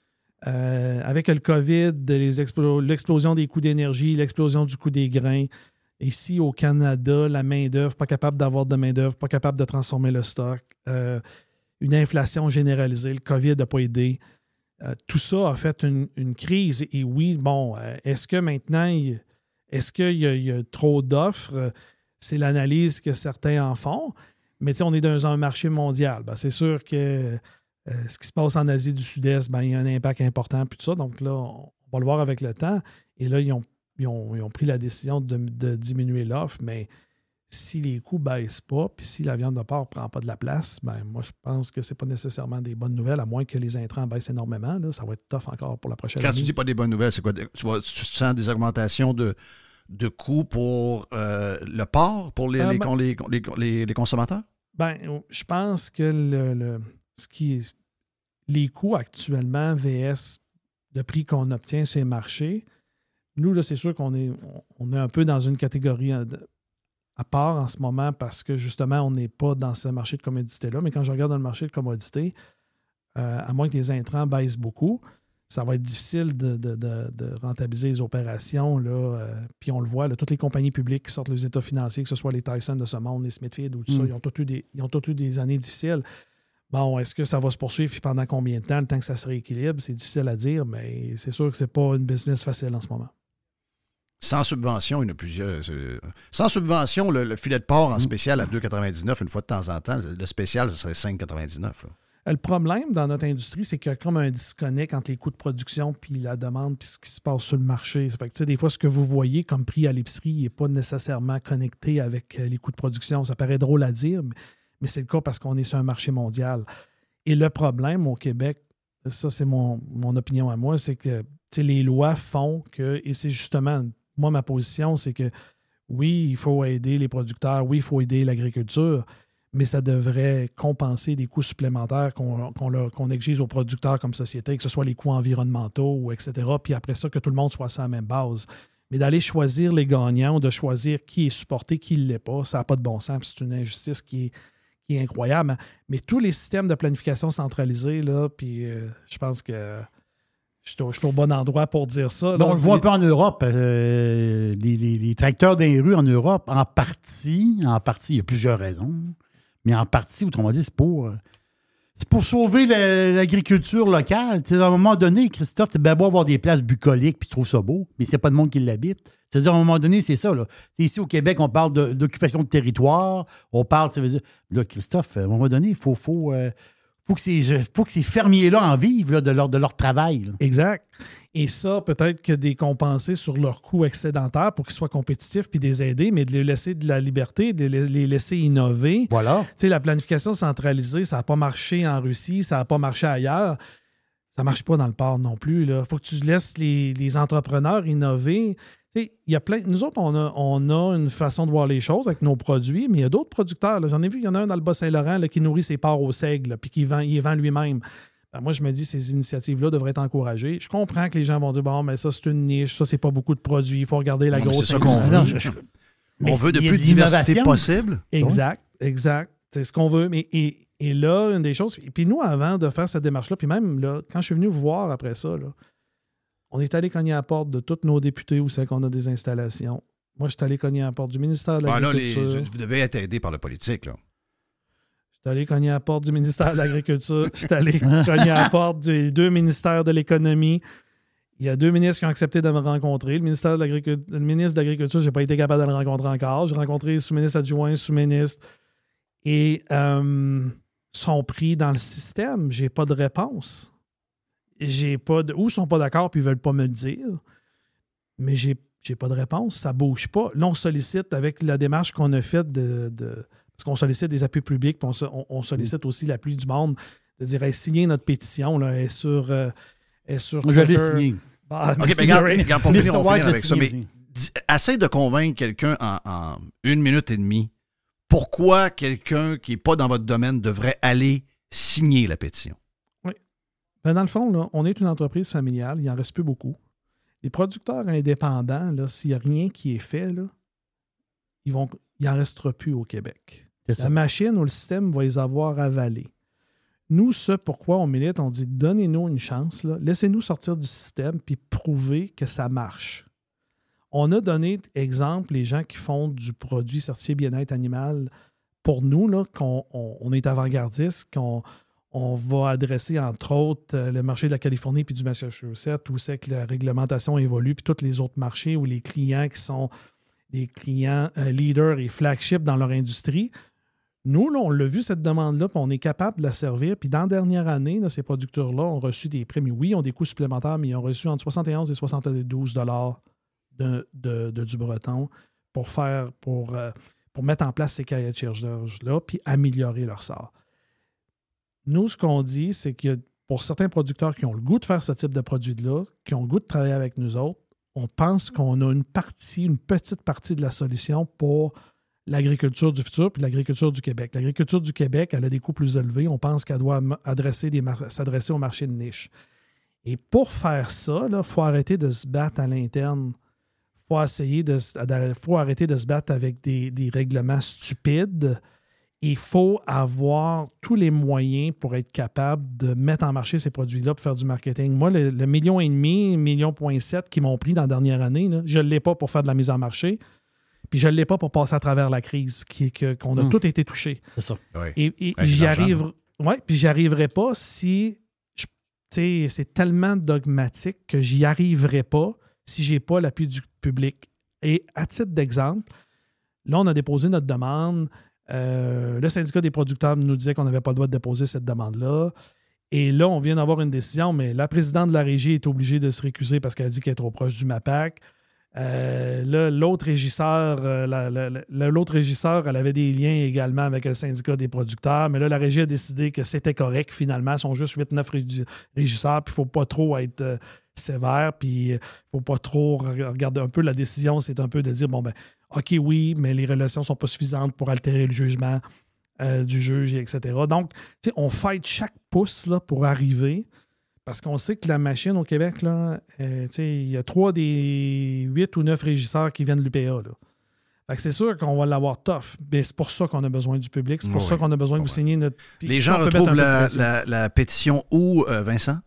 Avec le COVID, l'explosion des coûts d'énergie, l'explosion du coût des grains. Ici, au Canada, la main-d'œuvre, pas capable d'avoir de main-d'œuvre, pas capable de transformer le stock. Une inflation généralisée, le COVID n'a pas aidé. Tout ça a fait une crise. Et oui, est-ce que maintenant, est-ce qu'il y a trop d'offres? C'est l'analyse que certains en font. Mais on est dans un marché mondial. C'est sûr que ce qui se passe en Asie du Sud-Est, il y a un impact important, puis tout ça. Donc là, on va le voir avec le temps. Et là, ils ont pris la décision de diminuer l'offre, mais si les coûts ne baissent pas, puis si la viande de porc ne prend pas de la place, moi, je pense que ce n'est pas nécessairement des bonnes nouvelles, à moins que les intrants baissent énormément. Là, ça va être tough encore pour la prochaine année. Quand tu dis pas des bonnes nouvelles, c'est quoi? Tu sens des augmentations de coûts pour le porc, pour les consommateurs? Je pense que les coûts actuellement, VS, le prix qu'on obtient sur les marchés, nous, là, c'est sûr qu'on est un peu dans une catégorie à part en ce moment parce que, justement, on n'est pas dans ce marché de commodité-là. Mais quand je regarde dans le marché de commodité, à moins que les intrants baissent beaucoup, ça va être difficile de rentabiliser les opérations. Là, puis on le voit, là, toutes les compagnies publiques qui sortent les états financiers, que ce soit les Tyson de ce monde, les Smithfield ou tout ça, ils ont tous eu des années difficiles. Bon, est-ce que ça va se poursuivre puis pendant combien de temps, le temps que ça se rééquilibre? C'est difficile à dire, mais c'est sûr que c'est pas une business facile en ce moment. Sans subvention, il y en a plusieurs. Sans subvention, le filet de porc en spécial à 2,99 une fois de temps en temps. Le spécial, ce serait 5,99. Le problème dans notre industrie, c'est qu'il y a comme un disconnect entre les coûts de production puis la demande puis ce qui se passe sur le marché. Ça fait que, des fois, ce que vous voyez comme prix à l'épicerie n'est pas nécessairement connecté avec les coûts de production. Ça paraît drôle à dire, mais c'est le cas parce qu'on est sur un marché mondial. Et le problème au Québec, ça, c'est mon opinion à moi, c'est que les lois font que, et c'est justement, moi, ma position, c'est que oui, il faut aider les producteurs, oui, il faut aider l'agriculture, mais ça devrait compenser des coûts supplémentaires qu'on exige aux producteurs comme société, que ce soit les coûts environnementaux, ou etc., puis après ça, que tout le monde soit sur la même base. Mais d'aller choisir les gagnants ou de choisir qui est supporté, qui ne l'est pas, ça n'a pas de bon sens. C'est une injustice qui est incroyable. Mais tous les systèmes de planification centralisés, là, puis je pense que je suis au bon endroit pour dire ça. On le voit un peu en Europe. Les tracteurs dans les rues en Europe, en partie, il y a plusieurs raisons, mais en partie, autrement dit, c'est pour sauver l'agriculture locale. Tu sais, à un moment donné, Christophe, c'est bien beau avoir des places bucoliques puis tu trouves ça beau, mais c'est pas de monde qui l'habite. C'est-à-dire, à un moment donné, c'est ça. Là. Ici, au Québec, on parle d'occupation de territoire. On parle, ça veut dire... Là, Christophe, à un moment donné, il faut que ces fermiers-là en vivent là, de leur travail. Là. Exact. Et ça, peut-être que des compenser sur leurs coûts excédentaires pour qu'ils soient compétitifs puis des aider, mais de les laisser de la liberté, de les laisser innover. Voilà. Tu sais, la planification centralisée, ça n'a pas marché en Russie, ça n'a pas marché ailleurs. Ça ne marche pas dans le port non plus. Il faut que tu laisses les entrepreneurs innover. Tu sais, il y a plein. Nous autres, on a une façon de voir les choses avec nos produits, mais il y a d'autres producteurs. Là. J'en ai vu, il y en a un dans le Bas-Saint-Laurent là, qui nourrit ses porcs au seigle puis il les vend lui-même. Ben, moi, je me dis ces initiatives-là devraient être encouragées. Je comprends que les gens vont dire bon, mais ça, c'est une niche, ça, c'est pas beaucoup de produits, il faut regarder la grosse industrie. On veut de plus de diversité possible. Exact. C'est ce qu'on veut. Et là, une des choses. Et puis nous, avant de faire cette démarche-là, puis même là, quand je suis venu vous voir après ça, là, on est allé cogner à la porte de tous nos députés où c'est qu'on a des installations. Moi, je suis allé cogner à la porte du ministère de l'Agriculture. Là, vous devez être aidé par le politique, là. Je suis allé cogner à la porte du ministère de l'Agriculture. Je suis allé cogner à la porte des 2 ministères de l'Économie. Il y a 2 ministres qui ont accepté de me rencontrer. Le ministre de l'Agriculture, je n'ai pas été capable de le rencontrer encore. J'ai rencontré le sous-ministre adjoint, sous-ministre. Et sont pris dans le système. J'ai pas de réponse. Ou ils sont pas d'accord puis ils veulent pas me le dire. Mais j'ai pas de réponse. Ça bouge pas. Là, on sollicite avec la démarche qu'on a faite parce qu'on sollicite des appuis publics puis on sollicite aussi l'appui du monde. De dire, signer notre pétition. Là, elle est sur Je l'ai signé. OK, mais regarde, pour finir, on va finir avec ça. Mais essaie de convaincre quelqu'un en 1 minute et demie pourquoi quelqu'un qui n'est pas dans votre domaine devrait aller signer la pétition. Oui. Ben dans le fond, là, on est une entreprise familiale. Il n'en reste plus beaucoup. Les producteurs indépendants, là, s'il n'y a rien qui est fait, là, il n'en restera plus au Québec. La machine ou le système va les avoir avalés. Nous, pourquoi on milite, on dit donnez-nous une chance, là, laissez-nous sortir du système puis prouver que ça marche. On a donné, exemple, les gens qui font du produit certifié bien-être animal pour nous, là, qu'on est avant-gardiste, qu'on va adresser, entre autres, le marché de la Californie puis du Massachusetts, où c'est que la réglementation évolue, puis tous les autres marchés où les clients qui sont des clients leaders et flagship dans leur industrie. Nous, là, on l'a vu, cette demande-là, puis on est capable de la servir. Puis dans la dernière année, là, ces producteurs-là ont reçu des prix. Oui, ils ont des coûts supplémentaires, mais ils ont reçu entre 71 et 72 $ de du breton pour mettre en place ces cahiers de charge-là puis améliorer leur sort. Nous, ce qu'on dit, c'est que pour certains producteurs qui ont le goût de faire ce type de produit-là, qui ont le goût de travailler avec nous autres, on pense qu'on a une petite partie de la solution pour l'agriculture du futur puis l'agriculture du Québec. L'agriculture du Québec, elle a des coûts plus élevés. On pense qu'elle doit s'adresser au marché de niche. Et pour faire ça, il faut arrêter de se battre à l'interne. Faut arrêter de se battre avec des règlements stupides. Il faut avoir tous les moyens pour être capable de mettre en marché ces produits-là pour faire du marketing. Moi, le 1,5 million, 1,7 million qu'ils m'ont pris dans la dernière année, là, je ne l'ai pas pour faire de la mise en marché. Puis je ne l'ai pas pour passer à travers la crise, qu'on a tous été touchés. C'est ça. Oui. Et j'y arrive. Ouais, puis j'y arriverai pas si c'est tellement dogmatique que j'y arriverai pas si je n'ai pas l'appui du public. Et à titre d'exemple, là, on a déposé notre demande. Le syndicat des producteurs nous disait qu'on n'avait pas le droit de déposer cette demande-là. Et là, on vient d'avoir une décision, mais la présidente de la régie est obligée de se récuser parce qu'elle a dit qu'elle est trop proche du MAPAC. Là, l'autre régisseur, elle avait des liens également avec le syndicat des producteurs, mais là, la régie a décidé que c'était correct finalement. Ils sont juste 8-9 régisseurs, puis il ne faut pas trop être sévère, puis il ne faut pas trop regarder un peu la décision. C'est un peu de dire, bon, ben, OK, oui, mais les relations ne sont pas suffisantes pour altérer le jugement. du juge, etc. Donc, on fight chaque pouce là, pour arriver, parce qu'on sait que la machine au Québec, là, il y a 3 des 8 ou 9 régisseurs qui viennent de l'UPA. Là. Fait que c'est sûr qu'on va l'avoir tough. Mais c'est pour ça qu'on a besoin du public. C'est pour ça qu'on a besoin que vous signiez notre pétition. Les gens retrouvent la pétition où, Vincent?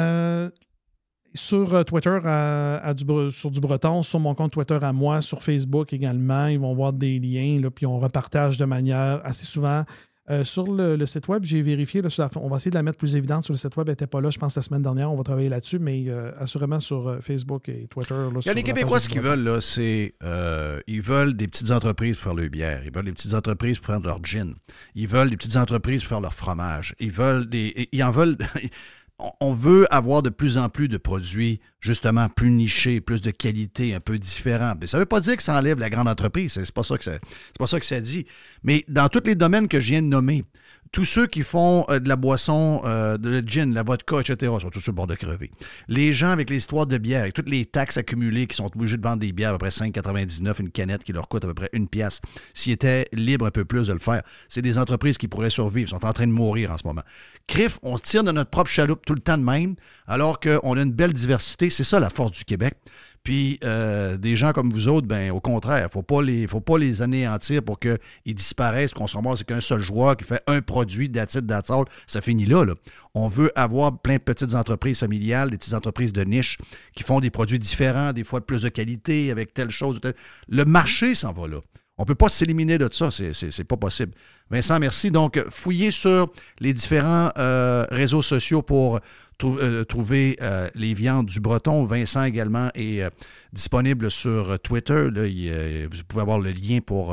Sur Twitter, sur Du Breton, sur mon compte Twitter à moi, sur Facebook également. Ils vont voir des liens, là, puis on repartage de manière assez souvent. Sur le site web, j'ai vérifié. Là, on va essayer de la mettre plus évidente sur le site web. Elle n'était pas là, je pense, la semaine dernière. On va travailler là-dessus, mais assurément sur Facebook et Twitter. Là, il y a les Québécois, ce qu'ils veulent, là, c'est ils veulent des petites entreprises pour faire leur bière. Ils veulent des petites entreprises pour faire leur gin. Ils veulent des petites entreprises pour faire leur fromage. Ils en veulent... On veut avoir de plus en plus de produits, justement, plus nichés, plus de qualité, un peu différents. Mais ça ne veut pas dire que ça enlève la grande entreprise. C'est pas ça que ça dit. Mais dans tous les domaines que je viens de nommer, tous ceux qui font de la boisson, de gin, de la vodka, etc., sont tous sur le bord de crever. Les gens avec les histoires de bière, avec toutes les taxes accumulées qui sont obligés de vendre des bières à peu près 5,99, une canette qui leur coûte à peu près 1 piastre, s'ils étaient libres un peu plus de le faire, c'est des entreprises qui pourraient survivre, sont en train de mourir en ce moment. Crif, on tire de notre propre chaloupe tout le temps de même, alors qu'on a une belle diversité. C'est ça la force du Québec. Puis des gens comme vous autres, ben au contraire, faut pas les anéantir pour qu'ils disparaissent, qu'on se ramasse avec un seul joueur qui fait un produit, that's it, that's all. Ça finit là. On veut avoir plein de petites entreprises familiales, des petites entreprises de niche qui font des produits différents, des fois de plus de qualité, avec telle chose. Le marché s'en va là. On ne peut pas s'éliminer de ça, c'est pas possible. Vincent, merci. Donc, fouillez sur les différents réseaux sociaux pour trouver les viandes du Breton. Vincent également est disponible sur Twitter. Là, vous pouvez avoir le lien pour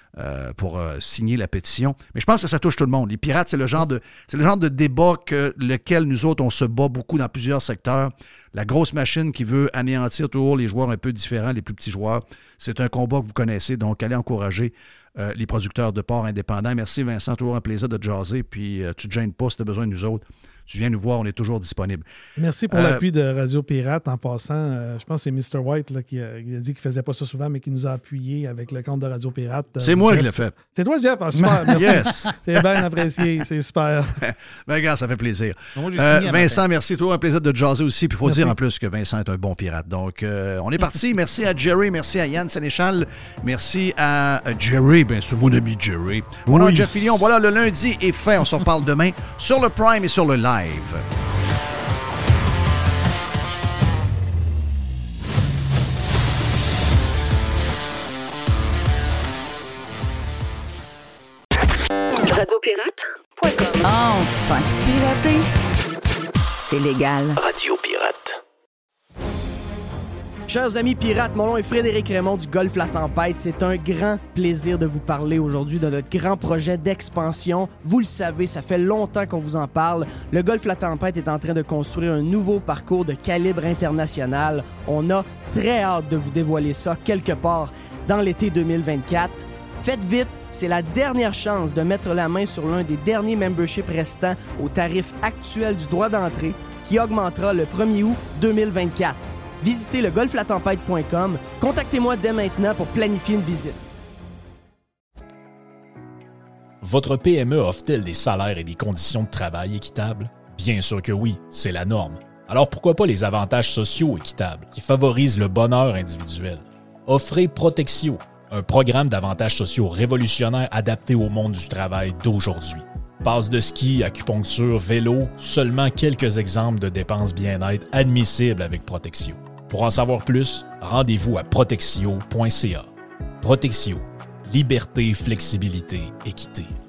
signer la pétition. Mais je pense que ça touche tout le monde. Les pirates, c'est le genre de débat lequel nous autres, on se bat beaucoup dans plusieurs secteurs. La grosse machine qui veut anéantir toujours les joueurs un peu différents, les plus petits joueurs. C'est un combat que vous connaissez, donc allez encourager les producteurs de porc indépendants. Merci Vincent, toujours un plaisir de te jaser. Puis tu ne te gênes pas si tu as besoin de nous autres. Tu viens nous voir, on est toujours disponible. Merci pour l'appui de Radio Pirate. En passant, je pense que c'est Mr. White là, qui a dit qu'il ne faisait pas ça souvent, mais qui nous a appuyés avec le compte de Radio Pirate. C'est moi Jeff, qui l'ai fait. C'est toi, Jeff? Ah, super, merci. Yes. C'est bien apprécié, c'est super. Ben, regarde, ça fait plaisir. Moi, j'ai signé Vincent, merci. Toujours un plaisir de te jaser aussi. Puis il faut dire en plus que Vincent est un bon pirate. Donc, on est parti. Merci à Jerry, merci à Yann Sénéchal, merci à Jerry, bien sûr, mon ami Jerry. Mon nom est Jeff Fillion. Voilà, le lundi est fait. On se reparle demain sur le Prime et sur le Live. Radiopirate.com. Enfin, pirater, c'est légal. Radio Pirate. Chers amis pirates, mon nom est Frédéric Raymond du Golfe La Tempête. C'est un grand plaisir de vous parler aujourd'hui de notre grand projet d'expansion. Vous le savez, ça fait longtemps qu'on vous en parle. Le Golfe La Tempête est en train de construire un nouveau parcours de calibre international. On a très hâte de vous dévoiler ça quelque part dans l'été 2024. Faites vite, c'est la dernière chance de mettre la main sur l'un des derniers memberships restants au tarif actuel du droit d'entrée qui augmentera le 1er août 2024. Visitez le golflatempête.com. Contactez-moi dès maintenant pour planifier une visite. Votre PME offre-t-elle des salaires et des conditions de travail équitables? Bien sûr que oui, c'est la norme. Alors pourquoi pas les avantages sociaux équitables qui favorisent le bonheur individuel? Offrez Protexio, un programme d'avantages sociaux révolutionnaire adapté au monde du travail d'aujourd'hui. Passe de ski, acupuncture, vélo, seulement quelques exemples de dépenses bien-être admissibles avec Protexio. Pour en savoir plus, rendez-vous à protexio.ca. Protexio. Liberté, flexibilité, équité.